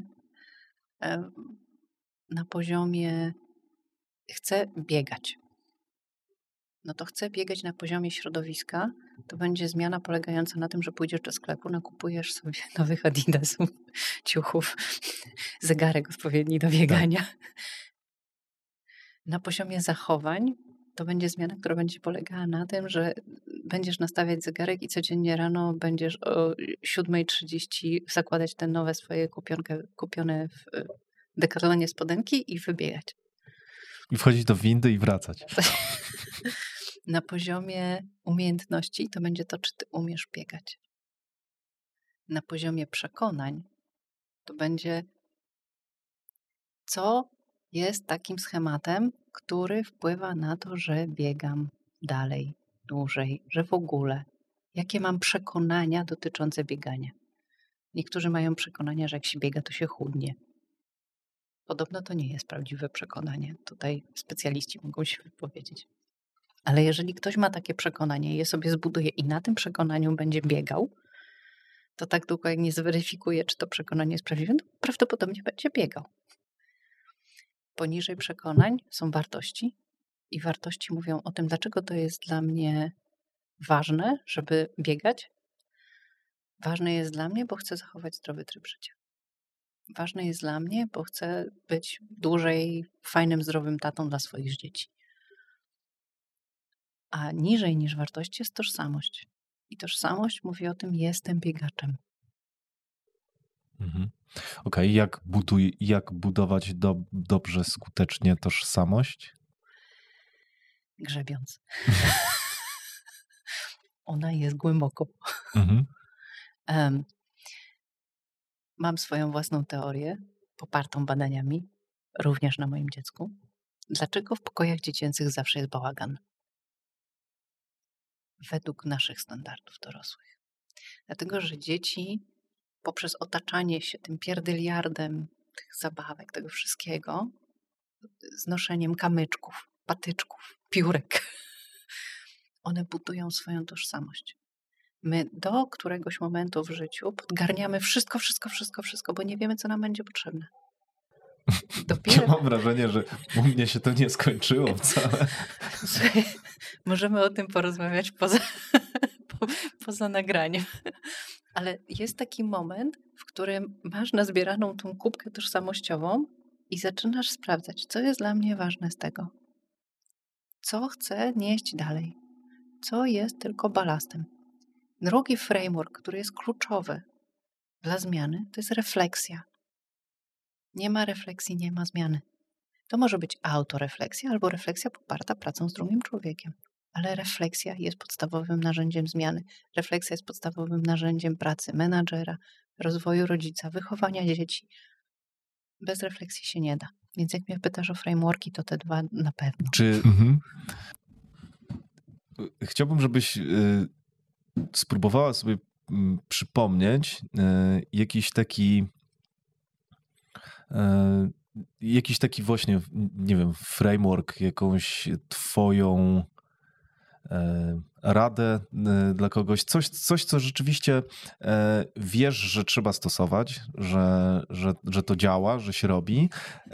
na poziomie chcę biegać, no to chcę biegać na poziomie środowiska, to będzie zmiana polegająca na tym, że pójdziesz do sklepu, nakupujesz sobie nowych Adidasów, ciuchów, zegarek odpowiedni do biegania. Tak. Na poziomie zachowań to będzie zmiana, która będzie polegała na tym, że będziesz nastawiać zegarek i codziennie rano będziesz o 7:30 zakładać te nowe swoje kupione w Decathlonie spodenki i wybiegać. I wchodzić do windy i wracać. Na poziomie umiejętności to będzie to, czy ty umiesz biegać. Na poziomie przekonań to będzie, co jest takim schematem, który wpływa na to, że biegam dalej, dłużej, że w ogóle. Jakie mam przekonania dotyczące biegania? Niektórzy mają przekonania, że jak się biega, to się chudnie. Podobno to nie jest prawdziwe przekonanie. Tutaj specjaliści mogą się wypowiedzieć. Ale jeżeli ktoś ma takie przekonanie i je sobie zbuduje i na tym przekonaniu będzie biegał, to tak długo jak nie zweryfikuje, czy to przekonanie jest prawdziwe, to prawdopodobnie będzie biegał. Poniżej przekonań są wartości i wartości mówią o tym, dlaczego to jest dla mnie ważne, żeby biegać. Ważne jest dla mnie, bo chcę zachować zdrowy tryb życia. Ważne jest dla mnie, bo chcę być dłużej fajnym, zdrowym tatą dla swoich dzieci. A niżej niż wartość jest tożsamość. I tożsamość mówi o tym, jestem biegaczem. Mhm. Okej, jak budować dobrze, skutecznie tożsamość? Grzebiąc. Ona jest głęboko. Mhm. Mam swoją własną teorię, popartą badaniami, również na moim dziecku. Dlaczego w pokojach dziecięcych zawsze jest bałagan? według naszych standardów dorosłych. Dlatego, że dzieci poprzez otaczanie się tym pierdyliardem tych zabawek, tego wszystkiego, znoszeniem kamyczków, patyczków, piórek, one budują swoją tożsamość. My do któregoś momentu w życiu podgarniamy wszystko, bo nie wiemy, co nam będzie potrzebne. Dopiero... Mam wrażenie, że u mnie się to nie skończyło wcale. Możemy o tym porozmawiać poza nagraniem. Ale jest taki moment, w którym masz nazbieraną tą kubkę tożsamościową i zaczynasz sprawdzać, co jest dla mnie ważne z tego. Co chcę nieść dalej. Co jest tylko balastem. Drugi framework, który jest kluczowy dla zmiany, to jest refleksja. Nie ma refleksji, nie ma zmiany. To może być autorefleksja albo refleksja poparta pracą z drugim człowiekiem. Ale refleksja jest podstawowym narzędziem zmiany. Refleksja jest podstawowym narzędziem pracy menadżera, rozwoju rodzica, wychowania dzieci. Bez refleksji się nie da. Więc jak mnie pytasz o frameworki, to te dwa na pewno. Chciałbym, żebyś spróbowała sobie przypomnieć jakiś taki właśnie, nie wiem, framework, jakąś twoją radę dla kogoś, coś, co rzeczywiście wiesz, że trzeba stosować, że to działa, że się robi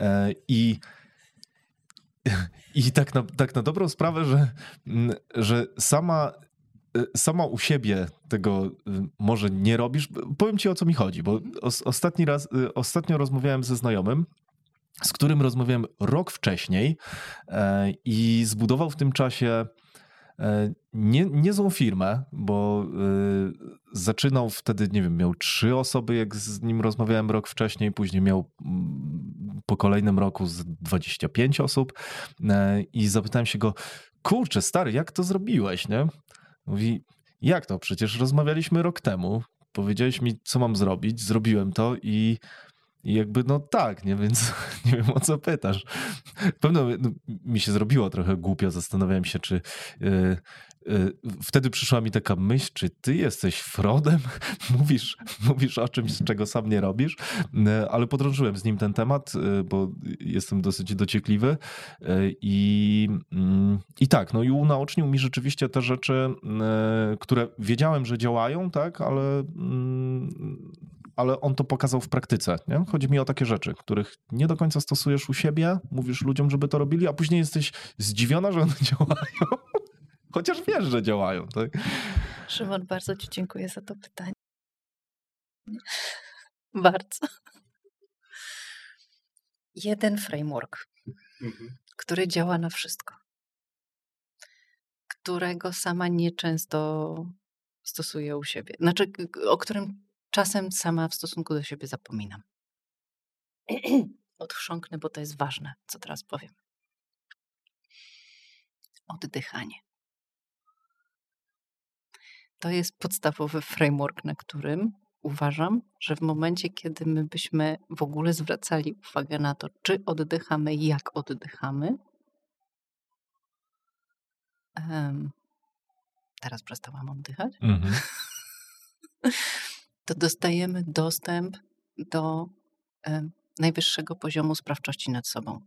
i tak na dobrą sprawę, że sama u siebie tego może nie robisz. Powiem ci, o co mi chodzi, bo ostatnio rozmawiałem ze znajomym, z którym rozmawiałem rok wcześniej i zbudował w tym czasie niezłą firmę, bo zaczynał wtedy, nie wiem, miał 3 osoby, jak z nim rozmawiałem rok wcześniej, później miał po kolejnym roku z 25 osób i zapytałem się go, kurczę, stary, jak to zrobiłeś, nie? Mówi, jak to? Przecież rozmawialiśmy rok temu, powiedziałeś mi, co mam zrobić, zrobiłem to i jakby no tak, nie? Więc nie wiem, o co pytasz. Pewno mi się zrobiło trochę głupio, zastanawiałem się, czy wtedy przyszła mi taka myśl, czy ty jesteś Frodem? Mówisz o czymś, czego sam nie robisz, ale podrążyłem z nim ten temat, bo jestem dosyć dociekliwy i tak, no i unaocznił mi rzeczywiście te rzeczy, które wiedziałem, że działają, tak, ale on to pokazał w praktyce. Nie? Chodzi mi o takie rzeczy, których nie do końca stosujesz u siebie, mówisz ludziom, żeby to robili, a później jesteś zdziwiona, że one działają. Chociaż wiesz, że działają. Tak? Szymon, bardzo ci dziękuję za to pytanie. Bardzo. Jeden framework, który działa na wszystko, którego sama nieczęsto stosuję u siebie. Znaczy, o którym czasem sama w stosunku do siebie zapominam. Odchrząknę, bo to jest ważne, co teraz powiem. Oddychanie. To jest podstawowy framework, na którym uważam, że w momencie, kiedy my byśmy w ogóle zwracali uwagę na to, czy oddychamy, jak oddychamy, teraz przestałam oddychać, to dostajemy dostęp do najwyższego poziomu sprawczości nad sobą.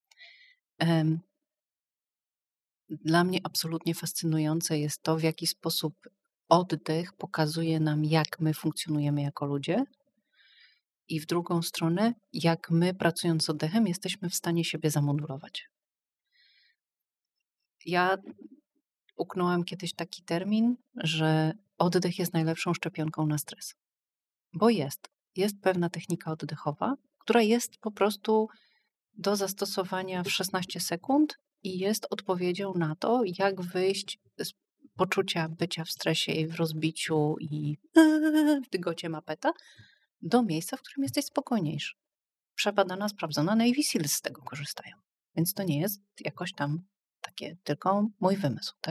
Dla mnie absolutnie fascynujące jest to, w jaki sposób oddech pokazuje nam, jak my funkcjonujemy jako ludzie i w drugą stronę, jak my, pracując z oddechem, jesteśmy w stanie siebie zamodulować. Ja uknąłem kiedyś taki termin, że oddech jest najlepszą szczepionką na stres. Bo jest pewna technika oddechowa, która jest po prostu do zastosowania w 16 sekund i jest odpowiedzią na to, jak wyjść z poczucia bycia w stresie i w rozbiciu i w dygocie mapeta do miejsca, w którym jesteś spokojniejszy. Przebadana, sprawdzona, Navy Seals z tego korzystają. Więc to nie jest jakoś tam takie tylko mój wymysł, tak?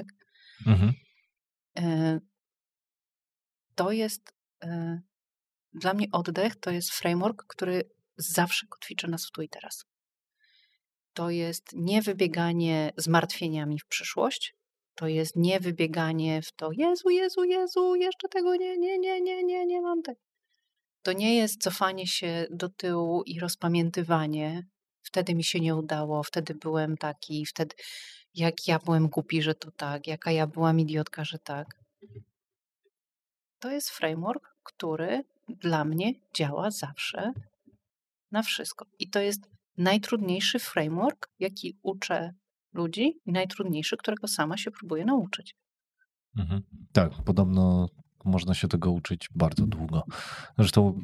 To jest dla mnie oddech to jest framework, który zawsze kotwiczy nas w tu i teraz. To jest nie wybieganie zmartwieniami w przyszłość, To jest nie wybieganie w to Jezu, Jezu, Jezu, jeszcze tego nie mam tak. To nie jest cofanie się do tyłu i rozpamiętywanie. Wtedy mi się nie udało, wtedy byłem taki, wtedy jak ja byłem głupi, że to tak, jaka ja byłam idiotka, że tak. To jest framework, który dla mnie działa zawsze na wszystko. I to jest najtrudniejszy framework, jaki uczę ludzi i najtrudniejszy, którego sama się próbuję nauczyć. Mhm. Tak, podobno można się tego uczyć bardzo długo. Zresztą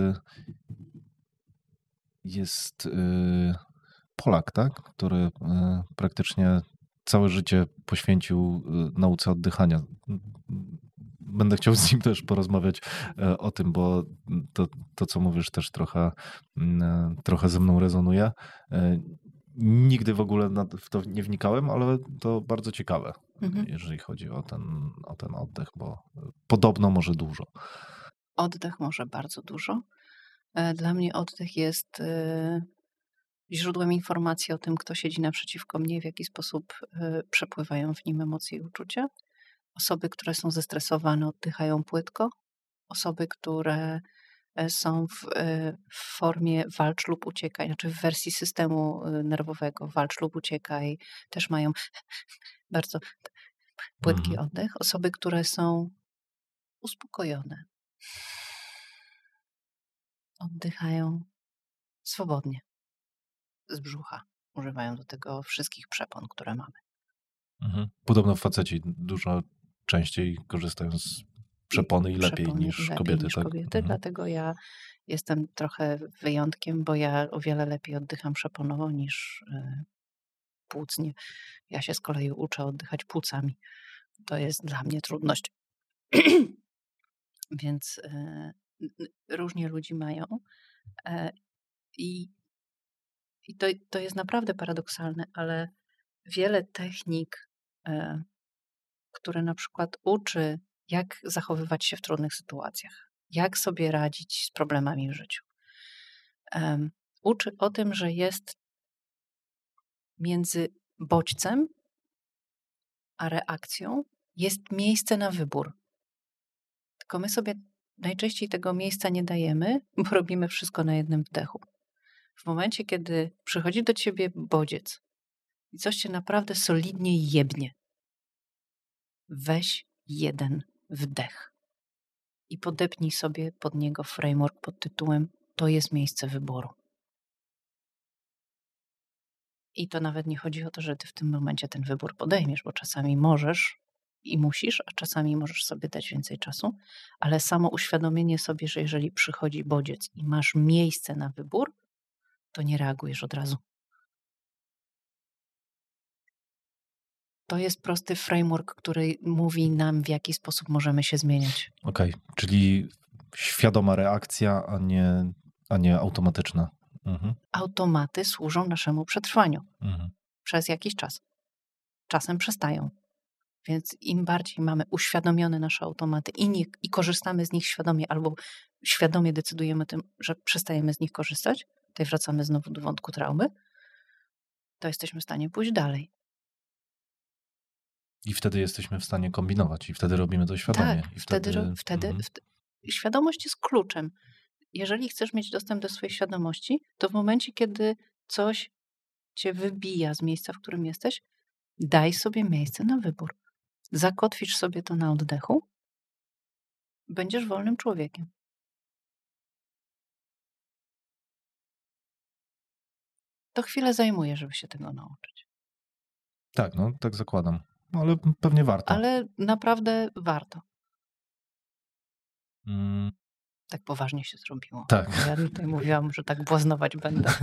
jest Polak, tak, który praktycznie całe życie poświęcił nauce oddychania. Będę chciał z nim też porozmawiać o tym, bo to co mówisz, też trochę ze mną rezonuje. Nigdy w ogóle w to nie wnikałem, ale to bardzo ciekawe, jeżeli chodzi o ten oddech, bo podobno może dużo. Oddech może bardzo dużo. Dla mnie oddech jest źródłem informacji o tym, kto siedzi naprzeciwko mnie, w jaki sposób przepływają w nim emocje i uczucia. Osoby, które są zestresowane, oddychają płytko. Osoby, które są w formie walcz lub uciekaj, znaczy w wersji systemu nerwowego walcz lub uciekaj, też mają bardzo płytki oddech. Osoby, które są uspokojone, oddychają swobodnie z brzucha, używają do tego wszystkich przepon, które mamy. Podobno faceci dużo częściej korzystają z przepony i lepiej niż kobiety. Tak? Dlatego ja jestem trochę wyjątkiem, bo ja o wiele lepiej oddycham przeponowo niż płucnie. Ja się z kolei uczę oddychać płucami. To jest dla mnie trudność. Więc różnie ludzi mają. I to jest naprawdę paradoksalne, ale wiele technik, które na przykład uczy, jak zachowywać się w trudnych sytuacjach, jak sobie radzić z problemami w życiu. Uczy o tym, że jest między bodźcem a reakcją jest miejsce na wybór. Tylko my sobie najczęściej tego miejsca nie dajemy, bo robimy wszystko na jednym wdechu. W momencie, kiedy przychodzi do ciebie bodziec i coś cię naprawdę solidnie jebnie, weź jeden wdech i podepnij sobie pod niego framework pod tytułem to jest miejsce wyboru. I to nawet nie chodzi o to, że ty w tym momencie ten wybór podejmiesz, bo czasami możesz i musisz, a czasami możesz sobie dać więcej czasu, ale samo uświadomienie sobie, że jeżeli przychodzi bodziec i masz miejsce na wybór, to nie reagujesz od razu. To jest prosty framework, który mówi nam, w jaki sposób możemy się zmieniać. Okej, czyli świadoma reakcja, a nie automatyczna. Automaty służą naszemu przetrwaniu przez jakiś czas. Czasem przestają. Więc im bardziej mamy uświadomione nasze automaty i korzystamy z nich świadomie, albo świadomie decydujemy tym, że przestajemy z nich korzystać, tutaj wracamy znowu do wątku traumy, to jesteśmy w stanie pójść dalej. I wtedy jesteśmy w stanie kombinować i wtedy robimy to świadomie. Tak, wtedy świadomość jest kluczem. Jeżeli chcesz mieć dostęp do swojej świadomości, to w momencie, kiedy coś cię wybija z miejsca, w którym jesteś, daj sobie miejsce na wybór. Zakotwicz sobie to na oddechu, będziesz wolnym człowiekiem. To chwilę zajmuje, żeby się tego nauczyć. Tak, no tak zakładam. No, ale pewnie warto. Ale naprawdę warto. Tak poważnie się zrobiło. Tak. Ja tutaj mówiłam, że tak błaznować będę.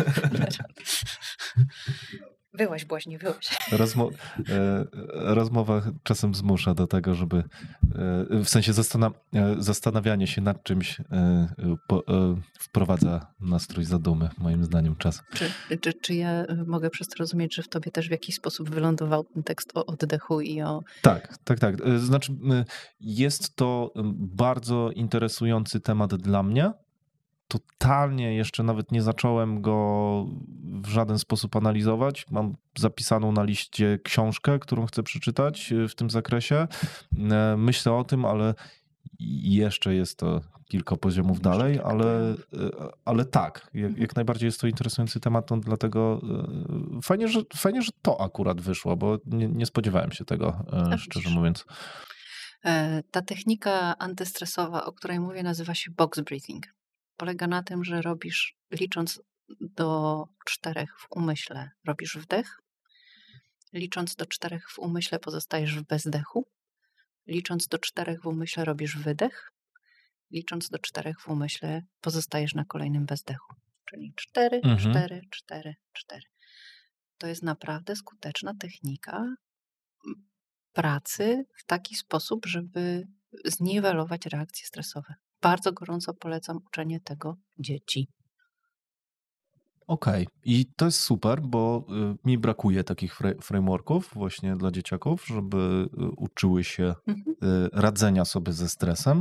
Wyłaź, błaźnie, wyłaź. Rozmowa czasem zmusza do tego, żeby w sensie zastanawianie się nad czymś wprowadza nastrój zadumy, moim zdaniem czasem. Czy ja mogę przez to rozumieć, że w tobie też w jakiś sposób wylądował ten tekst o oddechu i o... Tak. Znaczy jest to bardzo interesujący temat dla mnie, totalnie jeszcze nawet nie zacząłem go w żaden sposób analizować. Mam zapisaną na liście książkę, którą chcę przeczytać w tym zakresie. Myślę o tym, ale jeszcze jest to kilka poziomów dalej, ale tak, jak najbardziej jest to interesujący temat, no dlatego fajnie, że to akurat wyszło, bo nie spodziewałem się tego, szczerze mówiąc. Ta technika antystresowa, o której mówię, nazywa się box breathing. Polega na tym, że licząc do 4 w umyśle, robisz wdech, licząc do 4 w umyśle pozostajesz w bezdechu, licząc do 4 w umyśle robisz wydech, licząc do 4 w umyśle pozostajesz na kolejnym bezdechu. Czyli 4, 4, 4, 4. To jest naprawdę skuteczna technika pracy w taki sposób, żeby zniwelować reakcje stresowe. Bardzo gorąco polecam uczenie tego dzieci. Okej. I to jest super, bo mi brakuje takich frameworków właśnie dla dzieciaków, żeby uczyły się radzenia sobie ze stresem.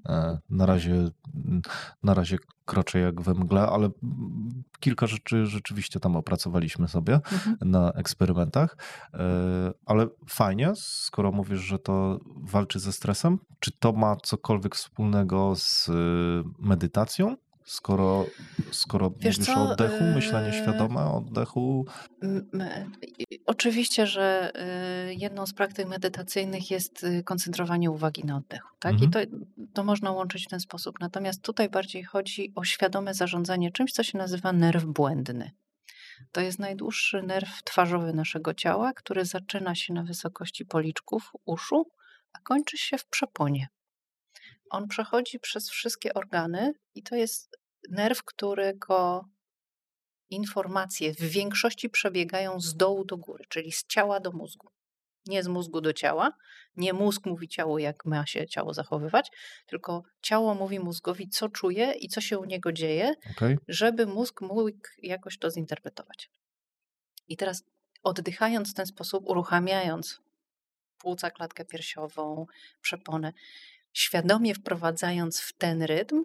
Na razie kroczę jak we mgle, ale kilka rzeczy rzeczywiście tam opracowaliśmy sobie na eksperymentach. Ale fajnie, skoro mówisz, że to walczy ze stresem, czy to ma cokolwiek wspólnego z medytacją? Skoro mówisz o oddechu, myślenie świadome o oddechu? Oczywiście, że jedną z praktyk medytacyjnych jest koncentrowanie uwagi na oddechu. Tak? I to można łączyć w ten sposób. Natomiast tutaj bardziej chodzi o świadome zarządzanie czymś, co się nazywa nerw błędny. To jest najdłuższy nerw twarzowy naszego ciała, który zaczyna się na wysokości policzków uszu, a kończy się w przeponie. On przechodzi przez wszystkie organy i to jest nerw, którego informacje w większości przebiegają z dołu do góry, czyli z ciała do mózgu. Nie z mózgu do ciała. Nie mózg mówi ciału, jak ma się ciało zachowywać, tylko ciało mówi mózgowi, co czuje i co się u niego dzieje, żeby mózg mógł jakoś to zinterpretować. I teraz oddychając w ten sposób, uruchamiając płuca, klatkę piersiową, przeponę, świadomie wprowadzając w ten rytm,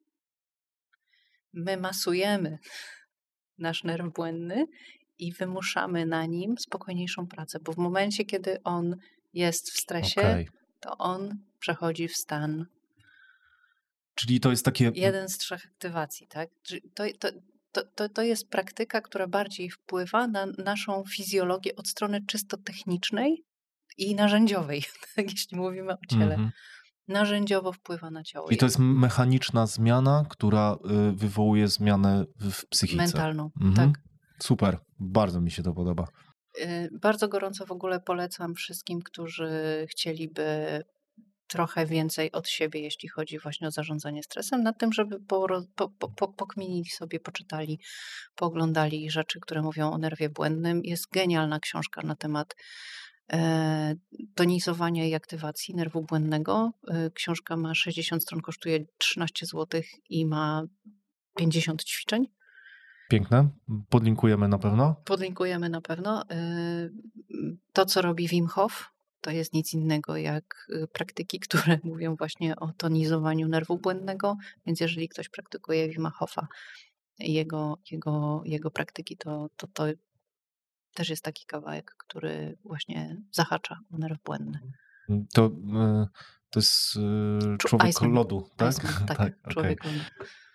my masujemy nasz nerw błędny i wymuszamy na nim spokojniejszą pracę, bo w momencie, kiedy on jest w stresie, to on przechodzi w stan. Czyli to jest takie... 1 z 3 aktywacji, tak? To jest praktyka, która bardziej wpływa na naszą fizjologię od strony czysto technicznej i narzędziowej, tak, jeśli mówimy o ciele. Narzędziowo wpływa na ciało. I to jest mechaniczna zmiana, która wywołuje zmianę w psychice. Mentalną, tak. Super, bardzo mi się to podoba. Bardzo gorąco w ogóle polecam wszystkim, którzy chcieliby trochę więcej od siebie, jeśli chodzi właśnie o zarządzanie stresem, nad tym, żeby pokminili sobie, poczytali, pooglądali rzeczy, które mówią o nerwie błędnym. Jest genialna książka na temat tonizowania i aktywacji nerwu błędnego. Książka ma 60 stron, kosztuje 13 zł i ma 50 ćwiczeń. Piękne. Podlinkujemy na pewno. Podlinkujemy na pewno. To, co robi Wim Hof, to jest nic innego jak praktyki, które mówią właśnie o tonizowaniu nerwu błędnego, więc jeżeli ktoś praktykuje Wima Hofa i jego praktyki, to też jest taki kawałek, który właśnie zahacza o nerw błędny. To jest człowiek Iceman. lodu, tak? Iceman, tak, człowiek lodu.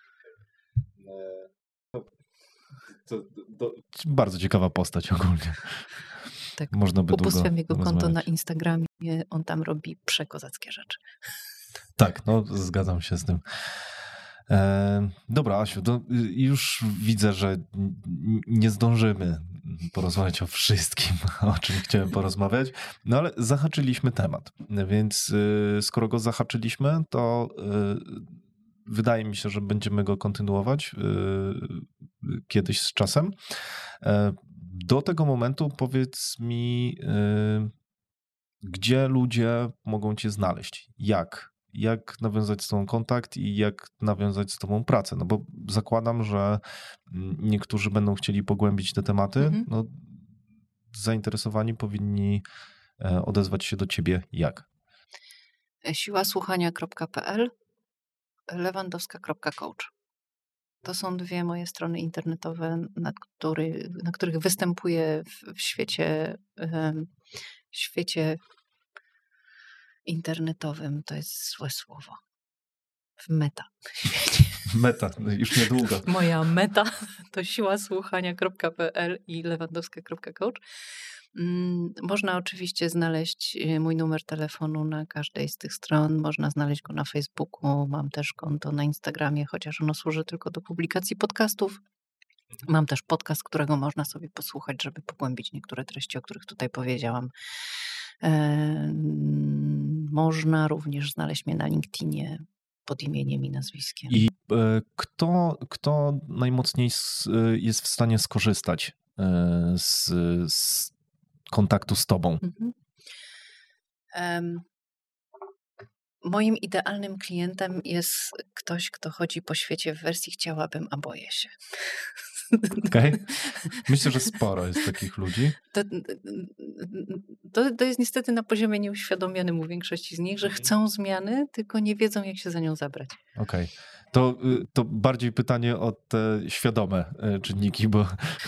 To bardzo ciekawa postać ogólnie. Tak, można by ubóstwiam jego konto rozmawiać. na Instagramie, on tam robi przekozackie rzeczy. Tak, no zgadzam się z tym. Dobra, Asiu, już widzę, że nie zdążymy porozmawiać o wszystkim, o czym chciałem porozmawiać, no ale zahaczyliśmy temat, więc skoro go zahaczyliśmy, to wydaje mi się, że będziemy go kontynuować kiedyś z czasem. Do tego momentu powiedz mi, gdzie ludzie mogą cię znaleźć? Jak nawiązać z tobą kontakt i jak nawiązać z tobą pracę? No bo zakładam, że niektórzy będą chcieli pogłębić te tematy. No, zainteresowani powinni odezwać się do ciebie jak? siłasłuchania.pl, lewandowska.coach. To są 2 moje strony internetowe, na których występuję w świecie internetowym. To jest złe słowo. W meta świecie. Meta, już niedługo. Moja meta to siłasłuchania.pl i lewandowska.coach. Można oczywiście znaleźć mój numer telefonu na każdej z tych stron. Można znaleźć go na Facebooku. Mam też konto na Instagramie, chociaż ono służy tylko do publikacji podcastów. Mam też podcast, którego można sobie posłuchać, żeby pogłębić niektóre treści, o których tutaj powiedziałam. Można również znaleźć mnie na LinkedInie pod imieniem i nazwiskiem. I kto najmocniej jest w stanie skorzystać z kontaktu z tobą? Moim idealnym klientem jest ktoś, kto chodzi po świecie w wersji chciałabym, a boję się. Okej. Myślę, że sporo jest takich ludzi. To jest niestety na poziomie nieuświadomionym u większości z nich, że chcą zmiany, tylko nie wiedzą, jak się za nią zabrać. Okej. To bardziej pytanie o te świadome czynniki, bo...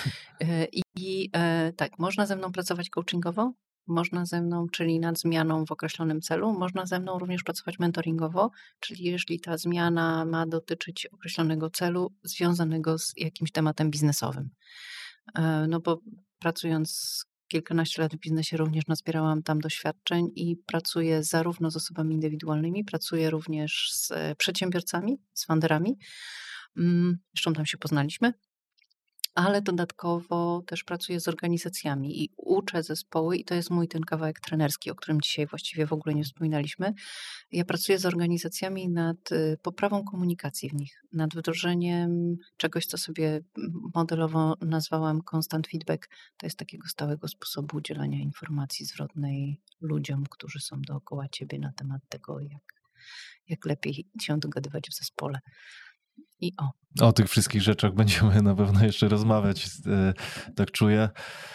Tak, można ze mną pracować coachingowo, można ze mną, czyli nad zmianą w określonym celu, można ze mną również pracować mentoringowo, czyli jeżeli ta zmiana ma dotyczyć określonego celu związanego z jakimś tematem biznesowym. No bo pracując kilkanaście lat w biznesie również nazbierałam tam doświadczeń i pracuję zarówno z osobami indywidualnymi, pracuję również z przedsiębiorcami, z funderami. Zresztą tam się poznaliśmy. Ale dodatkowo też pracuję z organizacjami i uczę zespoły i to jest mój ten kawałek trenerski, o którym dzisiaj właściwie w ogóle nie wspominaliśmy. Ja pracuję z organizacjami nad poprawą komunikacji w nich, nad wdrożeniem czegoś, co sobie modelowo nazwałam constant feedback. To jest takiego stałego sposobu udzielania informacji zwrotnej ludziom, którzy są dookoła ciebie na temat tego, jak lepiej się dogadywać w zespole. O tych wszystkich rzeczach będziemy na pewno jeszcze rozmawiać, tak czuję.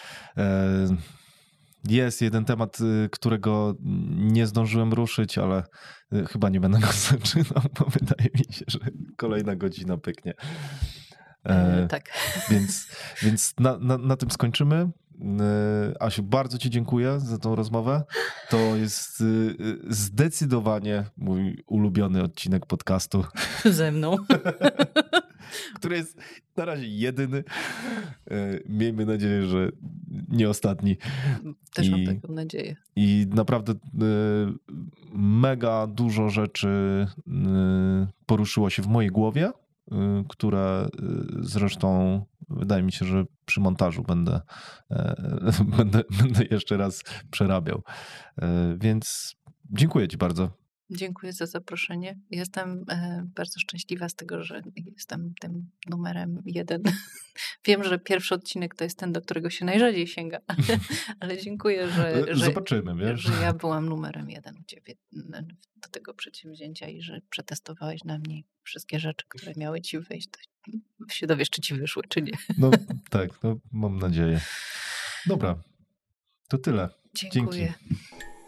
Jest jeden temat, którego nie zdążyłem ruszyć, ale chyba nie będę go zaczynał, bo wydaje mi się, że kolejna godzina pyknie. Tak. Więc na tym skończymy. Asiu, bardzo ci dziękuję za tą rozmowę. To jest zdecydowanie mój ulubiony odcinek podcastu. Ze mną. Który jest na razie jedyny. Miejmy nadzieję, że nie ostatni. Też mam taką nadzieję. I naprawdę mega dużo rzeczy poruszyło się w mojej głowie, które zresztą wydaje mi się, że przy montażu będę jeszcze raz przerabiał. Więc dziękuję ci bardzo. Dziękuję za zaproszenie. Jestem bardzo szczęśliwa z tego, że jestem tym numerem 1. Wiem, że pierwszy odcinek to jest ten, do którego się najrzadziej sięga, ale dziękuję, że zobaczymy, wiesz? Że ja byłam numerem 1 u ciebie do tego przedsięwzięcia i że przetestowałeś na mnie wszystkie rzeczy, które miały ci wyjść. To się dowiesz, czy ci wyszły, czy nie. No tak, no, mam nadzieję. Dobra, to tyle. Dziękuję. Dzięki.